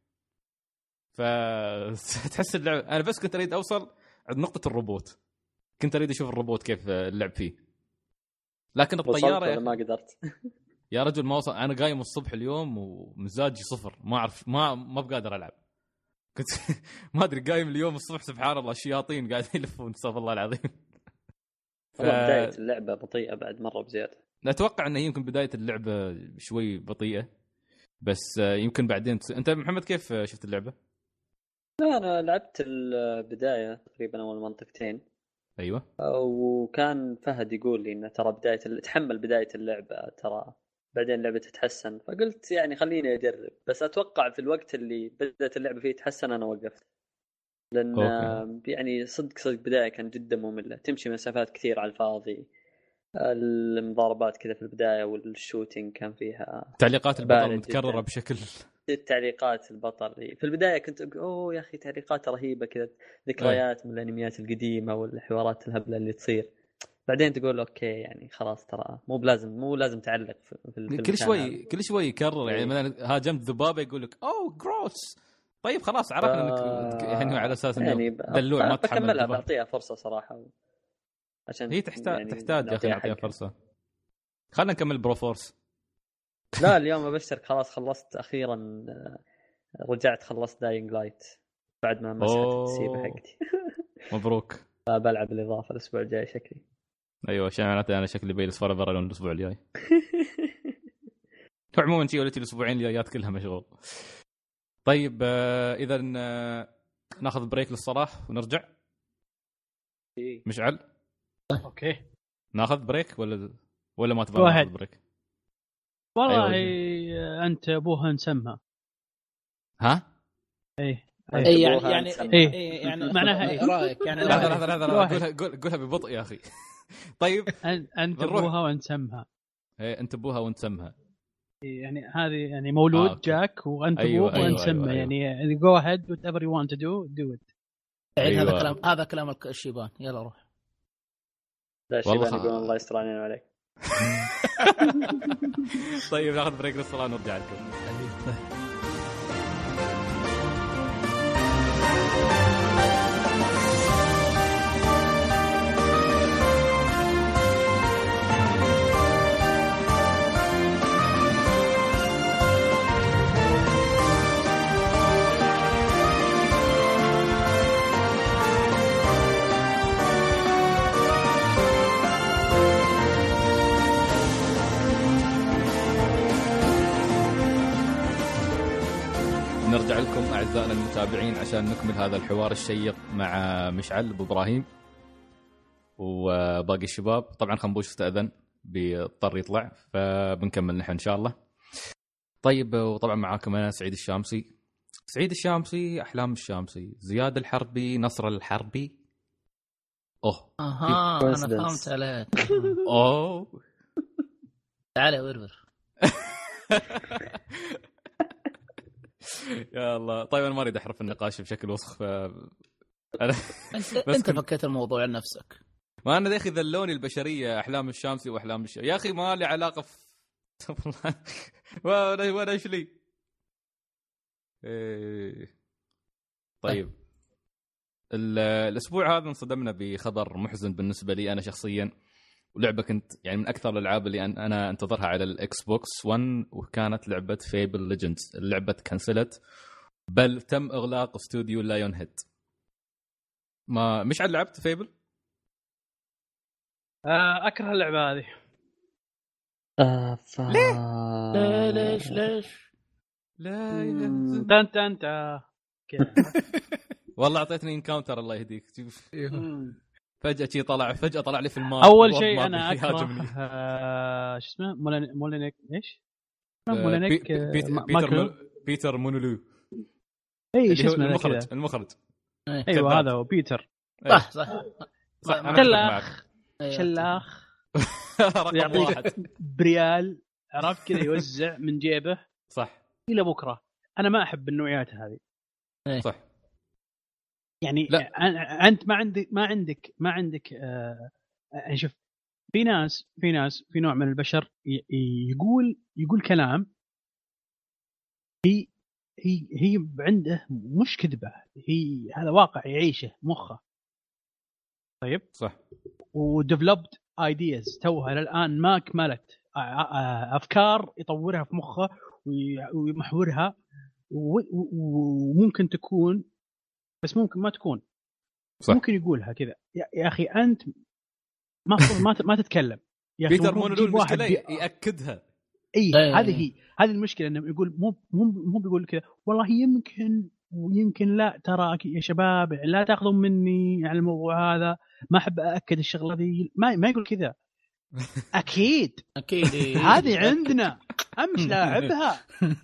فتحس اللعب انا بس كنت اريد اوصل عند نقطه الروبوت، كنت اريد اشوف الروبوت كيف اللعب فيه، لكن الطياره ما قدرت. يا رجل ما وصل. انا قايم الصبح اليوم ومزاجي صفر، ما اعرف ما ما بقادر العب. كنت ما ادري قايم اليوم الصبح سبحان الله الشياطين قاعدين يلفون، استغفر الله العظيم. ف... بدايه اللعبه بطيئه بعد مره بزياده. اتوقع انه يمكن بدايه اللعبه شوي بطيئه، بس يمكن بعدين. انت محمد كيف شفت اللعبه؟ لا انا لعبت البدايه تقريبا اول منطقتين. ايوه. وكان فهد يقول لي انه ترى بدايه تحمل بدايه اللعبه ترى بعدين اللعبه تتحسن، فقلت يعني خليني اجرب. بس اتوقع في الوقت اللي بدات اللعبه فيه تحسن انا وقفت، لان أوكي. يعني صدق صدق بدايه كان جدا ممله، تمشي مسافات كثير على الفاضي، المضاربات كذا في البدايه والشوتينج كان فيها تعليقات البطل متكرره بشكل التعليقات البطل في البدايه كنت أقول اوه يا اخي تعليقات رهيبه كذا، ذكريات من الانميات القديمه والحوارات الهبله اللي تصير. بعدين تقول اوكي يعني خلاص ترى مو بلازم مو لازم تعلق في, في كل شوي هذا. كل شوي يكرر يعني مثلا هاجمت ذبابه يقول لك اوه جروس، طيب خلاص عرفنا انك ف... يعني على اساس انه يعني دلوع ما تحمل. بكملها بعطيها فرصه صراحه عشان هي تحتاج يعني تحتاج يا اخي نعطيها فرصه. خلينا نكمل برو فورس. لا اليوم ابشرك خلاص خلصت اخيرا، رجعت خلصت داينج لايت بعد ما مسحت التسيبه حقتي. مبروك. بلعب الاضافه الاسبوع الجاي شكلي. ايوه عشان معناته انا شكلي بيلس فور ايفر الاسبوع الجاي. عموما شيء ولتي الاسبوعين الجايات كلها مشغول. طيب آه اذا آه ناخذ بريك للصلاح ونرجع. مشعل اوكي ناخذ بريك ولا ولا ما تبغى ناخذ بريك؟ والله أيوة. انت ابوها نسمها ها ايه اي يعني يعني ايه يعني معناها ايه رايك يعني هذا هذا هذا قولها قولها ببطء يا اخي. طيب انت ابوها ونسمها. ايه انت ابوها ونسمها يعني هذه يعني مولود آه، جاك وانت أيوة ابوه ونسمى أيوة أيوة يعني جو ahead whatever you want to do do it. يعني أيوة. هذا كلام هذا كلام الشيبان. يلا روح. لا الشيبان يقول الله يستر علينا وعليك. طيب ناخذ بريك للصلاة ونرجع لكم. نرجع لكم أعزائنا المتابعين عشان نكمل هذا الحوار الشيق مع مشعل أبو إبراهيم وباقي الشباب. طبعا خنبوش استأذن بيضطر يطلع فبنكمل نحن إن شاء الله. طيب وطبعا معاكم أنا سعيد الشامسي. سعيد الشامسي، أحلام الشامسي، زياد الحربي، نصر الحربي. أوه أها أنا فهمت عليك. أوه تعال يا ورور. يا الله. طيب انا ما اريد احرف النقاش بشكل وسخ ف انا بس انت فكيت الموضوع لنفسك. ما انا يا اخي ذلوني البشريه احلام الشامسي واحلام الش... يا اخي ما لي علاقه في ولا ولا ايش لي. إيه... طيب الاسبوع هذا انصدمنا بخبر محزن بالنسبه لي انا شخصيا، ولعبه كنت يعني من اكثر الالعاب اللي انا انتظرها على الاكس بوكس ون، وكانت لعبه فيبل ليجندز. اللعبه تكنسلت بل تم اغلاق استوديو لايون هيد. ما مش عاد لعبت فيبل؟ آه اكره اللعبه هذه. آه ف... ليه ليش ليش لا انت انت كذا. والله اعطيتني انكاونتر الله يهديك. فجاه شي طلع فجاه طلع لي في الماب. اول شيء انا اكره آه شو اسمه مولين مولينيك ايش مولينيك بي بي بيتر بيتر مونولو. اي شو اسمه المخرج المخرج ايوه هذا هو بيتر. صح صح شلاخ شلاخ يعطيك بريال عرفت كذا يوزع من جيبه صح الى بكره. انا ما احب النوعيات هذه صح يعني لا. انت ما عندك ما عندك ما عندك آه شوف في ناس في ناس في نوع من البشر يقول يقول كلام هي هي هي عنده مش كذبه، هي هذا واقع يعيشه مخه. طيب صح. وديفلوبد ايدياز توها للان ما كملت افكار يطورها في مخه ويمحورها وممكن تكون بس ممكن ما تكون صح. ممكن يقولها كذا يا اخي انت ما ما ما تتكلم يا اخي. بيتر مونولو المشكله ياكدها. اي هذه هي هذه المشكله انه يقول مو مو مو بيقول كذا والله يمكن ويمكن لا ترى يا شباب لا تاخذون مني على الموضوع هذا ما احب ااكد الشغله دي. ما ما يقول كذا. اكيد اكيد هذه عندنا امس لاعبها.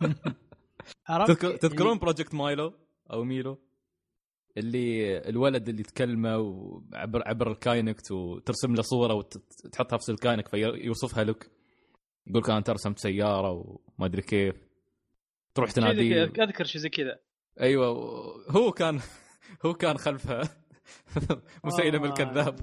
تذكرون بروجكت مايلو او ميلو اللي الولد اللي يتكلمه وعبر عبر الكاينكت وترسم له صوره وتحطها في الكاينكت فيوصفها لك. يقول كان ترسم سياره وما ادري كيف تروح تنادي. اذكر شيء زي كذا. ايوه هو كان هو كان خلفها مسيلم الكذاب.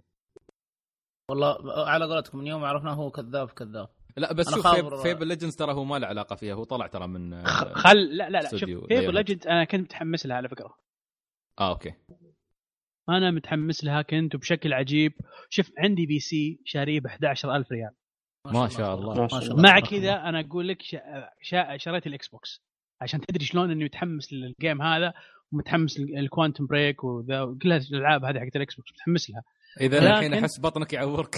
والله على قولتكم من يوم عرفنا هو كذاب كذاب. لا بس شوف فيب فيبل ليجندز ترى هو ما له علاقه فيها. هو طلع ترى من خل لا لا لا شوف فيبل ليجندز انا كنت متحمس لها على فكره. اه اوكي انا متحمس لها كنت وبشكل عجيب. شوف عندي بي سي شاريه ب أحد عشر ألف ريال ما شاء الله. مع كذا انا اقول لك شا... شريت الاكس بوكس عشان تدري شلون اني متحمس للجيم هذا ومتحمس للكوانتم بريك وذا كل الالعاب هذه حقت الاكس بوكس متحمس لها. اذا لكن... الحين احس بطنك يعورك.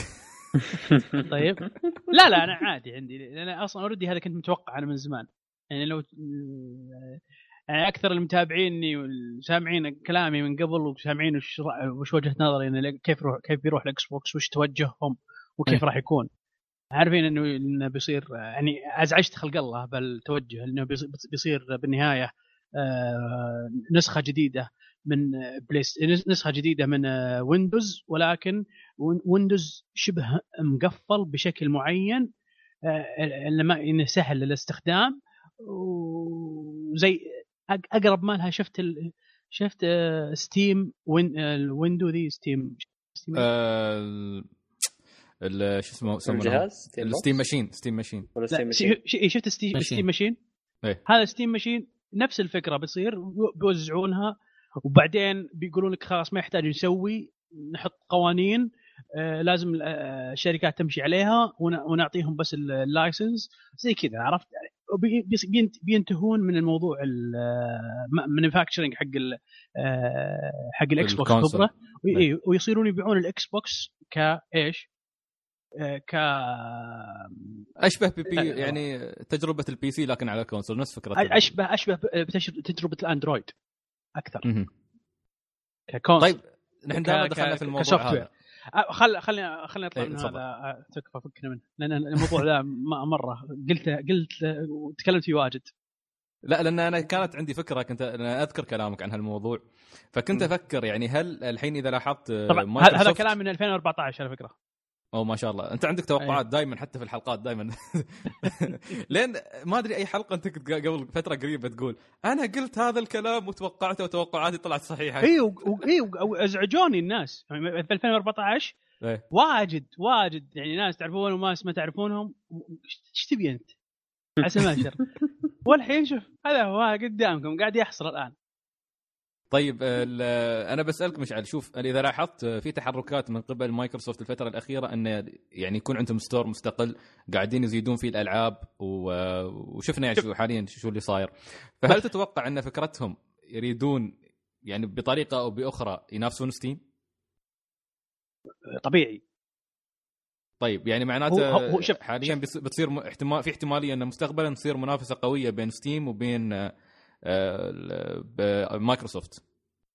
طيب لا لا انا عادي عندي لان اصلا اوريدي هذا كنت متوقع انا من زمان. يعني لو يعني اكثر المتابعيني والسامعين كلامي من قبل وسامعين وش, وش وجهه نظري انه كيف يروح كيف بيروح الاكس بوكس وش توجههم وكيف راح يكون عارفين انه انه بيصير يعني ازعجت خلق الله بالتوجه انه بيصير بالنهايه نسخه جديده من بليس نسخه جديده من ويندوز ولكن ويندوز شبه مقفل بشكل معين لما انه سهل للاستخدام وزي اقرب ما لها. شفت ال... شفت ستيم وين الويندو ذي ستيم ال شو اسمه الجهاز الستيم ماشين ستيم ماشين شفت ستيم ستيم ماشين هذا ستيم ماشين نفس الفكره بتصير بيوزعونها وبعدين بيقولون لك خلاص ما يحتاج نسوي نحط قوانين آه لازم الشركات تمشي عليها ونعطيهم بس اللايسنس زي كذا عرفت. بينتهون من الموضوع المانيفاكتشرنج حق ال حق الاكس بوكس خبره ويصيرون يبيعون الاكس بوكس كايش ك اشبه بي بي يعني تجربه البي سي لكن على الكونسول نفس فكره اشبه اشبه تجربه الاندرويد اكثر ككونسول. طيب نحن دائما دخلنا في الموضوع هذا. خل خلينا خلينا نطلع من هذا تكفى فكنا منه لان الموضوع ذا مره قلت قلت وتكلمت فيه واجد. لا لان انا كانت عندي فكره كنت انا اذكر كلامك عن هالموضوع فكنت افكر يعني هل الحين اذا لاحظت هذا كلام من ألفين وأربعة عشر على فكره. او ما شاء الله انت عندك توقعات دائما حتى في الحلقات دائما. لين ما ادري اي حلقه انت كنت قبل فتره قريبه تقول انا قلت هذا الكلام وتوقعته وتوقعاتي طلعت صحيحه. اي اي وازعجوني الناس يعني في ألفين وأربعة عشر واجد واجد يعني ناس تعرفونهم وناس ما تعرفونهم. ايش تبي انت عسى ما شر والحين شوف هذا هو قدامكم قاعد يحصل الان. طيب انا بسالك مشعل، شوف اذا لاحظت في تحركات من قبل مايكروسوفت الفتره الاخيره ان يعني يكون عندهم ستور مستقل قاعدين يزيدون فيه الالعاب، وشفنا يعني حاليا شو اللي صاير. فهل تتوقع ان فكرتهم يريدون يعني بطريقه او باخرى ينافسون ستيم؟ طبيعي. طيب يعني معناته هو هو شف حاليا شف بتصير احتمال في احتماليه ان مستقبلا تصير منافسه قويه بين ستيم وبين مايكروسوفت.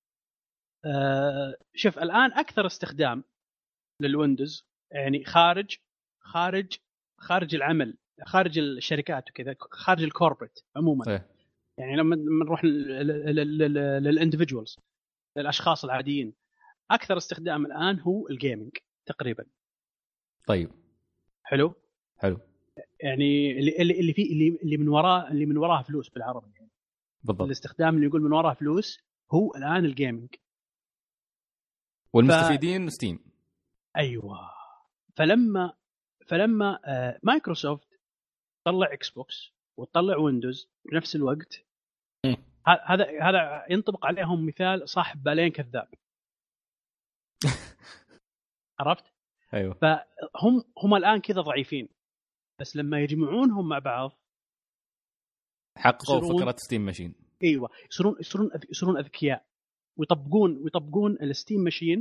أه شوف الان اكثر استخدام للويندوز يعني خارج خارج خارج العمل، خارج الشركات وكذا، خارج الكوربريت عموما. صحيح. يعني لما نروح للاندفيدوالز، للاشخاص العاديين، اكثر استخدام الان هو الجيمنج تقريبا. طيب حلو حلو يعني اللي اللي في اللي اللي من وراه اللي من وراه فلوس بالعربي يعني. بالضبط. الاستخدام اللي يقول من وراه فلوس هو الان الجيمنج، والمستفيدين ف... ستيم. ايوه. فلما فلما آه مايكروسوفت طلع اكس بوكس وتطلع ويندوز بنفس الوقت، هذا هذا ينطبق عليهم مثال صاحب بالين كذاب. عرفت؟ ايوه. فهم هم الان كذا ضعيفين، بس لما يجمعونهم مع بعض حققوا فكره ستيم ماشين. ايوه، يصيرون يصيرون يصيرون اذكياء، ويطبقون ويطبقون الستيم ماشين.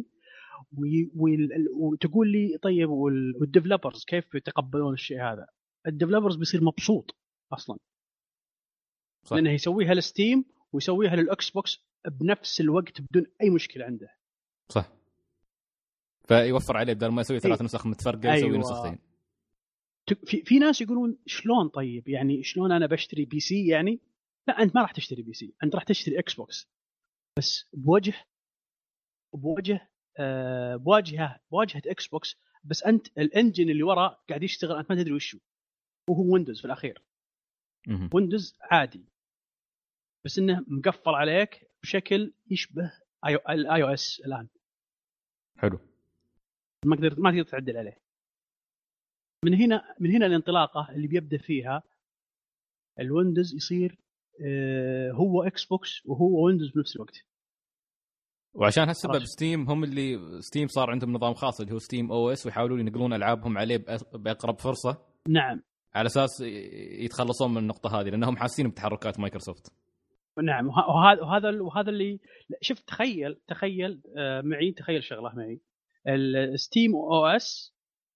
وتقول لي طيب والديفلوبرز كيف يتقبلون الشيء هذا؟ الديفلوبرز بيصير مبسوط اصلا، صح. لانه يسويها للستيم ويسويها للاكس بوكس بنفس الوقت بدون اي مشكله عنده. صح. فيوفر عليه بدل ما يسوي ثلاث نسخ متفرقه يسوي أيوة. نسختين. في في ناس يقولون شلون؟ طيب يعني شلون انا بشتري بي سي؟ يعني لا، انت ما راح تشتري بي سي، انت راح تشتري اكس بوكس بس بوجه بوجه آه بواجهه بواجهه اكس بوكس، بس انت الانجن اللي ورا قاعد يشتغل انت ما تدري وشو، وهو ويندوز في الاخير. م- ويندوز عادي بس انه مقفل عليك بشكل يشبه الاي او اس الان. حلو. ما تقدر ما تقدر تعدل عليه. من هنا من هنا الانطلاقه اللي بيبدا فيها الويندوز يصير آه هو اكس بوكس وهو ويندوز بنفس الوقت. وعشان هالسبب ستيم هم اللي ستيم صار عندهم نظام خاص اللي هو ستيم او اس، ويحاولون ينقلون العابهم عليه باقرب فرصه. نعم. على اساس يتخلصون من النقطه هذه، لانهم حاسين بتحركات مايكروسوفت. نعم. وهذا وهذا وهذا اللي شفت. تخيل تخيل معي تخيل شغله معي. الستيم او اس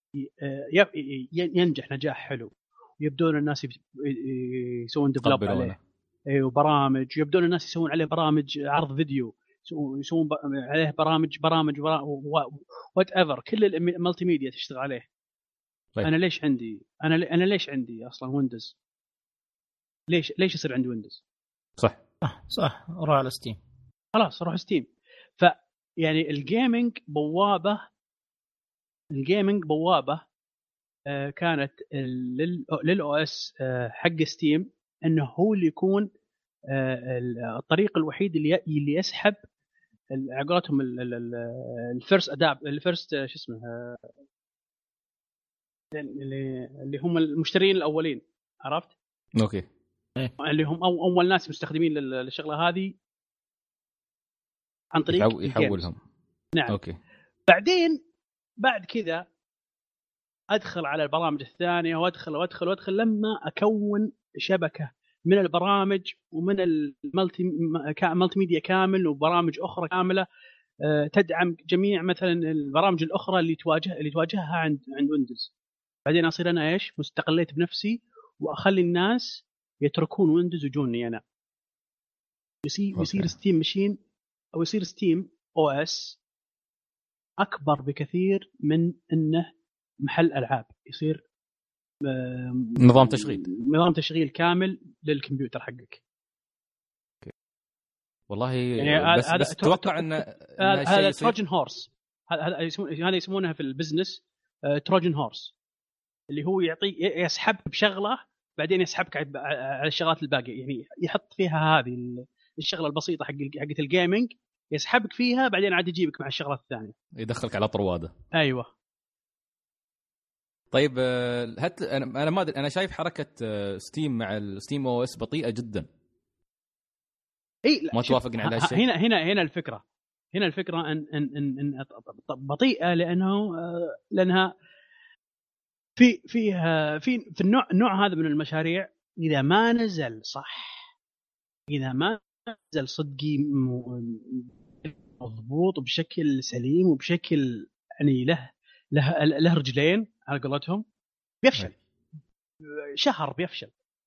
ينجح نجاح حلو، ويبدون الناس يسوون ديفلوب عليه، ايوه برامج، يبدون الناس يسوون عليه برامج عرض فيديو، يسوون عليه برامج برامج وات ايفر، كل المالتي ميديا تشتغل عليه. طيب. انا ليش عندي انا انا ليش عندي اصلا ويندوز؟ ليش ليش يصير عندي ويندوز؟ صح صح روح على ستيم، خلاص روح ستيم. ف يعني الجيمنج بوابه الجيمنج بوابه آه كانت للاو اس آه حق ستيم، انه هو اللي يكون آه الطريق الوحيد اللي اللي يسحب عقاراتهم الفيرست اداب الفيرست شو اسمه آه اللي اللي هم المشترين الاولين. عرفت؟ اوكي. اللي هم اول ناس مستخدمين للشغله هذه عن طريق يحو... يحولهم. نعم. اوكي. بعدين بعد كذا ادخل على البرامج الثانيه وادخل وادخل وادخل لما اكون شبكه من البرامج ومن المالتي مالتي ميديا كامل وبرامج اخرى كامله تدعم جميع مثلا البرامج الاخرى اللي تواجه اللي تواجهها عند عند ويندوز. بعدين اصير انا ايش مستقليت بنفسي، واخلي الناس يتركون ويندوز ويجوني انا. يصير يصير ستيم ماشين او يصير ستيم او اس اكبر بكثير من انه محل العاب، يصير نظام تشغيل نظام تشغيل كامل للكمبيوتر حقك. والله يعني بس, بس تتوقع ان هذا تروجن هورس، هذا هذا يسمونها في البزنس تروجن هورس، اللي هو يعطي يسحبك بشغله بعدين يسحبك على الشغلات الباقيه. يعني يحط فيها هذه الشغله البسيطه حق حقه الجيمنج، يسحبك فيها بعدين عاد يجيبك مع الشغلات الثانيه، يدخلك على طرواده. ايوه. طيب هت انا انا ما ادري، انا شايف حركه ستيم مع الستيم او اس بطيئه جدا. اي ما توافقنا على هالشيء. هنا هنا هنا الفكره هنا الفكره ان ان ان, إن بطيئه لانه لانها في فيها في في النوع النوع هذا من المشاريع اذا ما نزل صح، اذا ما نزل صدقي مضبوط بشكل سليم وبشكل يعني له له له رجلين على قولتهم بيفشل. شهر بيفشل.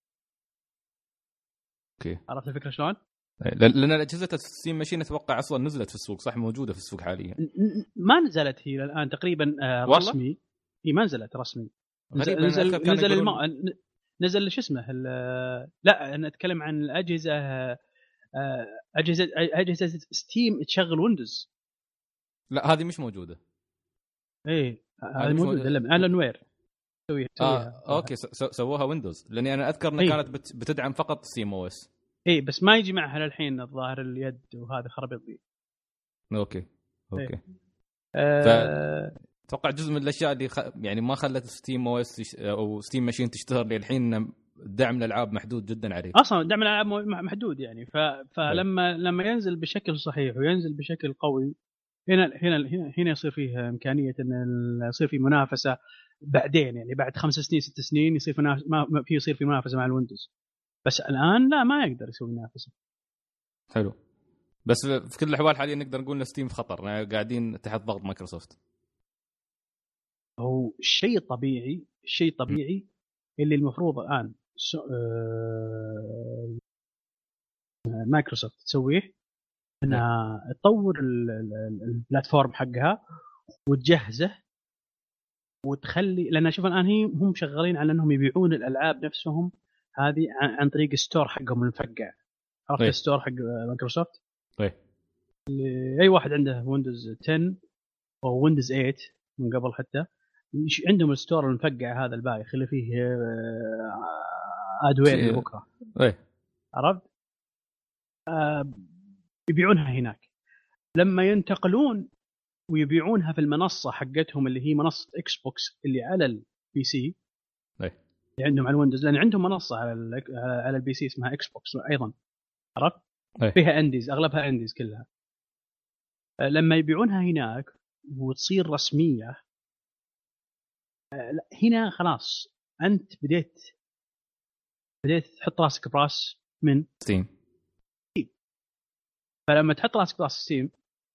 اوكي عرفت الفكره شلون؟ لان اجهزه الستيم ماشين اتوقع اصلا نزلت في السوق صح، موجوده في السوق حاليا. ما نزلت هي الان تقريبا رسمي. هي ما نزلت رسمي. نزل نزل نزل, الم... نزل شو اسمه لا انا اتكلم عن الاجهزه اجهزه اجهزه ستيم تشغل ويندوز. لا هذه مش موجوده. ايه هذه موجوده لما الان وير سويها اه اوكي سووها ويندوز، لاني انا اذكر انها كانت بت... بتدعم فقط ستيم او اس. ايه بس ما يجي معها للحين الظاهر اليد وهذا خربط بي. اوكي اوكي إيه. أه... اتوقع جزء من الاشياء اللي خ... يعني ما خلت ستيم او اس او ستيم ماشين تشتهر للحين دعم الالعاب محدود جدا عليه. اصلا دعم الالعاب محدود يعني ف... فلما أيه. لما ينزل بشكل صحيح وينزل بشكل قوي هنا هنا هنا, هنا يصير فيه امكانيه ان يصير في منافسه بعدين، يعني بعد خمس سنين ست سنين يصير في ما في يصير في منافسه مع الويندوز. بس الان لا ما يقدر يسوي منافسه. حلو. بس في كل الاحوال حاليا نقدر نقول ان ستيم في خطر، يعني قاعدين تحت ضغط مايكروسوفت. هو الشيء الطبيعي الشيء الطبيعي اللي المفروض الان سو... آه... مايكروسوفت تسويه انها تطور البلاتفورم حقها وتجهزه وتخلي، لان شوف الان هي هم شغالين على انهم يبيعون الالعاب نفسهم هذه عن طريق الستور حقهم المفقع. عرفت طيب. الستور حق مايكروسوفت طيب اي واحد عنده ويندوز عشرة او ويندوز ثمانية من قبل حتى عندهم الستور المفقع هذا البايخ اللي فيه ادوير بكره. اي عرفت آه يبيعونها هناك. لما ينتقلون ويبيعونها في المنصه حقتهم اللي هي منصه اكس بوكس اللي على البي سي اي اللي عندهم على الويندوز، لان عندهم منصه على على البي سي اسمها اكس بوكس ايضا. عرفت أي. فيها انديز اغلبها انديز كلها. لما يبيعونها هناك وتصير رسميه هنا خلاص انت بديت بديت تحط راسك براس من ستيم. فلما تحط راسك براس ستيم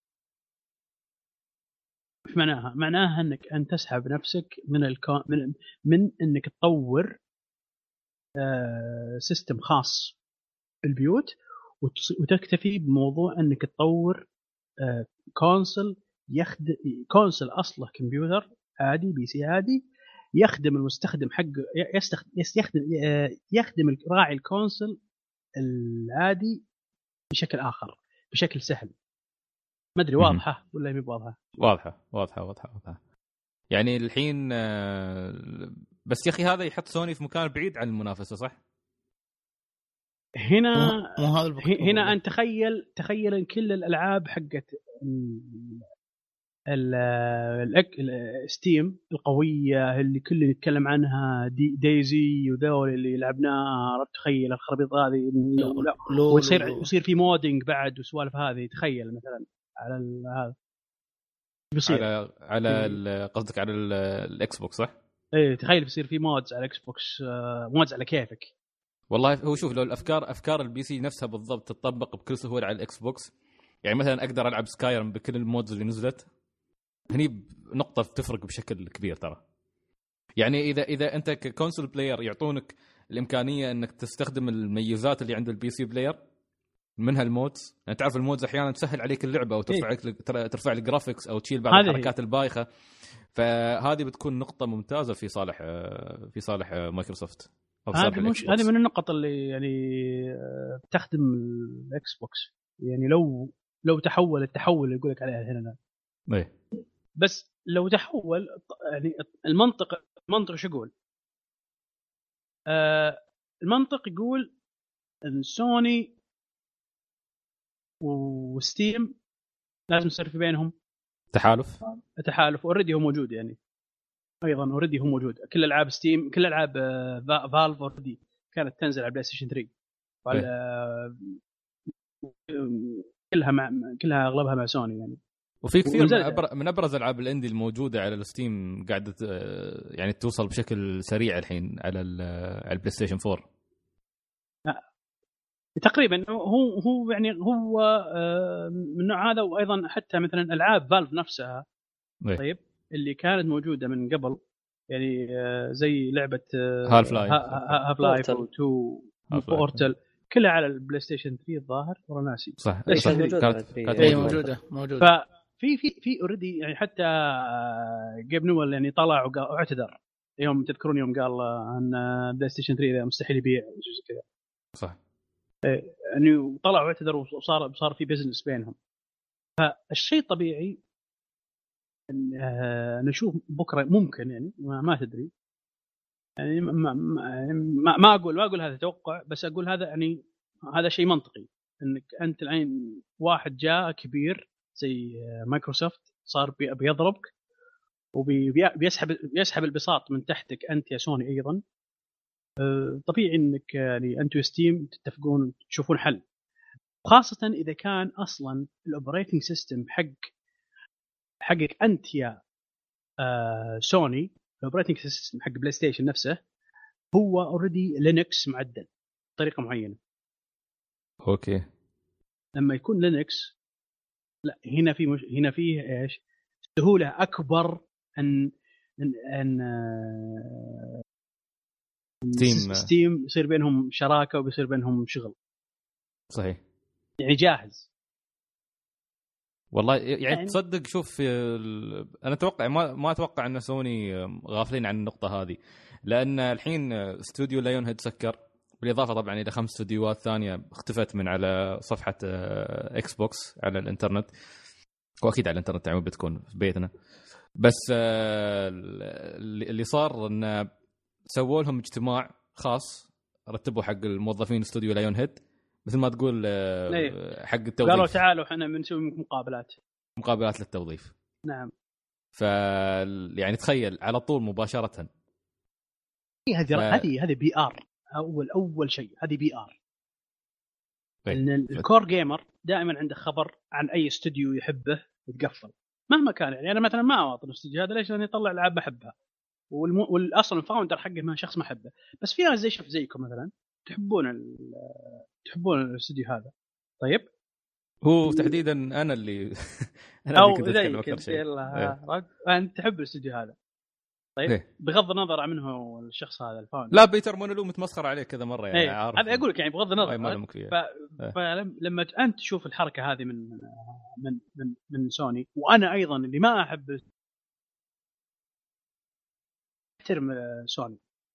ايش معناها؟ معناها انك انت تسحب نفسك من الكو... من من انك تطور آه... سيستم خاص بالبيوت وتكتفي بموضوع انك تطور آه... كونسل يخدم كونسل اصله كمبيوتر عادي بي سي عادي يخدم المستخدم حق يستخدم يخدم يخدم راعي الكونسل العادي بشكل اخر بشكل سهل. ما ادري واضحه ولا مي واضحه؟ واضحه واضحه واضحه واضحه. يعني الحين بس يا اخي هذا يحط سوني في مكان بعيد عن المنافسه صح؟ هنا هنا انت تخيل تخيل ان كل الالعاب حقت الستيم القويه اللي كل يتكلم عنها دي دايزي وذول اللي لعبناها، عرفت تخيل الخرابيط هذه ويصير يصير في مودينج بعد وسوالف هذه. تخيل مثلا على هذا بيصير على على قصدك على الاكس بوكس صح؟ ايه تخيل بيصير في مودز على الاكس بوكس، مودز على كيفك. والله هو شوف لو الافكار افكار البي سي نفسها بالضبط تطبق بكل سهوله على الاكس بوكس، يعني مثلا اقدر العب سكايرم بكل المودز اللي نزلت، هني نقطه تفرق بشكل كبير ترى. يعني اذا اذا انت ككونسول بلاير يعطونك الامكانيه انك تستخدم الميزات اللي عند البي سي بلاير منها المودز، يعني تعرف المودز احيانا تسهل عليك اللعبه او ترفع لك إيه؟ ترفع الجرافيكس او تشيل بعض الحركات البايخه، فهذه بتكون نقطه ممتازه في صالح في صالح مايكروسوفت. هذه مش هذه من النقط اللي يعني بتخدم الاكس بوكس، يعني لو لو تحول التحول اللي يقول لك عليها هنا ايه. بس لو تحول يعني المنطق المنطق شو يقول؟ آه المنطق يقول ان سوني وستيم لازم يصير في بينهم تحالف تحالف اوريدي هو موجود، يعني ايضا اوريدي هو موجود. كل العاب ستيم كل العاب فالف اوريدي كانت تنزل على بلاي ستيشن ثري وعلى كلها مع كلها اغلبها مع سوني يعني. وفي كثير من, أبر... من ابرز العاب الاندي الموجوده على الستيم قاعده يعني توصل بشكل سريع الحين على ال... على البلاي ستيشن فور. تقريبا هو هو يعني هو من النوع هذا. وايضا حتى مثلا العاب فالف نفسها إيه. طيب اللي كانت موجوده من قبل يعني زي لعبه هالف لايف هاف لايف و بورتل كلها على البلاي ستيشن ثري الظاهر ولا ناسي صح, صح. كانت موجوده موجوده موجوده ففي في في اوريدي يعني حتى جيب نويل يعني طلع واعتذر يوم تذكرون يوم قال ان بلاي ستيشن ثري مستحيل يبيع شيء كذا صح يعني طلعوا واعتذر وصار صار في بزنس بينهم. فالشيء طبيعي ان نشوف بكره ممكن يعني ما, ما تدري يعني ما, ما, ما اقول ما اقول هذا توقع بس اقول هذا يعني هذا شيء منطقي انك انت الحين واحد جاء كبير زي مايكروسوفت صار بيضربك وبيسحب بيسحب البساط من تحتك انت يا سوني ايضا. طبيعي انك يعني انتوا ستيم تتفقون تشوفون حل خاصه اذا كان اصلا الاوبريتنج سيستم حق حقك انت يا آه سوني. الاوبريتنج سيستم حق بلاي ستيشن نفسه هو اوريدي لينكس معدل بطريقه معينه. اوكي لما يكون لينكس لا هنا في مش... هنا فيه ايش سهوله اكبر ان ان, أن... آه... ستيم ستيم يصير بينهم شراكه وبيصير بينهم شغل. صحيح يعني جاهز والله يعني, يعني تصدق شوف ال... انا اتوقع ما ما اتوقع ان سوني غافلين عن النقطه هذه لان الحين استوديو لايون هيد سكر بالاضافه طبعا الى خمس استديوهات ثانيه اختفت من على صفحه اكس بوكس على الانترنت واكيد على الانترنت يعني بتكون في بيتنا. بس اللي صار ان سووا لهم اجتماع خاص رتبوا حق الموظفين استوديو لايون هيد مثل ما تقول حق التوظيف. قالوا تعالوا احنا بنسوي مقابلات مقابلات للتوظيف. نعم. ف يعني تخيل على طول مباشره هذه ف... هذه هذه بي ار اول اول شيء هذه بي ار. ان الكور جيمر دائما عنده خبر عن اي استوديو يحبه يتقفل مهما كان. يعني انا مثلا ما اواطن الاستوديو هذا ليش؟ لاني يطلع العاب بحبها والم... والاصل الفاوندر حقه ما شخص ما احبه. بس في ناس زي شوف زيكم مثلا تحبون ال... تحبون الاستوديو هذا. طيب هو تحديدا انا اللي انا اللي كنت اتكلم اكثر شيء إيه. انت تحب الاستوديو هذا طيب إيه. بغض النظر عن منه هو الشخص هذا الفاوندر. لا بيتر مونولو متمسخر عليه كذا مره يعني إيه. عارف هذا اقول لك يعني بغض النظر ف... إيه. فلما انت تشوف الحركه هذه من من من, من سوني وانا ايضا اللي ما احب احترم سوني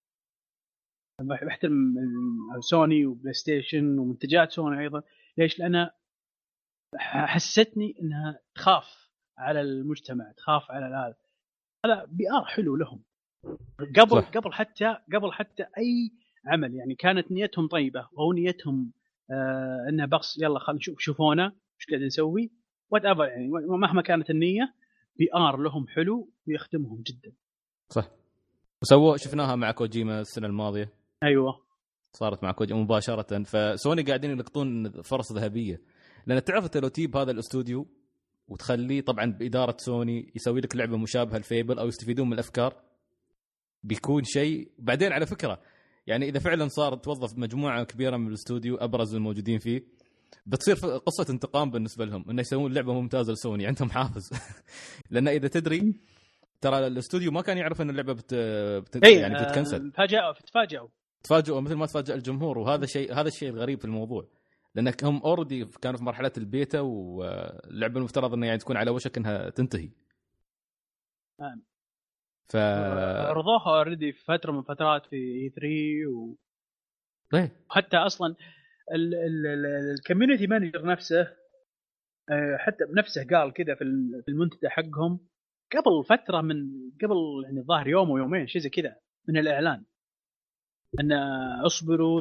بحترم سوني وبلاي ستيشن ومنتجات سوني ايضا. ليش؟ لأن حستني انها تخاف على المجتمع تخاف على هذا. هذا بي ار حلو لهم قبل صح. قبل حتى قبل حتى اي عمل يعني كانت نيتهم طيبه او نيتهم آه انها بس يلا خلينا نشوف شوفونا ايش قاعد نسوي وات ايفر يعني مهما كانت النيه بي ار لهم حلو ويخدمهم جدا. صح. وسووا شفناها مع كوجيما السنه الماضيه. ايوه صارت مع كوجيما مباشره. فسوني قاعدين يلقطون فرص ذهبيه لان تعرف انت لو تجيب هذا الاستوديو وتخليه طبعا باداره سوني يسوي لك لعبه مشابهه لفيبل او يستفيدون من الافكار بيكون شيء. بعدين على فكره يعني اذا فعلا صار توظف مجموعه كبيره من الاستوديو ابرز الموجودين فيه بتصير قصه انتقام بالنسبه لهم انه يسوون لعبه ممتازه لسوني عندهم حافز. لان اذا تدري ترى الاستوديو ما كان يعرف ان اللعبه بت, بت... يعني بتتكنسل. تفاجئوا تفاجئوا تفاجئوا مثل ما تفاجئ الجمهور. وهذا شيء هذا الشيء الغريب في الموضوع لانك هم اوريدي كانوا في مرحله البيتا واللعبه المفترض انها يعني تكون على وشك انها تنتهي. نعم. ف عرضوها اوريدي في فتره من فترات في اي ثري و طيب حتى اصلا الكوميونتي مانجر نفسه حتى بنفسه قال كذا في المنتدى حقهم قبل فتره من قبل يعني الظاهر يوم ويومين شيء زي كذا من الاعلان ان اصبروا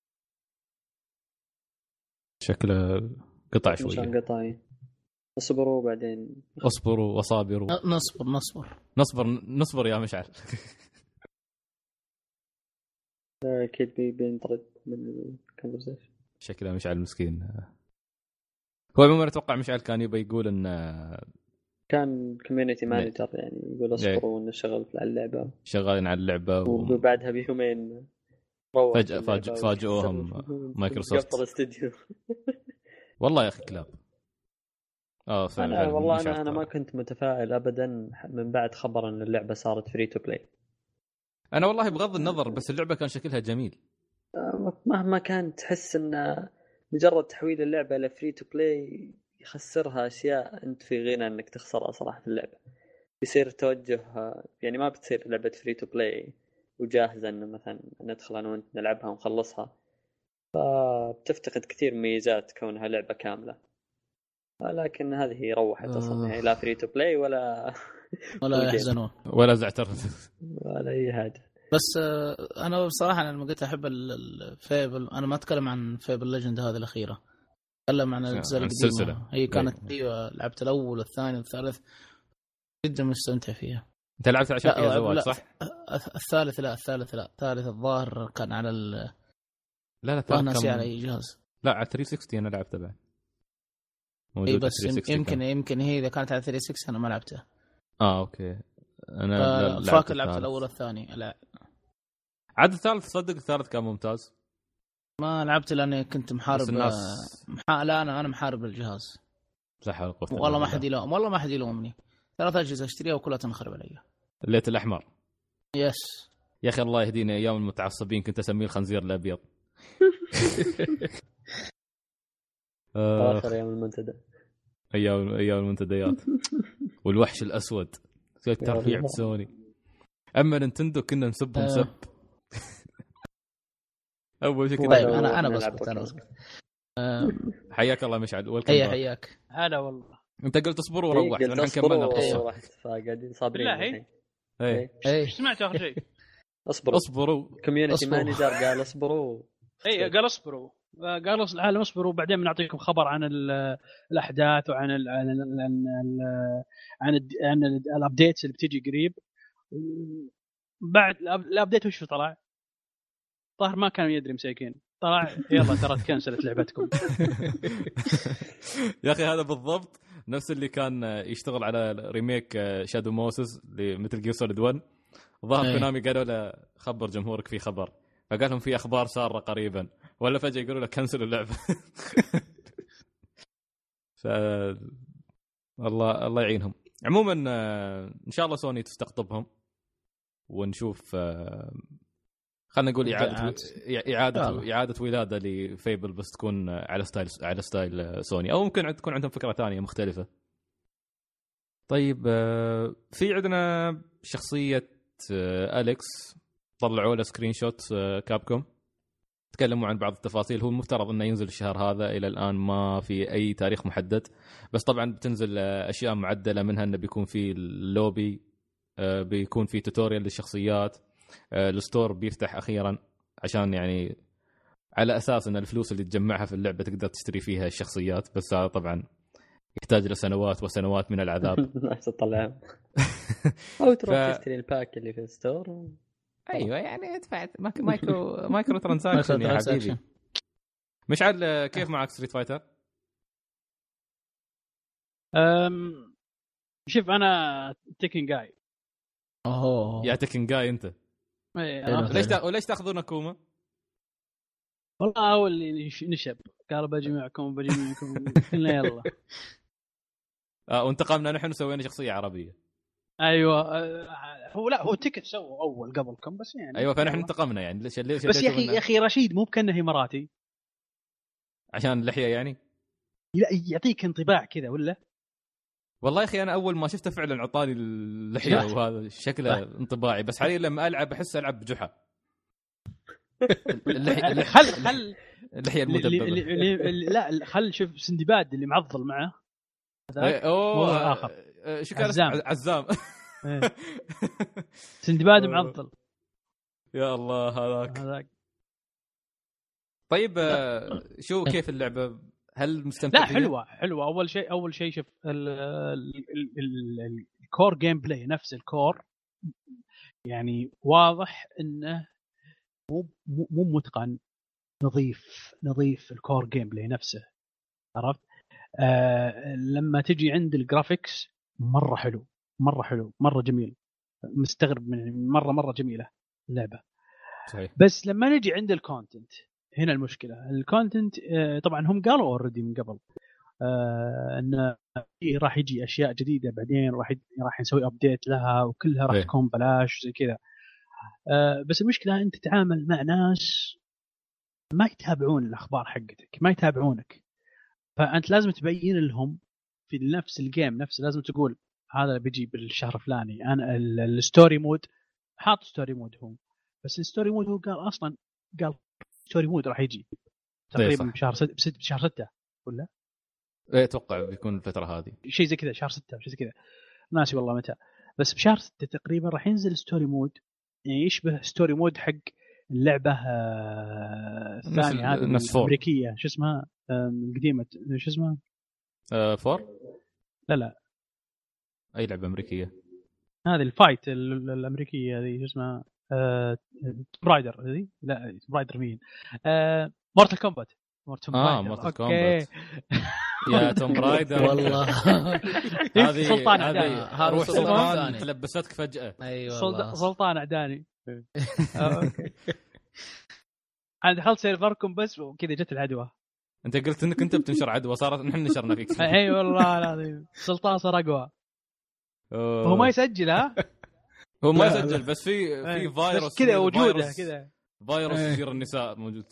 شكله قطع شويه عشان قطعي اصبروا بعدين اصبروا وصابروا نصبر نصبر نصبر نصبر يا مشعل. اكيد بينطرد من الكونفرسيشن شكله مشعل مسكين هو عموما اتوقع مشعل كان يبغى يقول ان كان كوميونتي مانجر يعني يقول اصبروا ونشتغل على اللعبه شغالين على اللعبه و... وبعدها بيومين فجأة فاجئ فاجئوهم مايكروسوفت قفل الاستديو. والله يا اخي كلاب. اه فعلا أنا والله انا انا ما كنت متفائل ابدا من بعد خبر ان اللعبه صارت فري تو بلاي. انا والله بغض النظر بس اللعبه كان شكلها جميل مهما كان تحس ان مجرد تحويل اللعبه الى فري تو بلاي يخسرها اشياء انت في غنى انك تخسرها صراحه في اللعبه. بيصير توجه يعني ما بتصير لعبه فري تو بلاي وجاهزه ان مثلا ندخل انا وانت نلعبها ونخلصها، فبتفتقد كثير ميزات كونها لعبه كامله. لكن هذه روحت اصلا لا فري تو بلاي ولا ولا يحزنون ولا زعتر ولا اي حاجه. بس انا بصراحه انا لما قلت احب الفيبل انا ما اتكلم عن فيبل ليجند هذه الاخيره، اتكلم عن الاجزاء القديمه. هي كانت ايوه لعبت الاول والثاني والثالث جدا مستمتع فيها. انت لعبت عشان فيها زواج صح؟ الثالث لا الثالث لا الثالث الظاهر كان على ال لا لا الثالث كان على اي جهاز. لا على ثلاثمية وستين انا لعبته بعد موجود. بس يمكن يمكن هي اذا كانت على ثلاثمية وستين انا ما لعبتها. اه اوكي انا آه فاكر لعبت الاول والثاني. لا عاد الثالث صدق الثالث كان ممتاز. ما لعبت لاني كنت محارب الناس... محا... لا انا انا محارب الجهاز صح. والله ما حد يلوم والله ما حد يلومني. ثلاث اجهزه اشتريها وكلها تنخرب علي. الليت الاحمر يس يا اخي الله يهدينا ايام المتعصبين كنت اسميه الخنزير الابيض. اخر ايام المنتدى ايام ايام المنتديات والوحش الاسود سويت ترفيع بسوني. اما نينتندو كنا نسبهم سب. اول شيء طيب انا انا بسكت انا بسكت. حياك الله مشعل ويلكم. اي حياك. هلا والله انت قلت اصبروا وروحت لان كملنا القصه فقاعدين صابرين. اي اي ايش سمعت اخر شيء؟ اصبروا اصبروا كوميونتي مانجر قال اصبروا. اي قال اصبروا قالوا العالم اصبروا وبعدين بنعطيكم خبر عن الاحداث وعن ال عن ال عن ال عن الابديتس اللي بتيجي قريب. بعد الابديت وش طلع؟ ظهر ما كانوا يدري مساكين. طلع يلا ترى تكنسلت لعبتكم. يا اخي هذا بالضبط نفس اللي كان يشتغل على ريميك شادو موسز لمثل جير سوليد واحد. ظهر كونامي قالوا له خبر جمهورك في خبر، فقال لهم في اخبار ساره قريبا، ولا فجاه يقولوا له كنسل اللعبه. ف الله الله يعينهم. عموما ان شاء الله سوني تستقطبهم ونشوف خلينا نقول اعاده اعاده اعاده ولاده لفيبل بس تكون على ستايل على ستايل سوني، او ممكن تكون عندهم فكره ثانيه مختلفه. طيب في عندنا شخصيه أليكس طلعوا له سكرين شوت كابكوم تكلموا عن بعض التفاصيل. هو المفترض انه ينزل الشهر هذا، الى الان ما في اي تاريخ محدد، بس طبعا بتنزل اشياء معدله منها انه بيكون في اللوبي، بيكون في توتوريال للشخصيات، الستور بيفتح اخيرا عشان يعني على اساس ان الفلوس اللي تجمعها في اللعبه تقدر تشتري فيها الشخصيات، بس هذا طبعا يحتاج له سنوات وسنوات من العذاب. ناس تطلعها او تروح ف... تشتري الباك اللي في الستور و... ايوه يعني دفعت مايكرو مايكرو ترانزاكشن يا حبيبي. مشعل كيف معك ستريت فايتر؟ امم شوف انا تيكن جاي. اوه يا تيكن جاي انت. ليش تا... وليش تاخذون كوما؟ والله اول اللي نشب قال بجي معكم بجي معكم قلنا يلا. اه وانتقمنا نحن وسوينا شخصيه عربيه. ايوه هو لا هو تيكت سووا اول قبلكم بس يعني ايوه فنحن انتقمنا يعني ليش ليش بس يا اخي يا اخي رشيد مو بكنه اماراتي عشان اللحيه يعني. لا يعطيك انطباع كذا ولا والله يا اخي انا اول ما شفته فعلا عطاني اللحيه وهذا شكله انطباعي، بس حاليا لما العب احس العب بجحا. اللحيه خل خل اللحيه المدببه. لا خل شوف سندباد اللي معضل معه هذاك اوه اخر شو كان عزام, عزام. سندباد معضل يا الله هذاك هذاك. طيب شو كيف اللعبه؟ هل مستمتع؟ لا حلوه حلوه. اول شيء اول شيء شوف الكور جيم بلاي نفس الكور يعني واضح انه مو مو متقن، نظيف نظيف الكور جيم بلاي نفسه عرفت. آه لما تجي عند الجرافيكس مره حلو مره حلو مره جميل، مستغرب من مره مره جميله اللعبه. صحيح. بس لما نجي عند الكونتنت هنا المشكله. الكونتنت آه طبعا هم قالوا اوريدي من قبل آه ان راح يجي اشياء جديده بعدين، راح راح نسوي ابديت لها وكلها راح تكون بلاش زي كذا. آه بس المشكله انت تتعامل مع ناس ما يتابعون الاخبار حقتك، ما يتابعونك، فانت لازم تبين لهم في نفس الجيم نفسه، لازم تقول هذا بيجي بالشهر الفلاني. انا الستوري مود حاط ستوري مود هو، بس الستوري مود هو قال اصلا قال ستوري مود راح يجي تقريبا بشهر ستة بشهر ستة ولا ايه اتوقع بيكون الفتره هذه شيء زي كذا، شهر ستة شيء زي كذا ناسي والله متى، بس بشهر ستة تقريبا راح ينزل ستوري مود يعني يشبه ستوري مود حق اللعبه الثانيه هذه الامريكيه شو اسمها القديمه شو اسمها آه فور لا لا اي لعبه امريكيه هذه الفايت الامريكيه هذه شو اسمها آه... برايدر هذه لا برايدر مين آه... مورتال كومبات مورتال اه مورتال كومبات يا توم برايدر والله هذه سلطان عداني هذا سلطان تلبستك فجأة. ايوه سلطان عداني اوكي انا دخلت سيرفركم بس وكذا جت العدوى. انت قلت انك انت بتنشر عدوى صارت نحن نشرنا فيك. اي والله العظيم سلطان صار اقوى. هو ما يسجل ها هو ما يسجل بس في في فيروس كذا وجوده كذا فيروس يصير النساء موجود.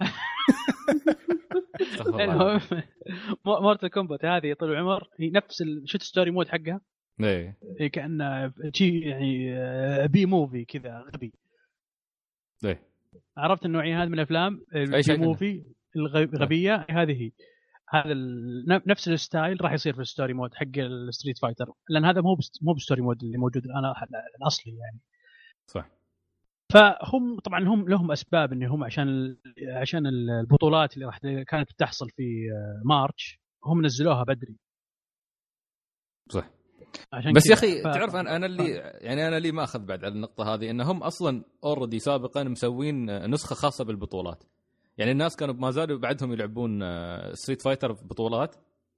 المهم مورتال كومبات هذه طول العمر هي نفس شفت ستوري مود حقها ايه هي كأنه شيء يعني بي موفي كذا غبي. ايه عرفت النوعيه هذه من الافلام البي موفي الغبيه هذه هي هذا نفس الستايل راح يصير في الستوري مود حق الستريت فايتر، لان هذا مو مو بالستوري مود اللي موجود الان الاصلي يعني. صح. فهم طبعا هم لهم اسباب انهم عشان عشان البطولات اللي راح كانت بتحصل في مارش هم نزلوها بدري. صح. بس يا اخي ف... تعرف انا انا اللي يعني انا اللي ما اخذ بعد على النقطه هذه انهم اصلا اوريدي سابقا مسوين نسخه خاصه بالبطولات. يعني الناس كانوا ما زالوا بعدهم يلعبون ستريت فايتر بطولات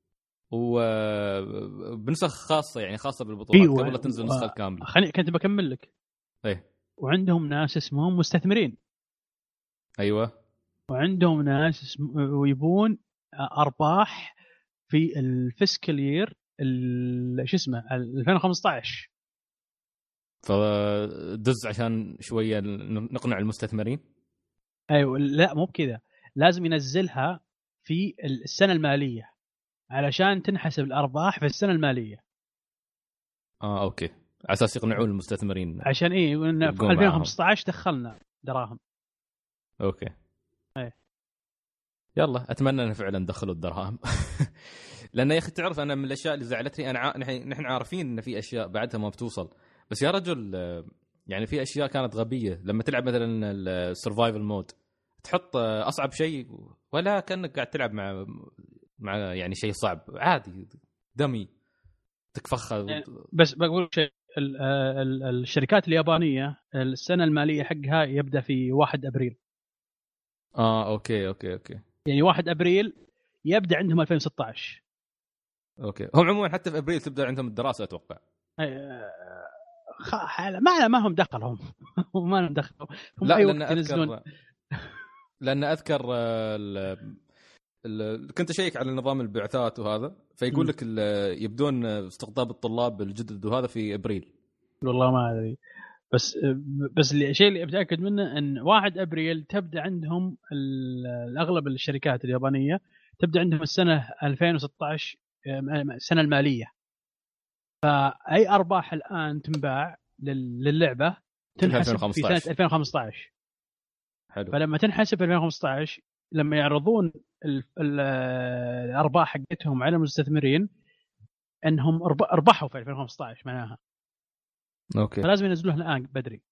وبنسخ خاصه يعني خاصه بالبطولات أيوة. قبل لا تنزل النسخه الكامله. خليني كنت بكمل لك. ايه وعندهم ناس اسمهم مستثمرين. ايوه. وعندهم ناس اسم... ويبون ارباح في الفيسكال يير شو اسمه ألفين وخمسة عشر. فدز عشان شويه نقنع المستثمرين. ايوه لا مو بكذا، لازم ينزلها في السنه الماليه علشان تنحسب الارباح في السنه الماليه. اه اوكي على اساس يقنعون المستثمرين عشان ايه في ألفين وخمسة عشر دخلنا دراهم. اوكي ايه يلا اتمنى ان فعلا دخلوا الدراهم. لان يا اخي تعرف انا من الاشياء اللي زعلتني انا ع... نحن عارفين ان في اشياء بعدها ما بتوصل، بس يا رجل يعني في اشياء كانت غبيه. لما تلعب مثلا السرفايفل مود تحط اصعب شيء ولا كانك قاعد تلعب مع مع يعني شيء صعب عادي دمي تكفخ. بس بقول شيء الشركات اليابانيه السنه الماليه حقها يبدا في واحد أبريل. اه اوكي اوكي اوكي يعني واحد أبريل يبدا عندهم ألفين وستة عشر. اوكي هم عموما حتى في ابريل تبدا عندهم الدراسه اتوقع. خ... ما ما هم دخلهم ما لهم دخل هم لا أي لان اذكر لان اذكر ال... ال... كنت اشيك على نظام البعثات وهذا فيقول لك ال... يبدون استقطاب الطلاب الجدد وهذا في ابريل. والله ما ادري بس بس الشيء اللي اتاكد منه ان واحد أبريل تبدا عندهم الاغلب الشركات اليابانيه تبدا عندهم السنه ألفين وستة عشر السنه الماليه. فاي ارباح الان تنباع للعبه تنحسب في سنه ألفين وخمسة عشر. حلو. فلما تنحسب في ألفين وخمسة عشر لما يعرضون الارباح حقتهم على المستثمرين انهم اربحوا في ألفين وخمسة عشر معناها. اوكي فلازم ينزلوها الان بدري.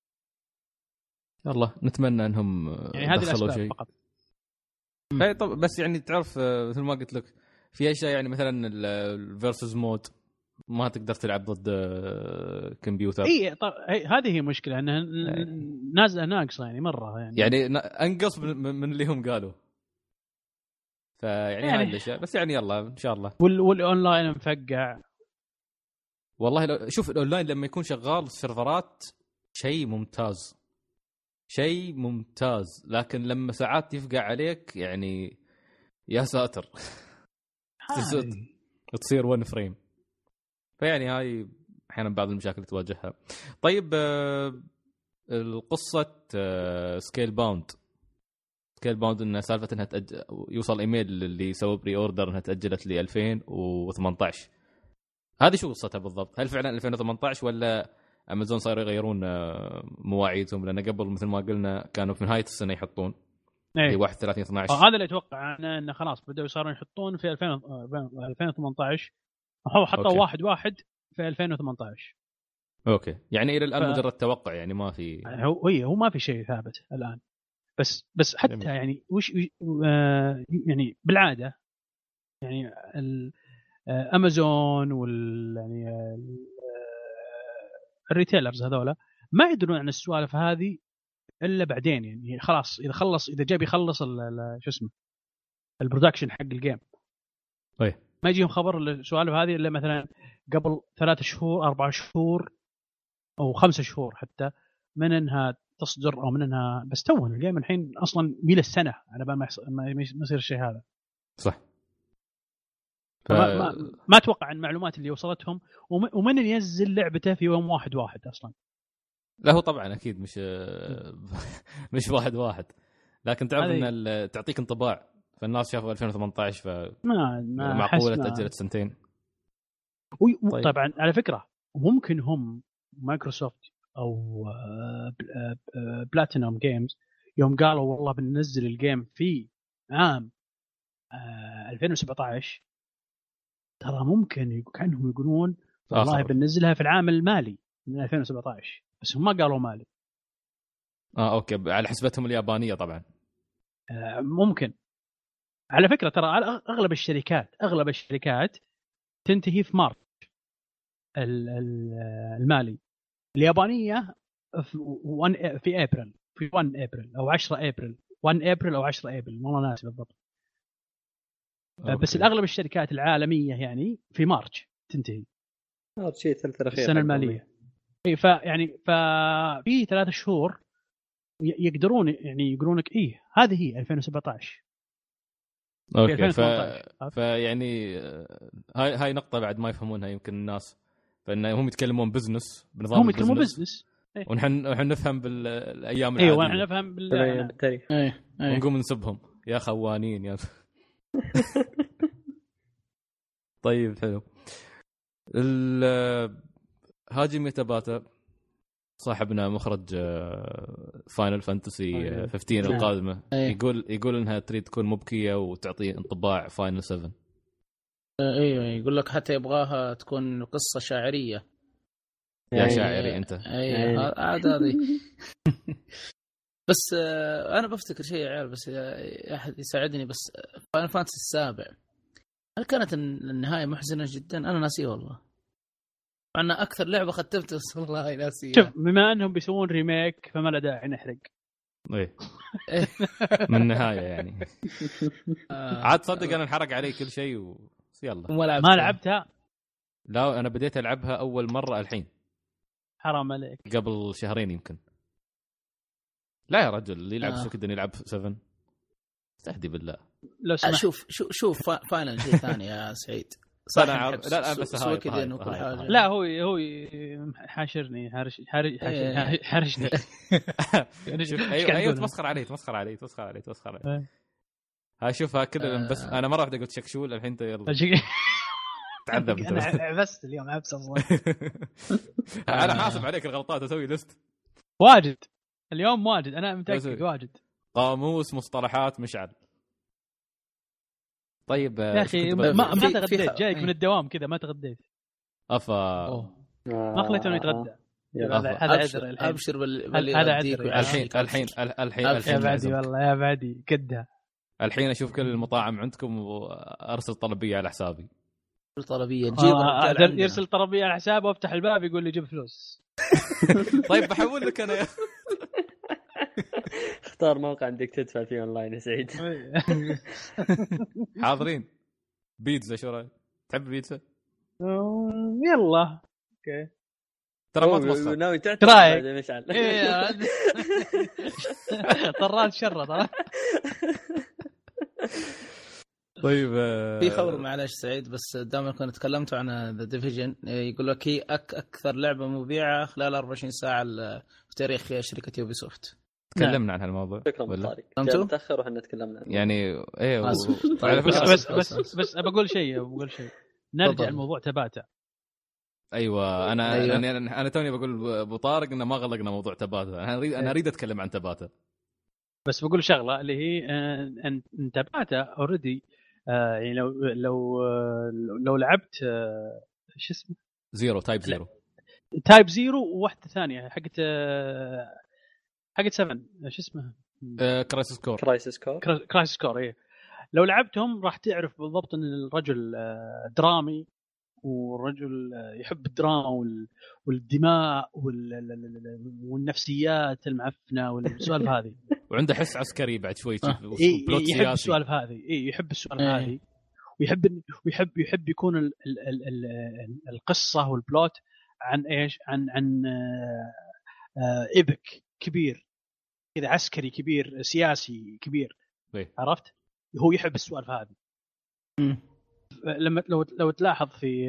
يلا نتمنى انهم يعني هذه الاسباب فقط. طب بس يعني تعرف مثل ما قلت لك في اشياء يعني مثلا الفيرسز مود ما تقدر تلعب ضد كمبيوتر. اي طب هذه هي مشكله انها نازله ناقصه يعني مره يعني يعني انقص من اللي هم قالوا. فيعني يعني هاي الاشياء بس يعني يلا ان شاء الله. وال والاونلاين مفقع والله لو شوف الاونلاين لما يكون شغال السيرفرات شيء ممتاز شيء ممتاز، لكن لما ساعات يفقع عليك يعني يا ساتر تصير ون فريم. فيعني هاي احيانا بعض المشاكل تواجهها. طيب آه القصه آه سكيل باوند سكيل باوند ان سالفه انها تأج... يوصل ايميل اللي يسوي بري اوردر انها تاجلت ل ألفين وثمانية عشر. هذه شو قصتها بالضبط؟ هل فعلا ألفين وثمانية عشر ولا امازون صاروا يغيرون مواعيدهم؟ لان قبل مثل ما قلنا كانوا في نهايه السنه يحطون في واحد وثلاثين اثنا عشر. هذا اللي اتوقع انه إن خلاص بدأوا صاروا يحطون في ألفين وثمانية عشر، هو حطوا واحد واحد في ألفين وثمانية عشر. اوكي يعني الى الان ف... مجرد توقع يعني ما في هو هو ما في شيء ثابت الان. بس بس حتى جميل. يعني وش آه يعني بالعاده يعني امازون وال يعني الريتيلرز هذولا ما يدرون عن السوالف هذه الا بعدين. يعني خلاص اذا خلص اذا جاب يخلص شو اسمه البرودكشن حق الجيم طيب ما يجيهم خبر السوالف هذه الا مثلا قبل ثلاث شهور اربع شهور او خمسة شهور حتى من انها تصدر او من انها بس تو الجيم الحين اصلا ميل السنه على بال ما ما يصير الشيء هذا. صح. ف... ما, ما, ما اتوقع عن المعلومات اللي وصلتهم ومن ينزل لعبته في يوم واحد واحد اصلا. لا هو طبعا اكيد مش مش واحد واحد، لكن تعرف ان تعطيك انطباع. فالناس شافوا ألفين وثمانية عشر ف ما ما معقوله تاجلت سنتين. طيب. طبعا على فكره ممكن هم مايكروسوفت او بلاتينوم جيمز يوم قالوا والله بننزل الجيم في عام ألفين وسبعة عشر، ترى ممكن كانهم يقولون والله آخر. بننزلها في العام المالي من ألفين وسبعة عشر، بس هم ما قالوا مالي. اه اوكي على حسبتهم اليابانيه طبعا. آه ممكن. على فكره ترى اغلب الشركات اغلب الشركات تنتهي في مارس المالي. اليابانيه في في ابريل في واحد ابريل او عشرة ابريل واحد ابريل او عشرة ابريل والله ناسي بالضبط. أوكي. بس الاغلب الشركات العالميه يعني في مارس تنتهي هذا شيء ثلث الاخير السنه الماليه. اي فيعني ففي ثلاث شهور يقدرون يعني يقولونك ايه هذه هي ألفين وسبعة عشر. اوكي ف... فيعني هاي هاي نقطه بعد ما يفهمونها يمكن الناس، فانهم يتكلمون بزنس بنظام هم يتكلمون بزنس أيه. ونحن ونحن نفهم بالايام العاديه. ايوه نحن نفهم بالتاريخ ايه ونقوم نسبهم يا خوانين يا طيب حلو. هاجي ميتاباتا صاحبنا مخرج فاينل فانتسي خمسة عشر القادمه يقول يقول انها تريد تكون مبكيه وتعطي انطباع فاينل سبعة. ايوه يقول لك حتى يبغاها تكون قصه شاعريه. يا شاعري انت. ايوه عاد هذه بس انا بفتكر شيء يا عيال بس احد يساعدني. بس فاينل فانتسي السابع هل كانت النهايه محزنه جدا؟ انا ناسيه والله. معنا اكثر لعبه ختمتها والله ناسيه. شوف بما انهم بيسوون ريميك فما له داعي نحرق. ايه من النهايه يعني عاد تصدق انا انحرق علي كل شيء و... يلا ما لعبتها. لا انا بديت العبها اول مره الحين. حرام عليك. قبل شهرين يمكن. لا يا رجل اللي يلعب آه. سوكدن يلعب سبعة استهدي بالله. لو سمحت شوف شوف شوف فاينل شيء ثاني يا سعيد. صح لا عارف. لا لا بس هاي, هاي, هاي, هاي لا هو هو حاشرني حارش حارش حارشني ايوه ايوه تمسخر عليه تمسخر عليه تمسخر عليه تمسخر عليه. هاي شوفها كذا بس انا مره واحده قلت شكشول الحين يلا تعذب انت. انا عبست اليوم عبس اصلا. انا حاسب عليك الغلطات اسوي ليست واجد اليوم واجد انا متاكد واجد قاموس مصطلحات مشعل. طيب يا اخي ما ما تغديت جايك من الدوام كذا ما تغديت افا ما خليتهم يتغدى. هذا عذر الحين. ابشر باللي هذا عذر الحين الحين الحين الحين يا بعدي والله يا بعدي كدها. الحين اشوف كل المطاعم عندكم وارسل طلبيه على حسابي. طلبيه نجيب يرسل طلبيه على حسابه وافتح الباب يقول لي جيب فلوس. طيب بحول لك انا اختار موقع عندك تدفع فيه اونلاين يا سعيد. حاضرين بيتزا، شو رايك؟ تحب بيتزا؟ يلا اوكي ترى ما توصل ناوي تعترف مشعل. طرات شره ترى. طيب في خبر معلش سعيد، بس دام كنا تكلمتوا عن ذا ديفيجن، يقول لك هي أك اكثر لعبه مبيعه خلال أربعة وعشرين ساعه في تاريخ شركه يوبي سوفت. تكلمنا عن هالموضوع ولا متاخر وحنا تكلمنا عنه يعني ايه و... طيب بس بس بس, بس, بس بقول شيء بقول شيء نرجع الموضوع تباتا. ايوه انا أيوة. يعني انا, أنا توني بقول ابو طارق انه ما غلقنا موضوع تباتا. انا اريد انا اريد اتكلم عن تباتا، بس بقول شغله اللي هي ان تباتا اوريدي يعني لو لو لو لعبت شو اسمه زيرو تايب زيرو تايب زيرو وواحده ثانيه حقت حقت سبعة شو اسمه كرايسيس كور كرايسيس كور كرايسيس كور ايه لو لعبتهم راح تعرف بالضبط ان الرجل درامي والرجل يحب الدراما والدماء والنفسيات المعفنه والسوالف هذه وعنده حس عسكري بعد شوي بلوت سياسي. يحب السوالف هذه اي يحب السوالف هذه ويحب ويحب يحب يكون ال ال ال ال القصه والبلوت عن ايش عن عن ايبك كبير كذا عسكري كبير سياسي كبير بيه. عرفت هو يحب السوالف هذه. لما لو لو تلاحظ في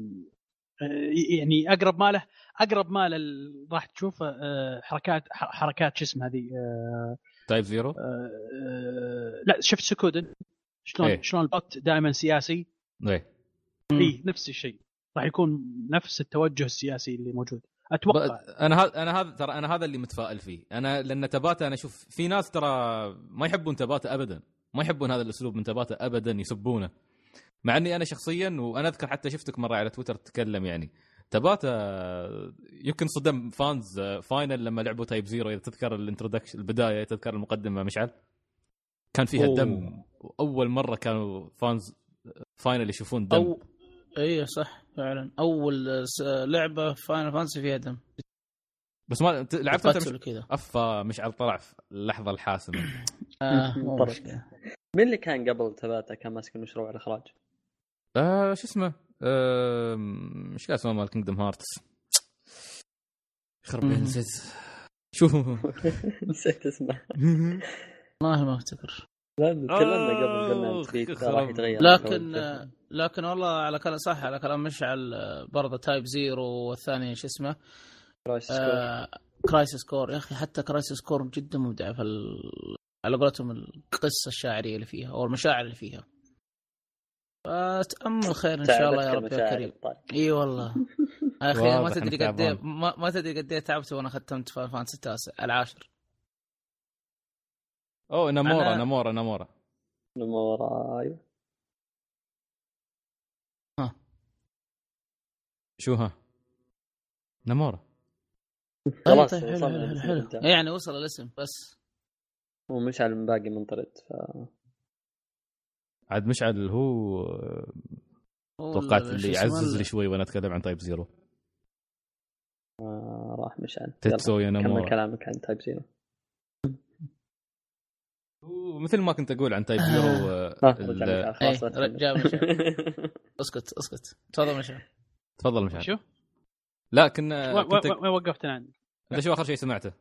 يعني اقرب ماله اقرب ماله راح تشوف حركات حركات شو اسمها هذه تايب زيرو. لا شفت سكودن شلون ايه. شلون البوت دائما سياسي ايه اي نفس الشيء راح يكون نفس التوجه السياسي اللي موجود اتوقع. انا هذا انا هذا ترى انا هذا اللي متفائل فيه انا، لان تباتا انا اشوف في ناس ترى ما يحبون تباتا ابدا، ما يحبون هذا الاسلوب من تباتا ابدا، يسبونه. مع اني انا شخصيا وانا اذكر حتى شفتك مره على تويتر تتكلم يعني تباتا يمكن صدم فانز فاينل لما لعبوا تايب زيرو. اذا تذكر الانترودكشن البدايه تذكر المقدمه مشعل كان فيها أوه. دم، اول مره كانوا فانز فاينل يشوفون دم. أو... ايه صح فعلا اول لعبه فاينل فانسي فيها دم. بس ما لعبت انت مش... افا مشعل طلع في اللحظه الحاسمه. آه مين اللي كان قبل تباتا كان ماسك مشروع الاخراج؟ آه شو اسمه آه مش كان اسمه مال كينجدم هارتس خرب نسيت شو نسيت اسمه والله ما افتكر. لا تكلمنا قبل قلنا تبيت راح يتغير لكن لكن والله على كلام صح على كلام مشعل برضه تايب زيرو والثاني شو اسمه كرايسيس كور. يا اخي حتى كرايسيس كور جدا مبدع في ال... على قولتهم القصه الشاعريه اللي فيها او المشاعر اللي فيها. فتأمل خير ان شاء الله يا رب يا كريم. اي والله يا اخي ما تدري قد ايه ما, ما تدري قد ايه تعبت وانا ختمت فاينل فانتسي التاسع العاشر. اوه نامورا أنا... نامورا نامورا نامورا ايوه ها شو ها نامورا خلاص طيب حلو حلو حلو. يعني وصل الاسم بس ومشعل من باقي منطرد ف عاد مشعل هو توقعت اللي يعزز لي شوي وانا اتكلم عن تايب زيرو. آه راح مشعل تتسو يا نامورا كمل كلامك عن تايب زيرو. مثل ما كنت اقول عن تايب زيرو رجع مشعل اسكت اسكت تفضل مشعل تفضل مشعل. شو لا كنا كنت ما وقفت انا انت شو اخر شيء سمعته؟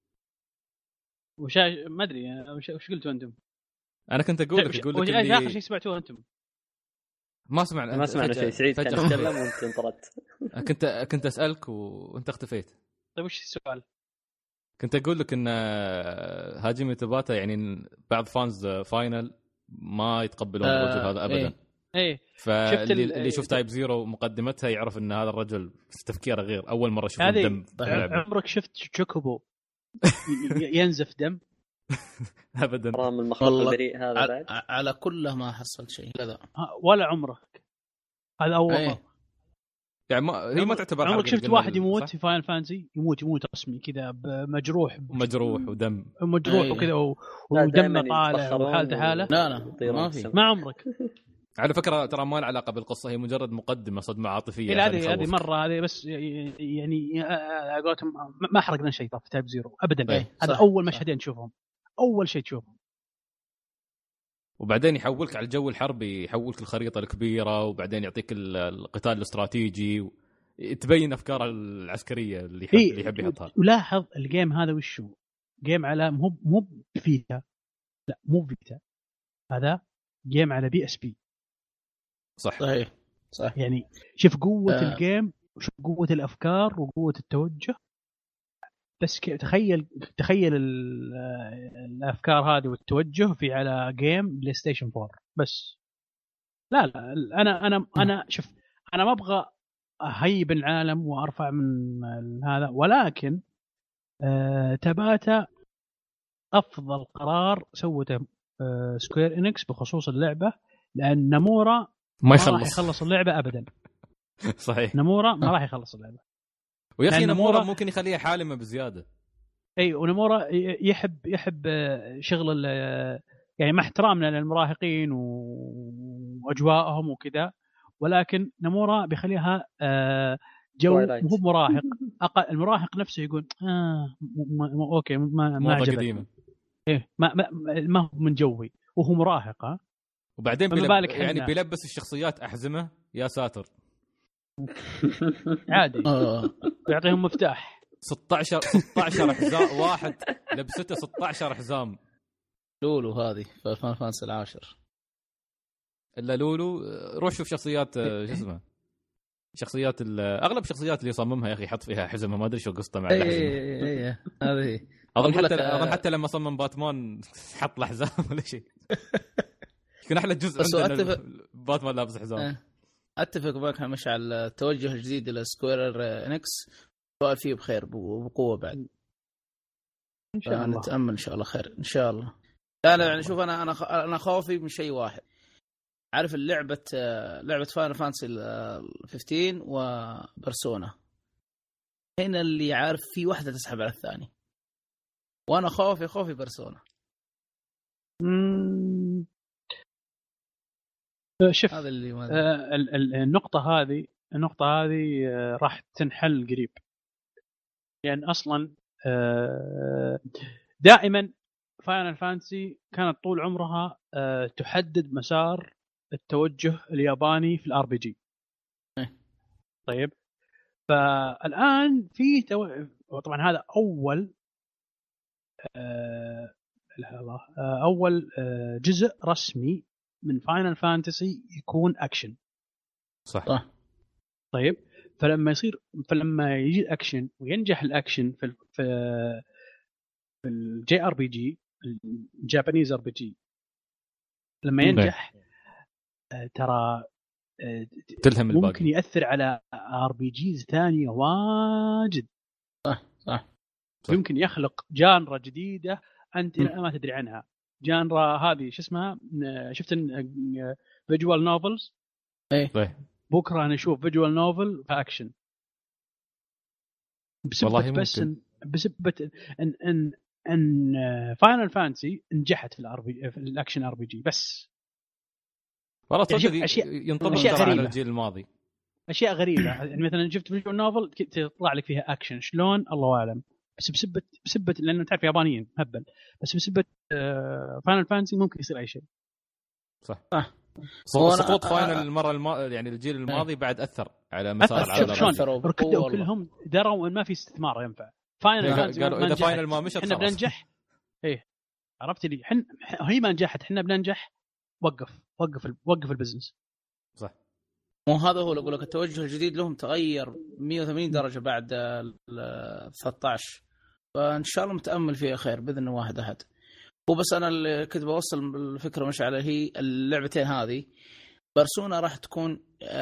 وش ما ادري وش وش قلتوا انتم؟ انا كنت اقول لك اقول لك اللي اخر شيء سمعتوه انتم. ما سمعنا ما سمعنا شيء. سعيد كان يتكلم وانت انطردت. كنت كنت اسالك وانت اختفيت. طيب وش السؤال؟ كنت اقول لك ان هاجمي تباتا يعني بعض فانز فاينل ما يتقبلون آه الرجل هذا ابدا. ايه, إيه. فاللي اللي شوف تايب زيرو مقدمتها يعرف ان هذا الرجل تفكيره غير. اول مره اشوف دم. عمرك شفت تشوكوبو ينزف دم؟ ابدا. رام المخلوق البريء هذا على بعد على كله ما حصلت شيء. لا لا ولا عمرك هذا اول أيه. يعني ما هي ما تعتبر. عمرك شفت واحد يموت في فاينل فانزي يموت يموت رسمي كذا مجروح مجروح ودم مجروح أيه. وكذا ودم طالع وحالته حاله؟ لا لا ما في ما عمرك. على فكره ترى ما لها علاقه بالقصه، هي مجرد مقدمه صدمه عاطفيه. هذه هذه مره هذه بس يعني قولتهم ما حرقنا شيء في تايب زيرو ابدا. هذا اول مشهدين نشوفهم اول شيء تشوفه. وبعدين يحولك على الجو الحربي، يحولك الخريطه الكبيره، وبعدين يعطيك القتال الاستراتيجي، تبين افكار العسكريه اللي يحب اللي يحب يحطها. ولاحظ الجيم هذا وش هو؟ جيم على مو مو فيتا، لا مو فيتا، هذا جيم على بي اس بي. صح صحيح صح. يعني شوف قوه آه. الجيم، وشوف قوه الافكار وقوه التوجه. بس تخيل تخيل الافكار هذه والتوجه في على جيم بلاي ستيشن فور بس. لا لا انا انا انا شوف، انا ما ابغى اهيب العالم وارفع من هذا، ولكن آه تباتا افضل قرار سوته آه سكوير انكس بخصوص اللعبه، لان نامورا ما يخلص ما راح يخلص اللعبه ابدا. صحيح نامورا ما راح يخلص اللعبه. ويا اخي نامورا ممكن يخليها حالمه بزياده. اي ونامورا يحب يحب شغل يعني مع احترامنا للمراهقين واجواءهم وكذا، ولكن نامورا بيخليها جو مو مراهق. أقل المراهق نفسه يقول اه اوكي ما ما عجبني، ايه ما ما, ما هو من جوي وهو مراهق. ها وبعدين بيلب... يعني بيلبس الشخصيات احزمه يا ساتر. عادي يعطيهم مفتاح ستة عشر ستة عشر حزام واحد لبسته ستة عشر حزام. لولو هذه في فان فانسي العاشر. الا لولو روح شوف شخصيات شو اسمه، شخصيات اغلب الشخصيات اللي يصممها يا اخي يحط فيها حزمه، ما ادري شو قصته مع الحزمه. اي اي هذه اظن حتى اظن حتى لما صمم باتمان حط له حزام ولا شيء. يكون احلى جزء عندنا باتمان لابس حزام. اتفق معك مش على التوجه الجديد لسكوير انكس، سؤال فيه بخير وبقوه بعد ان شاء الله. نتامل ان شاء الله خير ان شاء الله. لا لا يعني شوف انا انا انا خوفي من شيء واحد. عارف اللعبه لعبه فاينل فانسي خمستاشر وبرسونا، هنا اللي عارف في واحده تسحب على الثاني، وانا خوفي خوفي برسونا. امم شوف هذا اللي آه النقطه هذه النقطه هذه آه راح تنحل قريب، لان يعني اصلا آه دائما فاينل فانتسي كانت طول عمرها آه تحدد مسار التوجه الياباني في الار بي جي. طيب فالان في تو... طبعا هذا اول آه اول آه جزء رسمي من فاينل فانتسي يكون اكشن. صح. صح طيب فلما يصير فلما يجي اكشن وينجح الاكشن في ال في في الجي ار بي جي الجابانيز ار بي جي، لما ينجح آه ترى آه تلهم ممكن الباقي. ياثر على ار بي جيز ثانيه واجد. صح صح يمكن يخلق جانرا جديده انت ما تدري عنها. جانرا هذه شو اسمها، شفت فيجوال نوفلز. اي بكره نشوف فيجوال نوفل في اكشن بسبب بس إن بسبب ان ان ان فاينل فانسي نجحت في الار بي في الاكشن ار بي جي بس. والله تصدق أشياء ينطبق على الجيل الماضي اشياء غريبه. يعني مثلا شفت فيجوال نوفل تطلع لك فيها اكشن شلون الله اعلم، بس بسبة بسبة لأنه تعرف يابانيين هبل، بس بسبة فاينل فانسي ممكن يصير أي شيء. صح. صح. سقوط فاينل المرة الما... يعني الجيل الماضي بعد أثر على مسار العالم. ركضوا كلهم دروا إن ما في استثمار ينفع. فاينل فانسي قالوا إذا فاينل ما مشت إحنا بننجح. إيه عرفت لي حن هي ما نجحت إحنا بننجح. وقف وقف ال... وقف البزنس. صح. مو هذا هو اللي أقول لك التوجه الجديد لهم تغير مية وثمانين درجة بعد ال ثلاثة عشر، فإن شاء الله متأمل فيها خير بإذن واحد أحد. وبس أنا اللي كنت بوصل الفكرة مش على هي اللعبتين هذه. برسونا راح تكون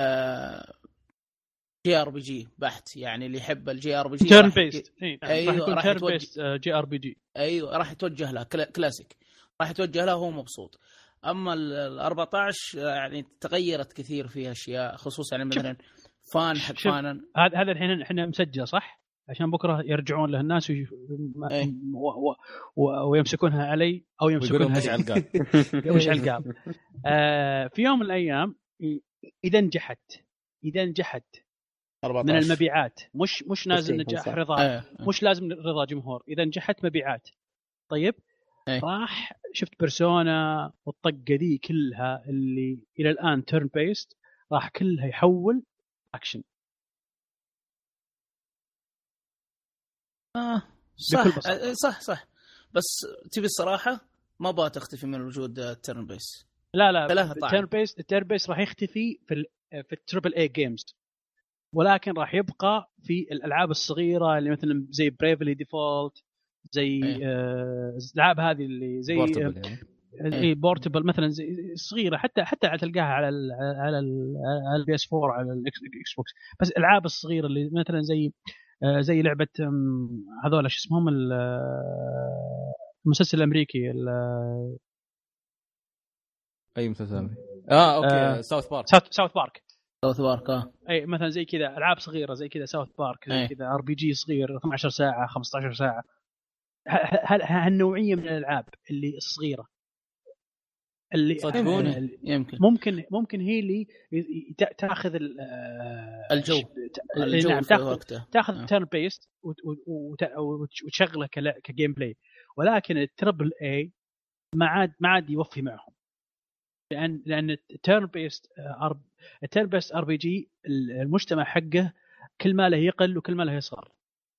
جي ار بي جي بحت، يعني اللي يحب الجي ار بي جي تيرن بيست. ايوه راح يتوجه جي ار بي جي. ايوه راح يتوجه له كلاسيك، راح يتوجه له وهو مبسوط. اما ال أربعة عشر يعني تغيرت كثير فيها اشياء، خصوصا يعني مثلا فان حق فان هذا هذا الحين احنا مسجل صح عشان بكره يرجعون له الناس وي... أيه. و... و... و... ويمسكونها علي او يمسكونها وش علقاب وش علقاب آه في يوم من الايام اذا نجحت اذا نجحت أربعة من عشر المبيعات، مش مش نازل نجاح رضا أيه. مش لازم رضا جمهور، اذا نجحت مبيعات. طيب أيه. راح شفت بيرسونا والطقه دي كلها اللي الى الان تيرن بيست راح كلها يحول اكشن. اه صح صح صح بس تبي الصراحه ما بغى تختفي من وجود التيرن بيس. لا لا التيرن بيس التيرن بيس راح يختفي في ال في التريبل اي جيمز، ولكن راح يبقى في الالعاب الصغيره اللي مثلا زي بريفلي ديفولت زي الالعاب آه هذه اللي زي بورتبل يعني. اي بورتبل مثلا زي صغيره، حتى حتى تلقاها على ال على ال على البي اس فور على الاكس بوكس، بس الالعاب الصغيره اللي مثلا زي آه زي لعبه هذول شو اسمهم المسلسل الامريكي اي مسلسل امريكي اه اوكي آه ساوث بارك ساوث, ساوث بارك ساوث بارك اه اي مثلا زي كذا العاب صغيره زي كذا ساوث بارك زي كذا ار بي جي صغير اثنتي عشرة ساعه خمسة عشر ساعه. هالنوعيه من الالعاب اللي الصغيره اللي صدقوني يمكن ممكن ممكن هي اللي تاخذ الجو الجو نعم تاخذ تاخذ تيرن بيست وتشغله كجيم بلاي، ولكن التربل اي ما عاد ما عاد يوفي معهم، لان لان التيرن بيست ار التيرن بيست ار بي جي المجتمع حقه كل ما له يقل وكل ما له يصغر.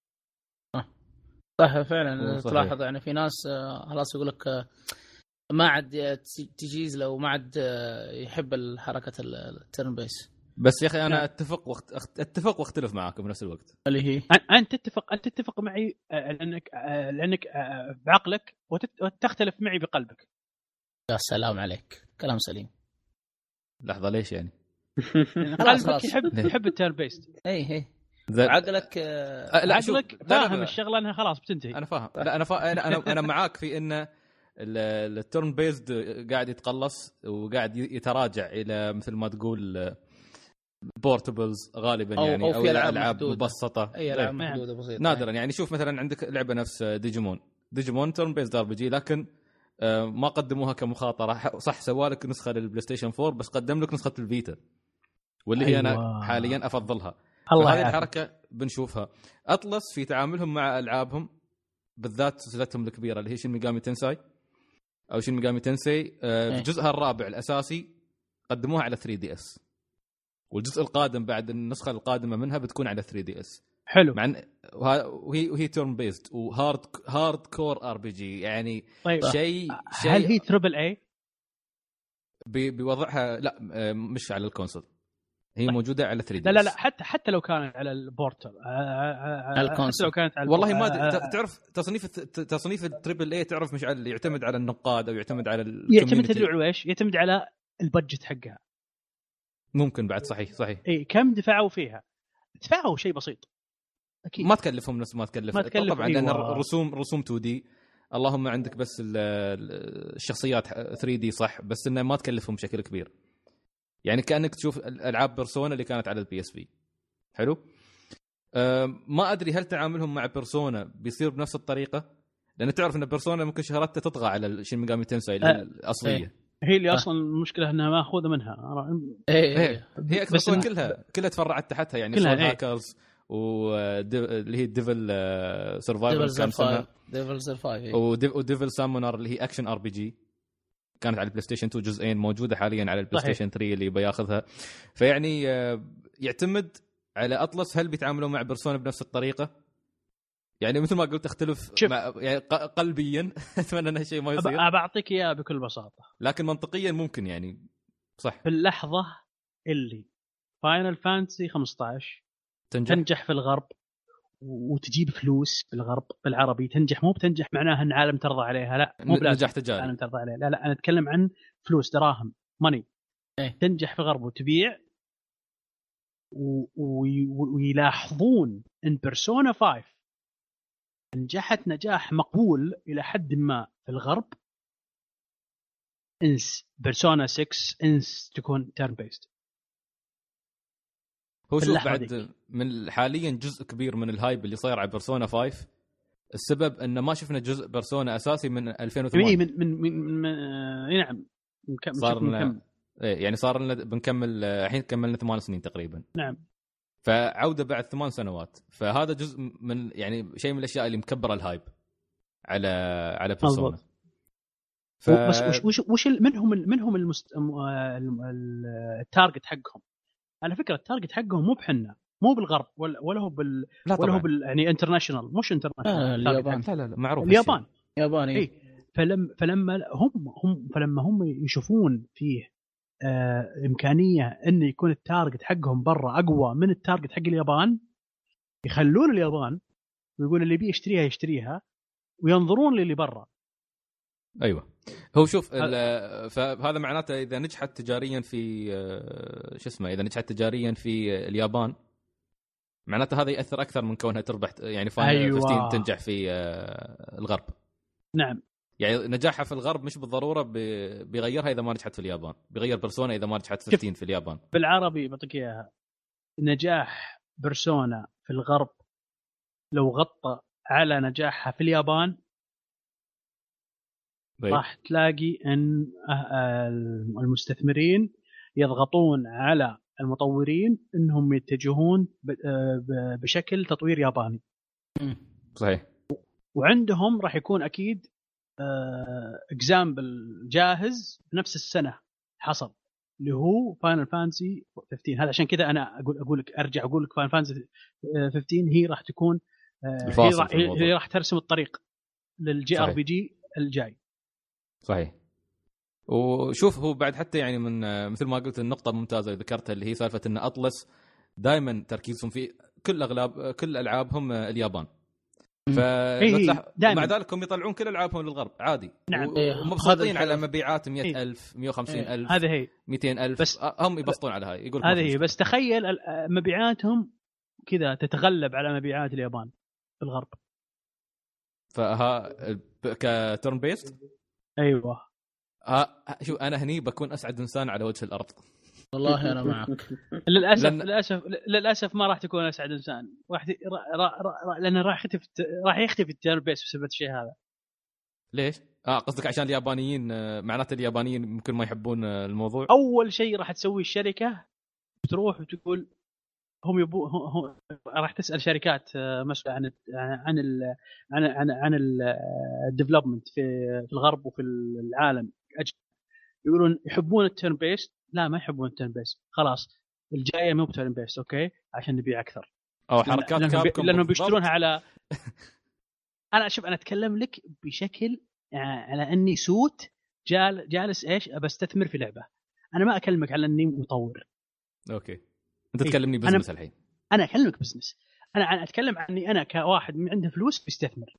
صح فعلا تلاحظ يعني في ناس خلاص يقول لك ما عاد تجيز لو ما عاد يحب الحركه التيرن بيس. بس يا اخي انا اتفق وقت اتفق واختلف معاكم بنفس الوقت. اللي هي انت تتفق انت تتفق معي لانك لانك بعقلك وتختلف معي بقلبك. يا سلام عليك كلام سليم. لحظه ليش يعني؟ قلبك يحب يحب التيرن بيست. اي اي عقلك أه لا عقلك فاهم الشغله انها خلاص بتنتهي. انا فاهم لا انا فا... انا انا معاك في ان التيرن بيست قاعد يتقلص وقاعد يتراجع الى مثل ما تقول بورتبلز غالبا أو يعني او, أو العاب, ألعاب مبسطه اي العاب محدوده بسيطه نادرا يعني. شوف مثلا عندك لعبه نفس ديجيمون ديجيمون تيرن بيست ار بي جي، لكن ما قدموها كمخاطره. صح سوالك نسخه للبلاي ستيشن فور بس قدم لك نسخه الفيتا واللي هي أيوة. انا حاليا افضلها. هذه الحركه بنشوفها. اطلس في تعاملهم مع العابهم بالذات سلسلتهم الكبيره اللي هي شين ميجامي تنساي او شين ميجامي تنسي في جزءها الرابع الاساسي قدموها على ثري دي اس، والجزء القادم بعد النسخه القادمه منها بتكون على ثري دي اس. حلو. مع وهي وهي تيرن بيست وهارد هارد كور ار بي جي يعني. طيب. شيء شيء هل هي تربل اي بيوضعها؟ لا مش على الكونسول، هي طيب. موجوده على ثري دي لا لا لا حتى حتى لو كانت على البورتال حتى لو كانت على والله ما تعرف تصنيف تصنيف التريبل اي تعرف مش على يعتمد على النقاد او يعتمد على يعتمد على ايش يعتمد على البادجت حقها. ممكن بعد صحيح صحيح اي كم دفعوا فيها؟ دفعوا شيء بسيط اكيد ما تكلفهم نفس ما تكلف, ما تكلف طبعا لان الرسوم رسوم تو دي اللهم عندك بس الشخصيات ثري دي صح، بس انه ما تكلفهم بشكل كبير يعني كانك تشوف العاب بيرسونا اللي كانت على البي اس بي. حلو. أه ما ادري هل تعاملهم مع بيرسونا بيصير بنفس الطريقه، لان تعرف ان بيرسونا ممكن شهرتها تطغى على شين ميجامي تنساي أه الاصليه. ايه. هي اللي اصلا المشكله انها ماخوذه منها. ايه, ايه. هي اكثر كلها كلها تفرعت تحتها يعني سول هاكرز واللي هي ديفل سرفايفر كان اسمها ديفل سرفايفر وديفل سامونر اللي هي اكشن ار بي جي كانت على البلاي ستيشن تو جزئين، موجوده حاليا على البلاي ستيشن ثري اللي بياخذها. فيعني يعتمد على اطلس هل بيتعاملوا مع بيرسونا بنفس الطريقه يعني. مثل ما قلت اختلف مع يعني قلبيا اتمنى ان هالشيء ما يصير. بعطيك اياه بكل بساطه، لكن منطقيا ممكن يعني صح. في اللحظه اللي فاينل فانتسي خمسة عشر تنجح, تنجح في الغرب وتجيب فلوس في الغرب بالعربي، تنجح مو بتنجح معناها ان عالم ترضى عليها، لا مو نجاح تجاري عالم ترضى عليها، لا لا انا اتكلم عن فلوس دراهم ماني. ايه. تنجح في الغرب وتبيع و... و... ويلاحظون ان بيرسونا فايف نجحت نجاح مقبول الى حد ما في الغرب، انس بيرسونا ستة انس تكون تيرن بيست. هو شوف بعد ديك. من حاليا جزء كبير من الهايب اللي صاير على بيرسونا فايف السبب انه ما شفنا جزء بيرسونا اساسي من ألفين وثمانية. من من من, من... نعم مكمل صار لنا يعني صار لنا بنكمل الحين كملنا ثمان سنين تقريبا. نعم. فعوده بعد ثمان سنوات، فهذا جزء من يعني شيء من الاشياء اللي مكبره الهايب على على بيرسونا. ف... بس وش وش, وش منهم منهم المست... التارجت حقهم على فكره. التارجت حقهم مو بحنا، مو بالغرب ولا ولا هو بال ولا هو بال يعني انترناشونال، مش انترناشونال. آه اليابان. لا لا لا معروف اليابان ياباني. اي فلما فلما هم هم فلما هم يشوفون فيه آه امكانيه ان يكون التارجت حقهم برا اقوى من التارجت حق اليابان، يخلون اليابان ويقول اللي بيه يشتريها يشتريها وينظرون للي برا. ايوه هو شوف فهذا معناته اذا نجحت تجاريا في شو اسمه اذا نجحت تجاريا في اليابان معناته هذا ياثر اكثر من كونها تربح يعني فاينل أيوة. خمستاشر تنجح في الغرب. نعم يعني نجاحها في الغرب مش بالضروره بيغيرها اذا ما نجحت في اليابان، بيغير بيرسونا اذا ما نجحت خمستاشر في اليابان. بالعربي بعطيك اياها، نجاح بيرسونا في الغرب لو غطى على نجاحها في اليابان راح تلاقي ان المستثمرين يضغطون على المطورين انهم يتجهون بشكل تطوير ياباني. صحيح. وعندهم راح يكون اكيد اكزامبل جاهز بنفس السنه حصل اللي هو فاينل فانتسي خمسة عشر. هذا عشان كذا انا اقول اقول لك ارجع اقول لك فاينل فانتسي خمسة عشر هي راح تكون هي راح, هي راح ترسم الطريق للجي ار بي جي الجاي. صحيح. وشوف هو بعد حتى يعني من مثل ما قلت النقطه ممتازه ذكرتها اللي هي سالفه ان اطلس دائما تركيزهم في كل اغلب كل العابهم اليابان، فمع ذلك هم يطلعون كل العابهم للغرب عادي. نعم. ومبسوطين على مبيعات مئة ألف مئة وخمسين ألف هذه هي مئتين ألف بس هم يبسطون على هاي يقول هذه هي. بس تخيل مبيعاتهم كذا تتغلب على مبيعات اليابان في الغرب. فها كترن بيست. ايوه ها شو انا هني بكون اسعد انسان على وجه الارض والله انا معك. للاسف لن... للاسف للاسف ما راح تكون اسعد انسان. راح را... را... لان راح يختفي راح يختفي الترن بيست بسبب الشيء هذا. ليش؟ اه قصدك عشان اليابانيين معناته اليابانيين ممكن ما يحبون الموضوع. اول شيء راح تسوي الشركه بتروح وتقول هم يبو هم راح تسال شركات مسؤوله عن عن ال عن عن عن الديفلوبمنت في في الغرب وفي العالم، يقولون يحبون التيرن بيست. لا ما يحبون التيرن بيست، خلاص الجايه مو بتيرن بيست اوكي عشان نبيع اكثر او حركات لأنهم كابكم بي... لانهم بيشترونها على انا شوف انا اتكلم لك بشكل على اني سوت جال جالس ايش بستثمر في لعبه. انا ما اكلمك على اني مطور. اوكي انت تكلمني بزنس الحين. انا اكلمك بزنس. انا انا اتكلم عني انا كواحد من عنده فلوس بيستثمر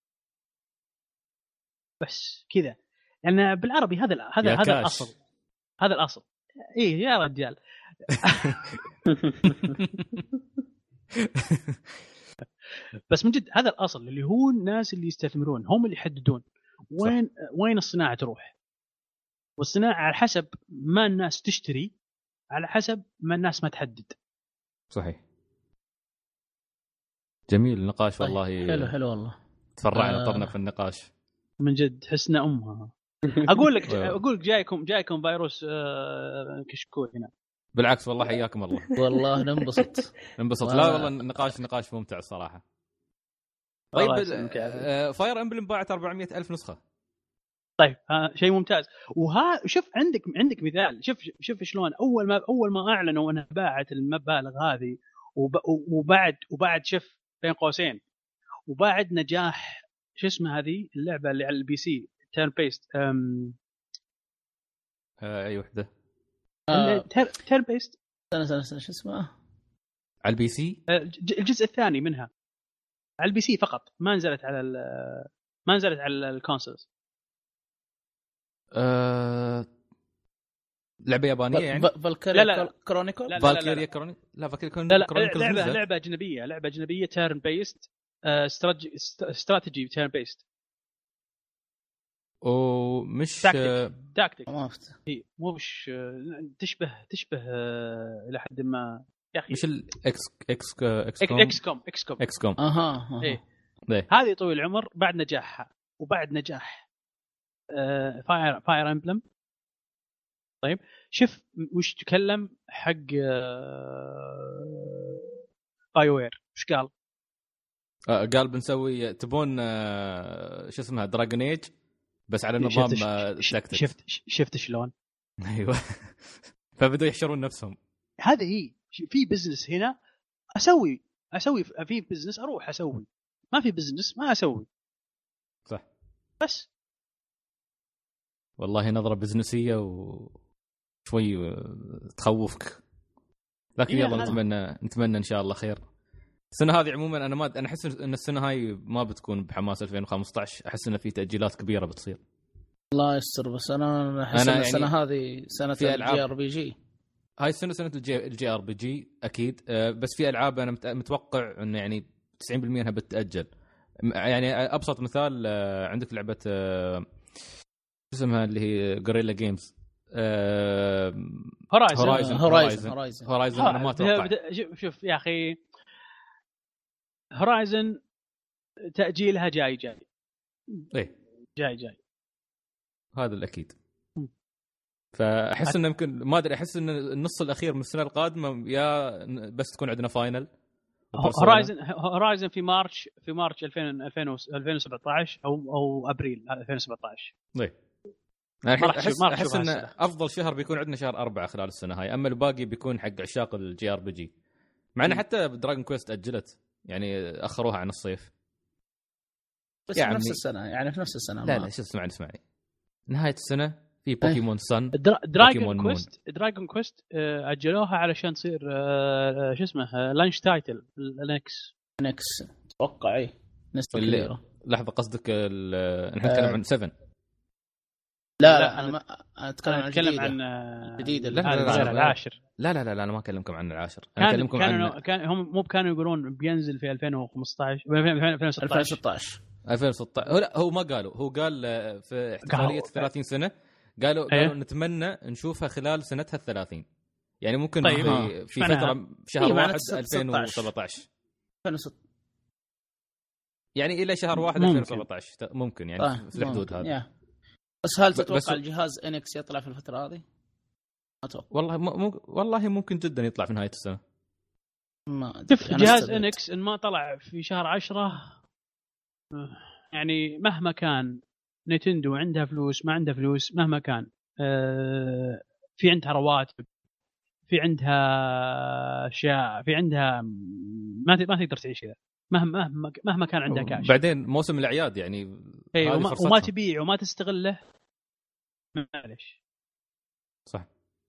بس كذا. لان يعني بالعربي هذا هذا هذا كاش. الاصل هذا الاصل. ايه يا رجال بس من جد هذا الاصل اللي هو الناس اللي يستثمرون هم اللي يحددون وين صح. وين الصناعه تروح. والصناعه على حسب ما الناس تشتري، على حسب ما الناس ما تحدد. صحيح. جميل النقاش والله. حلو حلو والله. تفرعنا طرنا آه. في النقاش من جد حسنا امها. اقول لك اقول لك جايكم جايكم فيروس كشكول هنا. بالعكس والله حياكم الله. والله ننبسط ننبسط. لا والله النقاش نقاش ممتع الصراحه. طيب فاير امبلم باعت أربعمئة ألف نسخه. طيب ها شيء ممتاز. وها شوف عندك عندك مثال. شوف شوف شلون اول ما اول ما اعلنوا انها باعت المبالغ هذه وبعد وبعد شوف بين قوسين وبعد نجاح شو اسمه هذه اللعبه اللي على البي سي تيرن بيست ام آه اي وحده آه. تيرن بيست سنه سنه سنه شو اسمه على البي سي الجزء الثاني منها على البي سي فقط ما نزلت على ما نزلت على الكونسولز. أه... لعبه يابانيه يعني فالكيريا لا لا كرونيكل فالكيريا كرونيكل لا فالكيريا لا كرونيكل لعبه لعبه اجنبيه لعبه اجنبيه تيرن بيست استراتيجي استراتيجي تيرن بيست ومش تاكتيك هي مو مش تشبه تشبه الى حد ما يا اخي مش الاكس اكس اكس كوم اكس كوم اكس كوم اكس كوم اها ايه هذه طويل العمر بعد نجاحها وبعد نجاح فاير فاير امبلم. طيب شوف وش تكلم حق باي وير وش قال آه قال بنسوي تبون آه شو اسمها دراجون ايج بس على نظام شفت شفت, شفت شلون ايوه فبدوا يحشرون نفسهم. هذا هي في بزنس هنا اسوي اسوي في بزنس اروح اسوي، ما في بزنس ما اسوي. صح بس والله نظرة بزنسية وشوي تخوفك، لكن إيه يلا نتمنى نتمنى ان شاء الله خير. السنة هذه عموما انا ما انا احس ان السنة هاي ما بتكون بحماس ألفين وخمسة عشر، احس ان في تأجيلات كبيرة بتصير. الله يستر، بس انا احس ان يعني السنة هذه سنة الجي ار بي جي. هاي السنة سنة الجي الجي ار بي جي اكيد، بس في العاب انا متوقع انه يعني تسعين بالمئة انها بتتأجل. يعني ابسط مثال عندك لعبة اسمها اللي هي غوريلا جيمز هورايزن هورايزن هورايزن انا ما اتوقع. شوف يا اخي هورايزن تأجيلها جاي جاي ايه جاي جاي هذا الاكيد. فاحس انه يمكن ما ادري، احس ان النص الاخير من السنه القادمه يا بس تكون عندنا فاينل. هورايزن هورايزن في مارش في مارش ألفين ألفين وسبعة عشر او او ابريل ألفين وسبعة عشر. طيب احس احس ان افضل شهر بيكون عندنا شهر أربعة خلال السنه هاي، اما الباقي بيكون حق عشاق الجي ار بي جي. مع ان حتى دراجون كويست اجلت، يعني اخروها عن الصيف بس يعني في نفس السنه، يعني في نفس السنه. لا لا شو اسمعني اسمعني نهايه السنه في بوكيمون سن دراجون كويست دراجون كويست اجلوها علشان تصير شو اسمه لانش تايتل الانكس انكس اتوقع. اي نسبه كبيره. لحظه قصدك نحن نتكلم عن سبعة؟ لا لا انا اتكلم عن اتكلم عن جديد العاشر. لا لا لا لا انا ما اكلمكم عن العاشر، انا اكلمكم عن كان هم مو كانوا يقولون بينزل في ألفين وخمسة عشر ألفين وستة عشر ألفين وستة عشر. هو لا هو ما قالوا، هو قال في احتفاليه ثلاثين سنة قالوا قالوا نتمنى نشوفها خلال سنتها الثلاثين، يعني ممكن طيب في, في فتره شهر واحد ألفين وسبعة عشر يعني الى شهر واحد ألفين وسبعة عشر ممكن، يعني آه. في الحدود هذه. بس هل تتوقع بس الجهاز انكس يطلع في الفتره هذه؟ ما اتوقع والله م... والله ممكن جدا يطلع في نهايه السنه. ما شوف جهاز انكس ان ما طلع في شهر عشرة يعني مهما كان نينتندو عندها فلوس ما عندها فلوس مهما كان آه في عندها رواتب، في عندها اشياء، في عندها ما ما تقدر تعيش كذا مهما مهما مهما كان عندها كاش. بعدين موسم الاعياد يعني اي وما, وما تبيع وما تستغله معلش. صح.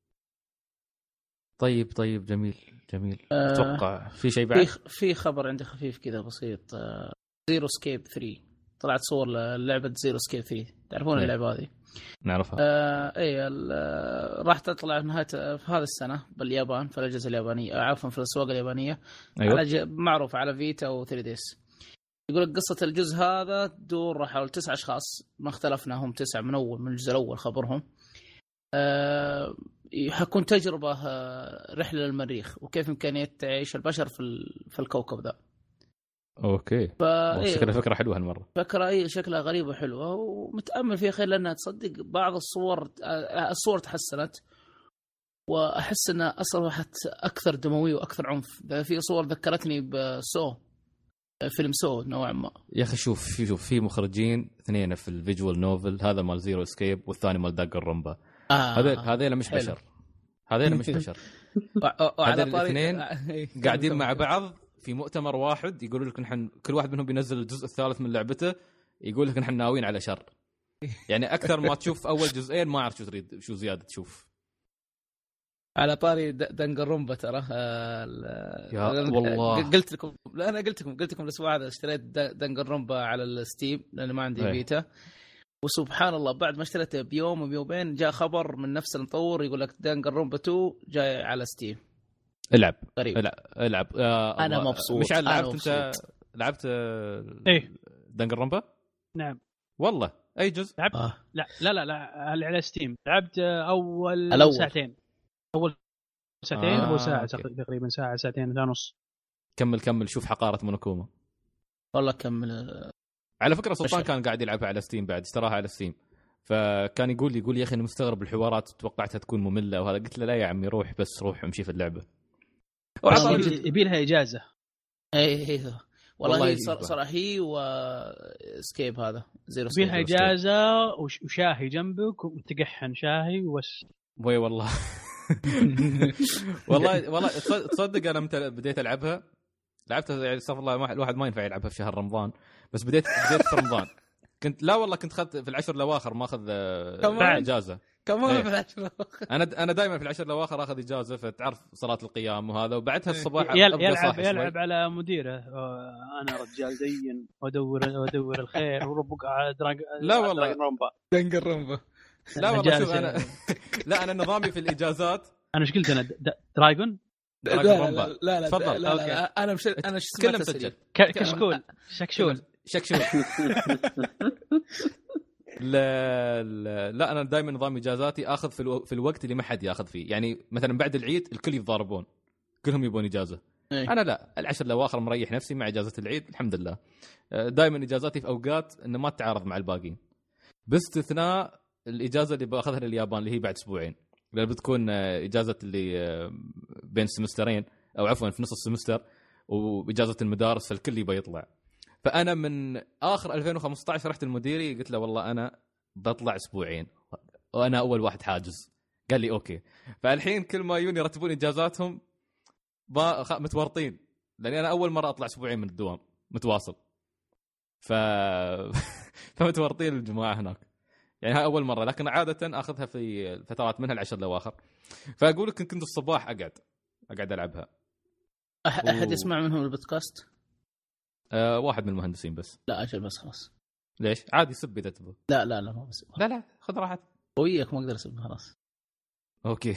طيب طيب جميل جميل. اتوقع آه في شيء بعد. في في خبر عندي خفيف كذا بسيط. آه زيرو سكيب ثري طلعت صور للعبه زيرو سكيب ثري، تعرفون أيه. اللعبه هذه نعرفها. آه اي راح تطلع في نهايه في هذه السنه باليابان في الاجهزه اليابانيه، عفوا في الاسواق اليابانيه. أيوة. على معروف على فيتا و ثري دي اس. يقول لك قصه الجزء هذا تدور حول تسع اشخاص، ما اختلفنا هم تسع من اول من الجزء الاول خبرهم. أه حكون تجربه رحله للمريخ وكيف امكانيه تعيش البشر في في الكوكب ذا. اوكي ف... شكلها فكره حلوه هالمره. فكره اي شكلها غريبه حلوه ومتامل فيها خير، لانها تصدق بعض الصور الصور تحسنت، واحس انها اصبحت اكثر دمويه واكثر عنف. في صور ذكرتني بسو فيلم سو نوعا ما. يا اخي شوف في شوف في مخرجين اثنين في الفيجوال نوفل، هذا مال زيرو اسكيب والثاني مال داق الرمبا. هذول آه هذول مش حلو. بشر هذول مش بشر هذول الاثنين قاعدين مع بعض في مؤتمر واحد يقولوا لك نحن كل واحد منهم بينزل الجزء الثالث من لعبته، يقول لك نحن ناويين على شر. يعني اكثر ما تشوف اول جزئين ما اعرف شو تريد شو زياده تشوف. على طاري دنجرومبا ترى يا والله قلت لكم لا انا قلت لكم قلت لكم الاسبوع هذا اشتريت دنجرومبا على الستيم لان ما عندي بيتا، وسبحان الله بعد ما اشتريته بيوم وبيومين جاء خبر من نفس المطور يقول لك دنجرومبا تو جاي على ستيم. العب غريب. العب العب آه انا مبسوط. مش لعبت انت لعبت ايه دنجرومبا؟ نعم والله اي جزء لعبت آه. لا لا لا لا على ستيم لعبت اول الأول. ساعتين اول ساعتين آه. اول ساعه تقريبا ساعه ساعتين ونص. كمل كمل شوف حقاره مونوكوما. والله كمل. على فكره سلطان كان قاعد يلعبها على ستيم بعد اشتراها على ستيم، فكان يقول لي يقول يا اخي انا مستغرب الحوارات توقعتها تكون ممله وهذا. قلت له لا يا عمي روح بس روح امشي في اللعبه. يبي لها اجازه. اي اي والله, والله صراحه هي وسكيب هذا زيرو سكيب فيها اجازه وشاهي جنبك وتقحن شاهي وبس. وي والله والله والله تصدق انا متى بديت العبها لعبتها يعني استغفر الله الواحد ما ينفع يلعبها في شهر رمضان بس بديت بديت في رمضان كنت لا والله كنت اخذت في العشر الاواخر ماخذ اجازه كمان ايه. في العشر الاواخر انا انا دائما في العشر الاواخر اخذ اجازه فتعرف صلاه القيام وهذا وبعدها الصباح يلعب يلعب, يلعب على مديره انا رجال زين وادور وادور الخير وربك دراج لا والله رمبا دنجر رمبا لا والله شوف انا لا انا نظامي في الاجازات انا ايش قلت انا دراجون لا لا لا, لا, تفضل لا, لا انا مش انا ايش كلام مسجل كشكول شكشول شكشول لا لا لا انا دائما نظام اجازاتي اخذ في, الو... في الوقت اللي ما حد ياخذ فيه يعني مثلا بعد العيد الكل يتضاربون كلهم يبون اجازه أي. انا لا العشر الاواخر مريح نفسي مع اجازه العيد الحمد لله دائما اجازاتي في اوقات انه ما تتعارض مع الباقيين باستثناء الاجازه اللي باخذها لليابان اللي هي بعد اسبوعين لأن بتكون اجازه اللي بين السمسترين او عفوا في نص السمستر واجازه المدارس فالكل يبغى يطلع. فانا من اخر ألفين وخمسة عشر رحت المديري قلت له والله انا بطلع اسبوعين وانا اول واحد حاجز قال لي اوكي. فالحين كل ما يجون يرتبون اجازاتهم متورطين لاني انا اول مره اطلع اسبوعين من الدوام متواصل ف فمتورطين الجماعه هناك يعني هاي اول مره لكن عاده اخذها في الفترات منها العشر الاواخر. فاقول لك كنت الصباح اقعد اقعد العبها. احد و... يسمع منهم البودكاست؟ أه واحد من المهندسين بس. لا اجل بس خلاص. ليش عادي سب اذا تبغى. لا لا لا ما بس لا لا خذ راحتك وياك ما اقدر اسب خلاص اوكي.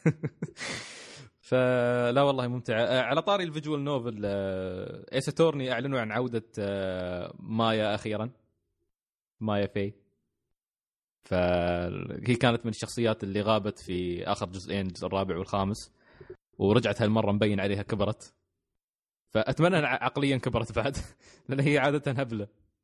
فلا والله ممتع. على طاري الفيجوال نوفل ايس اتورني اعلنوا عن عوده مايا اخيرا مايا في فهي كانت من الشخصيات اللي غابت في اخر جزئين الجزء الرابع والخامس ورجعت هالمره مبين عليها كبرت فاتمنى عقليا كبرت بعد لان هي عاده هبله.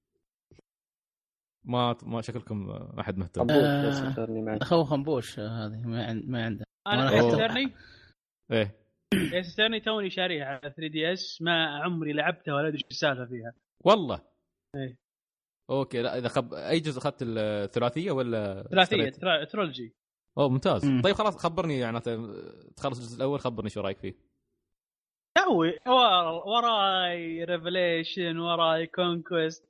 ما ما شكلكم ما حد مهتم. اخو خنبوش هذه ما عند ما عنده. انا حسرني ايه حسرني توني شاريها على ثري دي اس ما عمري لعبتها ولا ادري ايش السالفه فيها والله. ايه اوكي لا اذا خب... اي جزء اخذت الثلاثيه ولا ثلاثيه ترا... ترولوجي. اوه ممتاز. مم. طيب خلاص خبرني يعني تخلص الجزء الاول خبرني شو رايك فيه. توي وراي ريفليشن وراي كونكويست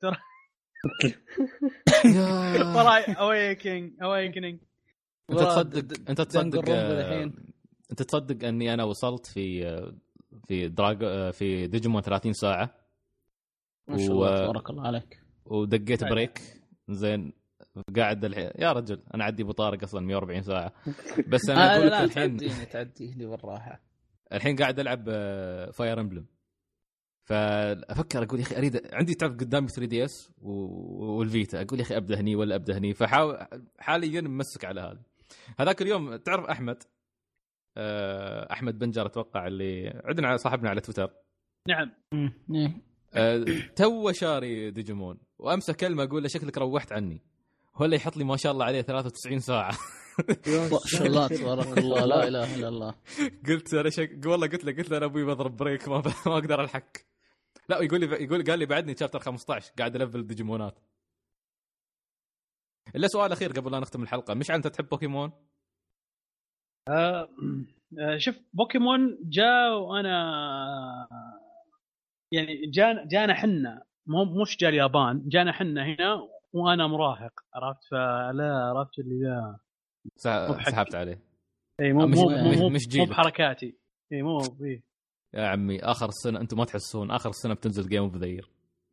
وراي اويكينج اويكينج. انت تصدق انت تصدق انت تصدق اني انا وصلت في في دراج في ديجيمون ثلاثين ساعه ما شاء الله تبارك الله عليك ودقيت بريك زين قاعد الحين يا رجل انا عدي بطارق اصلا مية وأربعين ساعه بس انا اقول لك الحين تعديني تعدي لي بالراحه. الحين قاعد العب فاير امبلم فافكر اقول يا اخي اريد عندي تعرف قدامي ثري دي اس والفيتا اقول يا اخي ابدا هني ولا ابدا هني فحاول حاليا ممسك على هذا. هذاك اليوم تعرف احمد احمد بنجر اتوقع اللي عندنا صاحبنا على تويتر. نعم أه تو شاري ديجيمون وامس كلمه اقول له شكلك روحت عني ولا يحط لي ما شاء الله عليه ثلاثة وتسعين ساعه. ما شاء الله تبارك الله لا اله الا الله. قلت انا شك... والله قلت له قلت له انا ابوي بضرب بريك ما, ب... ما اقدر الحق. لا يقول لي يقول قال لي بعدني شابتر خمسة عشر قاعد الفل الديجيمونات. الا سؤال اخير قبل لا نختم الحلقه مش انت تحب بوكيمون؟ أه... شوف بوكيمون جاء وانا يعني جانا جانا حنا مو مش جاء اليابان جانا حنا هنا وانا مراهق عرفت فلا عرفت اللي لا سحبت عليه. اي مو مو مو مش مو بحركاتي اي مو بيه. يا عمي اخر السنه انتم ما تحسون اخر السنه بتنزل جيم اوف ذا يير.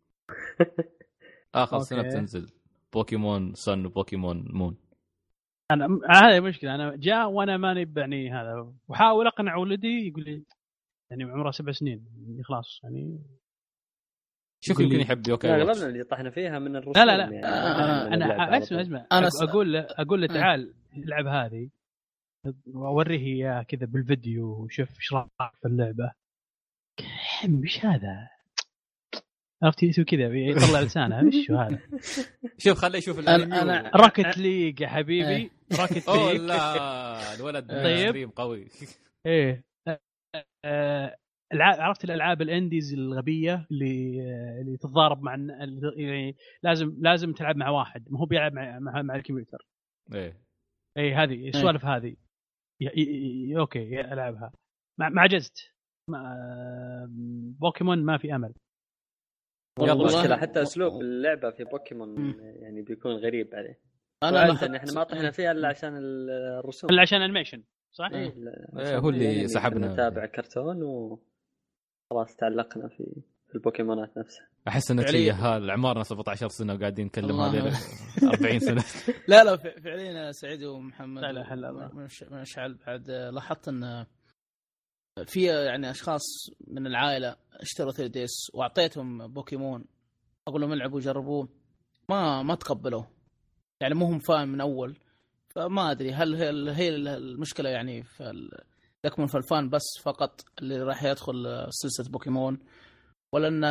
اخر السنه بتنزل بوكيمون سن وبوكيمون مون. انا هذه مشكله انا جاء وانا ما نبعني هذا وحاول اقنع ولدي يقول لي يعني عمره سبع سنين خلاص يعني شوف يمكن يحب يوكاي. لا اغلبنا اللي طحنا فيها من الرسوم. لا لا لا يعني آه انا اسمع اسمع انا اقول له اقول له تعال العب هذه واوريه اياه كذا بالفيديو وشوف ايش رايك في اللعبه. حم ايش هذا عرفت يسوي كذا يطلع لسانه ايش هذا. شوف خليه يشوف الانمي. انا راكت ليج يا حبيبي راكت ليج. ليج لا الولد طيب قوي. ايه العاب عرفت الالعاب الانديز الغبيه اللي اللي تتضارب مع يعني لازم لازم تلعب مع واحد ما هو بيلعب مع مع, مع الكمبيوتر. ايه ايه هذه السوالف هذه ي... ي... اوكي العبها ما ما عجزت ما... بوكيمون ما في امل والله. حتى اسلوب اللعبه في بوكيمون يعني بيكون غريب عليه. انا لاحظت احنا ما طحنا فيها الا عشان الرسوم الا عشان انيميشن صح. إيه إيه هو اللي يعني سحبنا نتابع كرتون وخلاص تعلقنا في البوكيمونات نفسها. احس ان فعليا العمارنا سبعة عشر سنه وقاعدين نتكلم هذه أربعين سنه. لا لا فعليا سعيد ومحمد لا لا لا مشعل بعد لاحظت ان في يعني اشخاص من العائله اشتروا ثري دي اس واعطيتهم بوكيمون اقول لهم العبوا جربوه ما ما تقبلوا يعني مو هم فاهم من اول. فما ادري هل هي المشكله يعني في يكمن في الفان بس فقط اللي راح يدخل سلسله بوكيمون ولا ان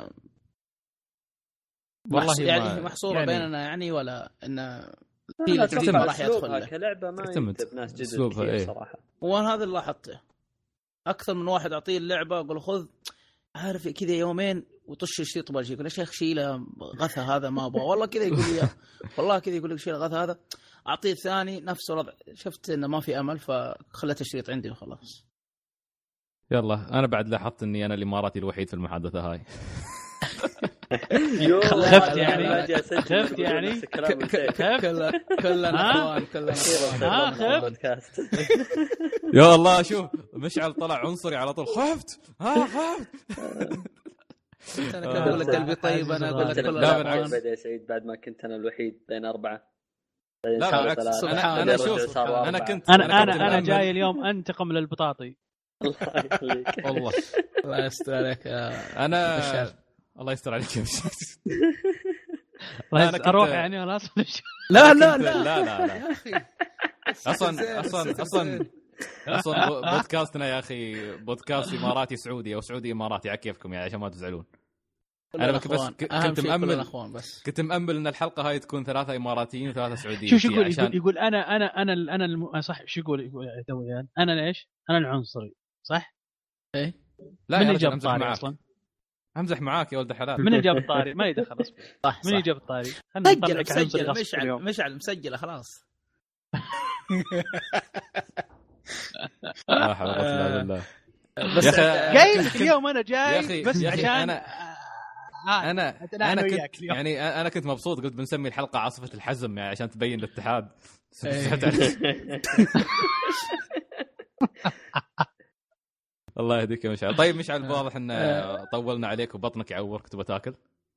والله يعني محصوره يعني بيننا يعني ولا ان في الجديد ما راح يدخل كلعبه ما ينتب ناس جدد كثير ايه. صراحه وهذا اللي لاحظته اكثر من واحد اعطيه اللعبه اقول خذ عارف كذا يومين وطش الشريط باجي يقول يا شيخ شيله غثى هذا ما ابغى والله كذا يقول لي والله كذا يقول لك شيله غثى هذا اعطيه الثاني نفس الوضع شفت انه ما في امل فخليت الشريط عندي وخلاص. يلا انا بعد لاحظت اني انا الاماراتي الوحيد في المحادثه هاي. خفت يعني خفت يعني كلنا كلنا اخوان كلنا ها خفت يا الله شوف مشعل طلع عنصري على طول خفت ها خفت. انا اقول لك قلبي طيب انا اقول لك لا بالعكس يا سعيد بعد ما كنت انا الوحيد بين اربعه. لا بالعكس انا انا شوف انا كنت انا انا انا جاي اليوم انتقم للبطاطي. الله يخليك والله الله يستر عليك انا الله يستر عليك يا انا اروح يعني ولا اصلا لا لا لا لا لا يا اخي اصلا اصلا اصلا اصلا بودكاستنا يا اخي بودكاست اماراتي سعودي او سعودي اماراتي على كيفكم يعني عشان ما تزعلون. انا بس كنت مأمل بس كنت مأمل ان الحلقه هاي تكون ثلاثه اماراتيين وثلاثه سعوديين. شو شو يقول عشان... يقول انا انا انا انا الم... صح شو يقول يقول يعني انا ليش انا العنصري صح ايه لا من جاب طاري اصلا امزح معاك يا ولد حلال. من جاب طاري ما يدخل اصلا صح من جاب طاري خلينا نطلعك عنصري مشعل مشعل مسجله خلاص. لا حول ولا بالله بس يا اخي جاي اليوم انا جاي بس يا عشان انا انا انا كنت يعني انا كنت مبسوط قلت بنسمي الحلقه عاصفه الحزم يعني عشان تبين الاتحاد. الله يهديك يا مشعل. طيب مشعل واضح ان طولنا عليك وبطنك يعور كنت بتاكل.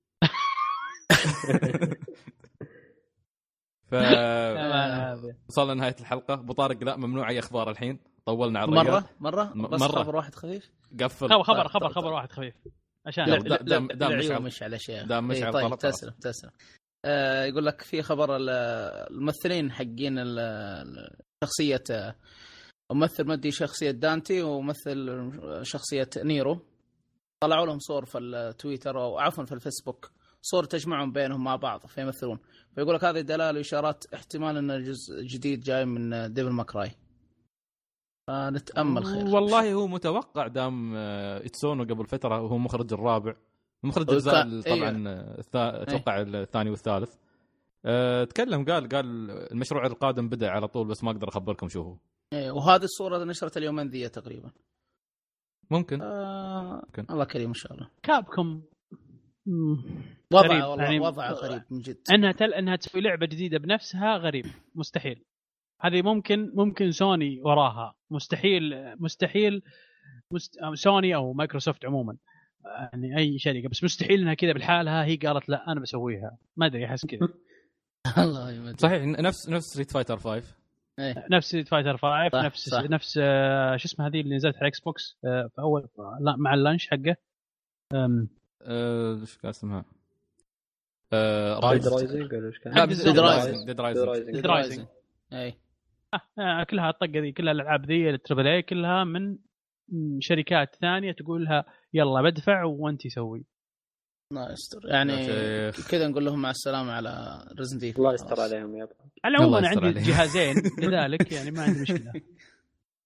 ف وصلنا لنهايه الحلقه. ابو طارق لا ممنوع اي اخبار الحين طولنا على الرجال مره مره بس مرة. خبر واحد خفيف قفل خبر خبر خبر, خبر واحد خفيف عشان دام دام مشعل مش على اشياء دام مشعل طيب تسلم تسلم. آه يقول لك في خبر الممثلين حقين الشخصيه ممثل مدي شخصيه دانتي وممثل شخصيه نيرو طلعوا لهم صور في التويتر او عفوا في الفيسبوك صور تجمعهم بينهم مع بعض فيمثلون فيقول لك هذه دلاله واشارات احتمال ان الجزء جديد جاي من ديفل ماكراي فنتامل خير. والله هو متوقع دام اتسونو قبل فتره وهو مخرج الرابع مخرج الجزء طبعا اتوقع الثاني والثالث. أه تكلم قال قال المشروع القادم بدا على طول بس ما اقدر اخبركم شو هو. ايه وهذه الصوره نشرت اليومين ذي تقريبا ممكن. آه... ممكن الله كريم ان شاء الله. كابكم وضع والله يعني وضع غريب من جد انها تل انها تسوي لعبه جديده بنفسها غريب مستحيل. هذه ممكن ممكن سوني وراها مستحيل مستحيل مست... سوني او مايكروسوفت عموما يعني اي شركه بس مستحيل انها كذا بالحالها هي قالت لا انا بسويها ما ادري احس كذا. الله يمدي صحيح نفس نفس ستريت فايتر خمسة ايه نفس ستريت فايتر خمسة صح نفس صح. نفس آه شو اسمها هذه اللي نزلت على اكس بوكس آه في اول لا مع اللانش حقه امم ايش كان اسمها آه رايزنج ولا ايش كان لا ديد رايزنج ديد رايزنج ديد رايزنج اي آه كلها الطقه ذي كلها الالعاب ذي التربل اي كلها من شركات ثانيه تقول لها يلا بدفع وانت سوي. الله يستر يعني كذا نقول لهم مع السلامه على ريزنت ايفل. الله يستر عليهم يا ابو. على العموم انا عندي جهازين لذلك يعني ما عندي مشكله.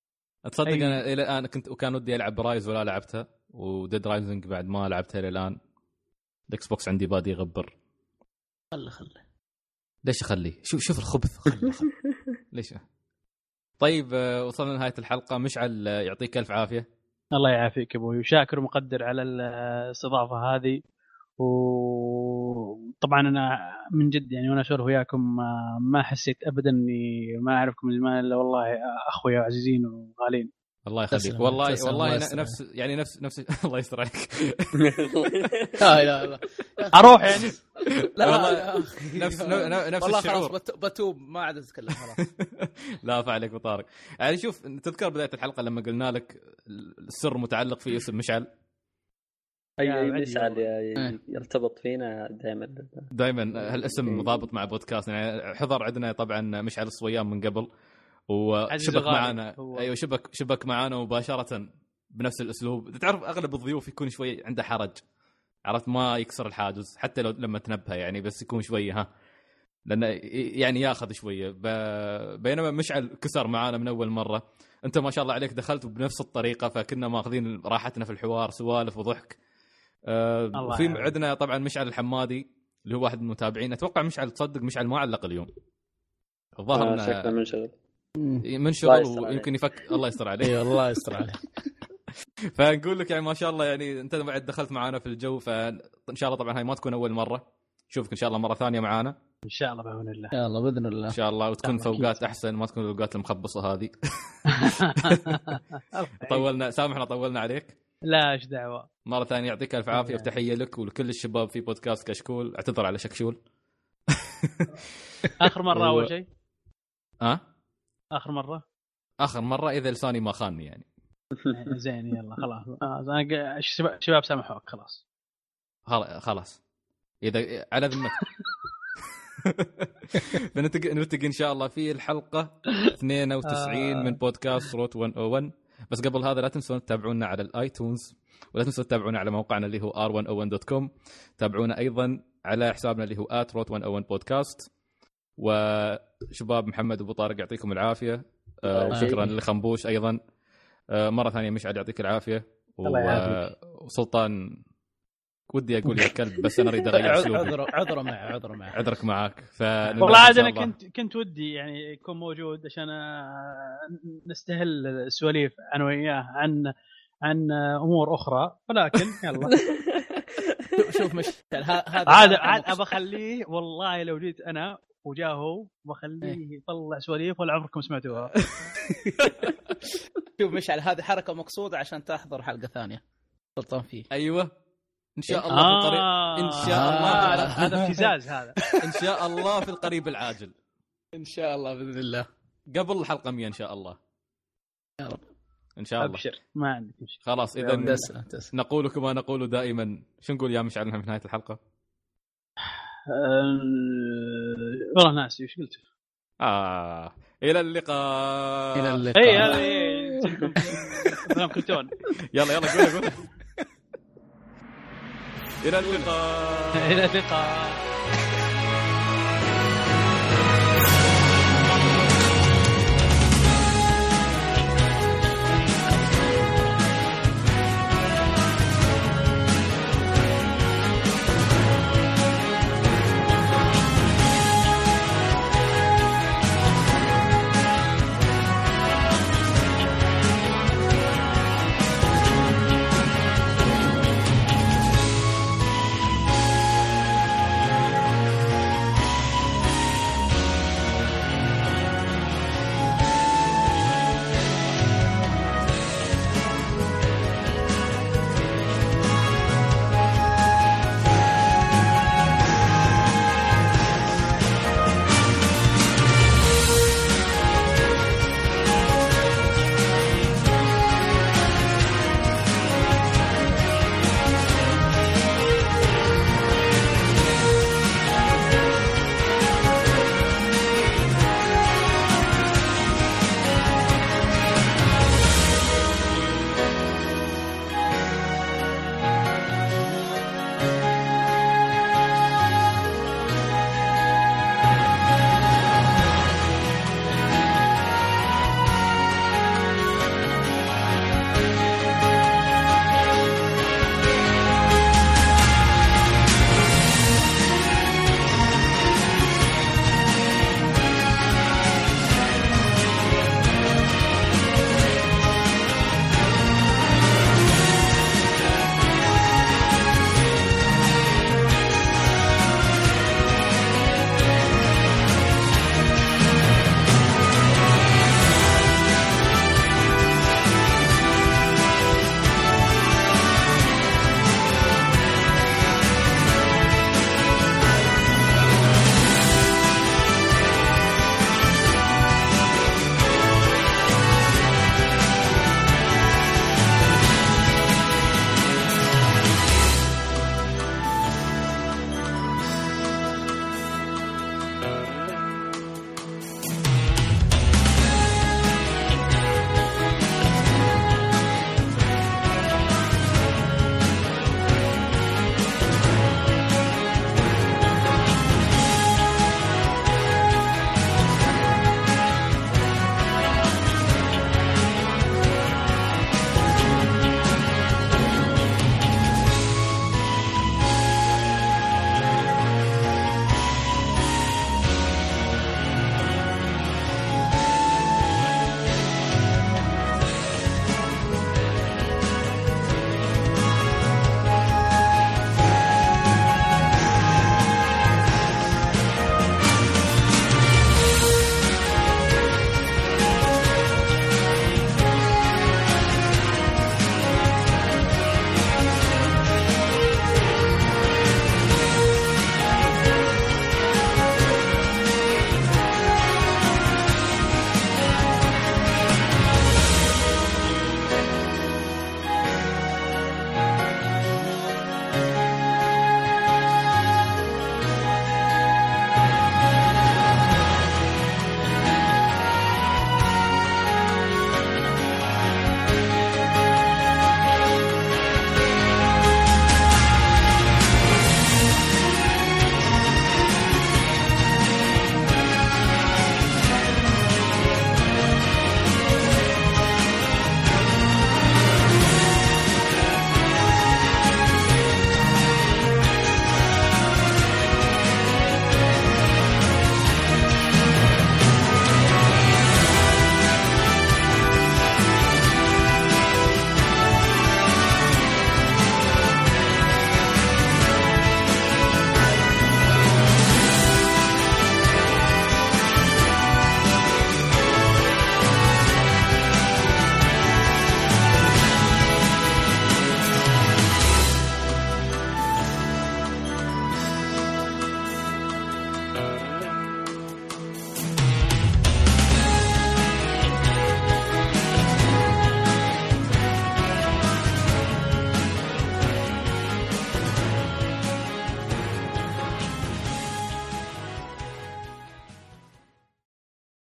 تصدق أي... انا الى الان كنت وكان ودي العب برايز ولا لعبتها، وديد رايزنج بعد ما لعبتها الى الان. الاكس بوكس عندي بادي يغبر. خله خله ليش اخليه؟ شوف شوف الخبث خله خله. ليش؟ طيب وصلنا لنهايه الحلقه. مشعل يعطيك الف عافيه. الله يعافيك ابوي، وشاكر ومقدر على الاستضافه هذه. وطبعا انا من جد يعني وانا اسولف وياكم ما حسيت ابدا اني ما اعرفكم من زمان، الا والله اخويا عزيزين وغالين. الله يخليك والله والله نفس يعني نفس نفس الله يستر عليك. لا لا لا اروح يعني لا والله نفس نفس والله الشعور. خلاص بتوب ما عاد اتكلم خلاص. لا فعليك وطارق. يعني شوف تذكر بدايه الحلقه لما قلنا لك السر متعلق في اسم مشعل. اي مشعل يرتبط فينا دائما دائما هالاسم ضابط مع بودكاست. يعني حضر عندنا طبعا مشعل الصويان من قبل وشبك معنا. ايوه شبك شبك معنا مباشره بنفس الاسلوب. تعرف اغلب الضيوف يكون شوي عنده حرج، عرفت ما يكسر الحاجز حتى لو لما تنبه يعني، بس يكون شويه ها لانه يعني ياخذ شويه ب... بينما مشعل كسر معنا من اول مره. انت ما شاء الله عليك دخلت بنفس الطريقه، فكنا ماخذين راحتنا في الحوار سوالف وضحك. أه وفي عندنا طبعا مشعل الحمادي اللي هو واحد من المتابعين. اتوقع مشعل تصدق مشعل ما علق اليوم الظاهر آه شكله منشغل من شغل ويمكن يفك. الله يستر عليه. اي الله يستر عليه. فنقول لك يعني ما شاء الله يعني انت بعد دخلت معنا في الجو، فان شاء الله طبعا هاي ما تكون اول مره، نشوفك ان شاء الله مره ثانيه معنا ان شاء الله باذن الله. يا الله باذن الله ان شاء الله، وتكون في اوقات احسن ما تكون الاوقات المخبصه هذه. طولنا سامحنا طولنا عليك. لا ايش دعوه. مره ثانيه يعطيك الف عافيه وتحيه لك ولكل الشباب في بودكاست كشكول. اعتذر على شكشول. اخر مره اول شيء ها اخر مره اخر مره اذا لساني ما خانني يعني. زين يلا خلاص. انا الشباب سامحوك خلاص خلاص اذا على ذمتك. بنتقي نتقي ان شاء الله في الحلقه اثنين وتسعين من بودكاست روت مية وواحد. بس قبل هذا لا تنسون تتابعونا على الايتونز، ولا تنسون تتابعونا على موقعنا اللي هو آر مية وواحد دوت كوم. تابعونا ايضا على حسابنا اللي هو آت روت مية وواحد بودكاست. وشباب محمد وابو طارق يعطيكم العافيه. آه وشكرا لخنبوش ايضا. آه مره ثانيه مشعل يعطيك العافيه. وسلطان ودي اقول يا كلب بس انا اريد اغير اسلوبي. عذره عذره معه عذره معه عذرك معك. والله عاد انا كنت كنت ودي يعني يكون موجود عشان نستهل السواليف انا وياه عن عن امور اخرى، ولكن يلا. شوف مش هذا عاد عاد ابى اخليه والله لو جيت انا وجاهه بخليه يطلع سواليف ولا عمركم سمعتوها. شوف مشعل هذه حركه مقصوده عشان تحضر حلقه ثانيه سلطان فيه. ايوه ان شاء الله في القريب ان شاء الله. هذا ابتزاز هذا. ان شاء الله في القريب العاجل ان شاء الله باذن الله قبل الحلقه مية ان شاء الله يا رب ان شاء الله. ابشر ما عندك مشكله. خلاص اذا نقول كما نقول دائما. شو نقول يا مشعل في نهايه الحلقه؟ والله ناسي ايش قلت. اه الى اللقاء. الى اللقاء. اي هذا فيلم كرتون. يلا يلا قول قول. الى اللقاء. الى اللقاء.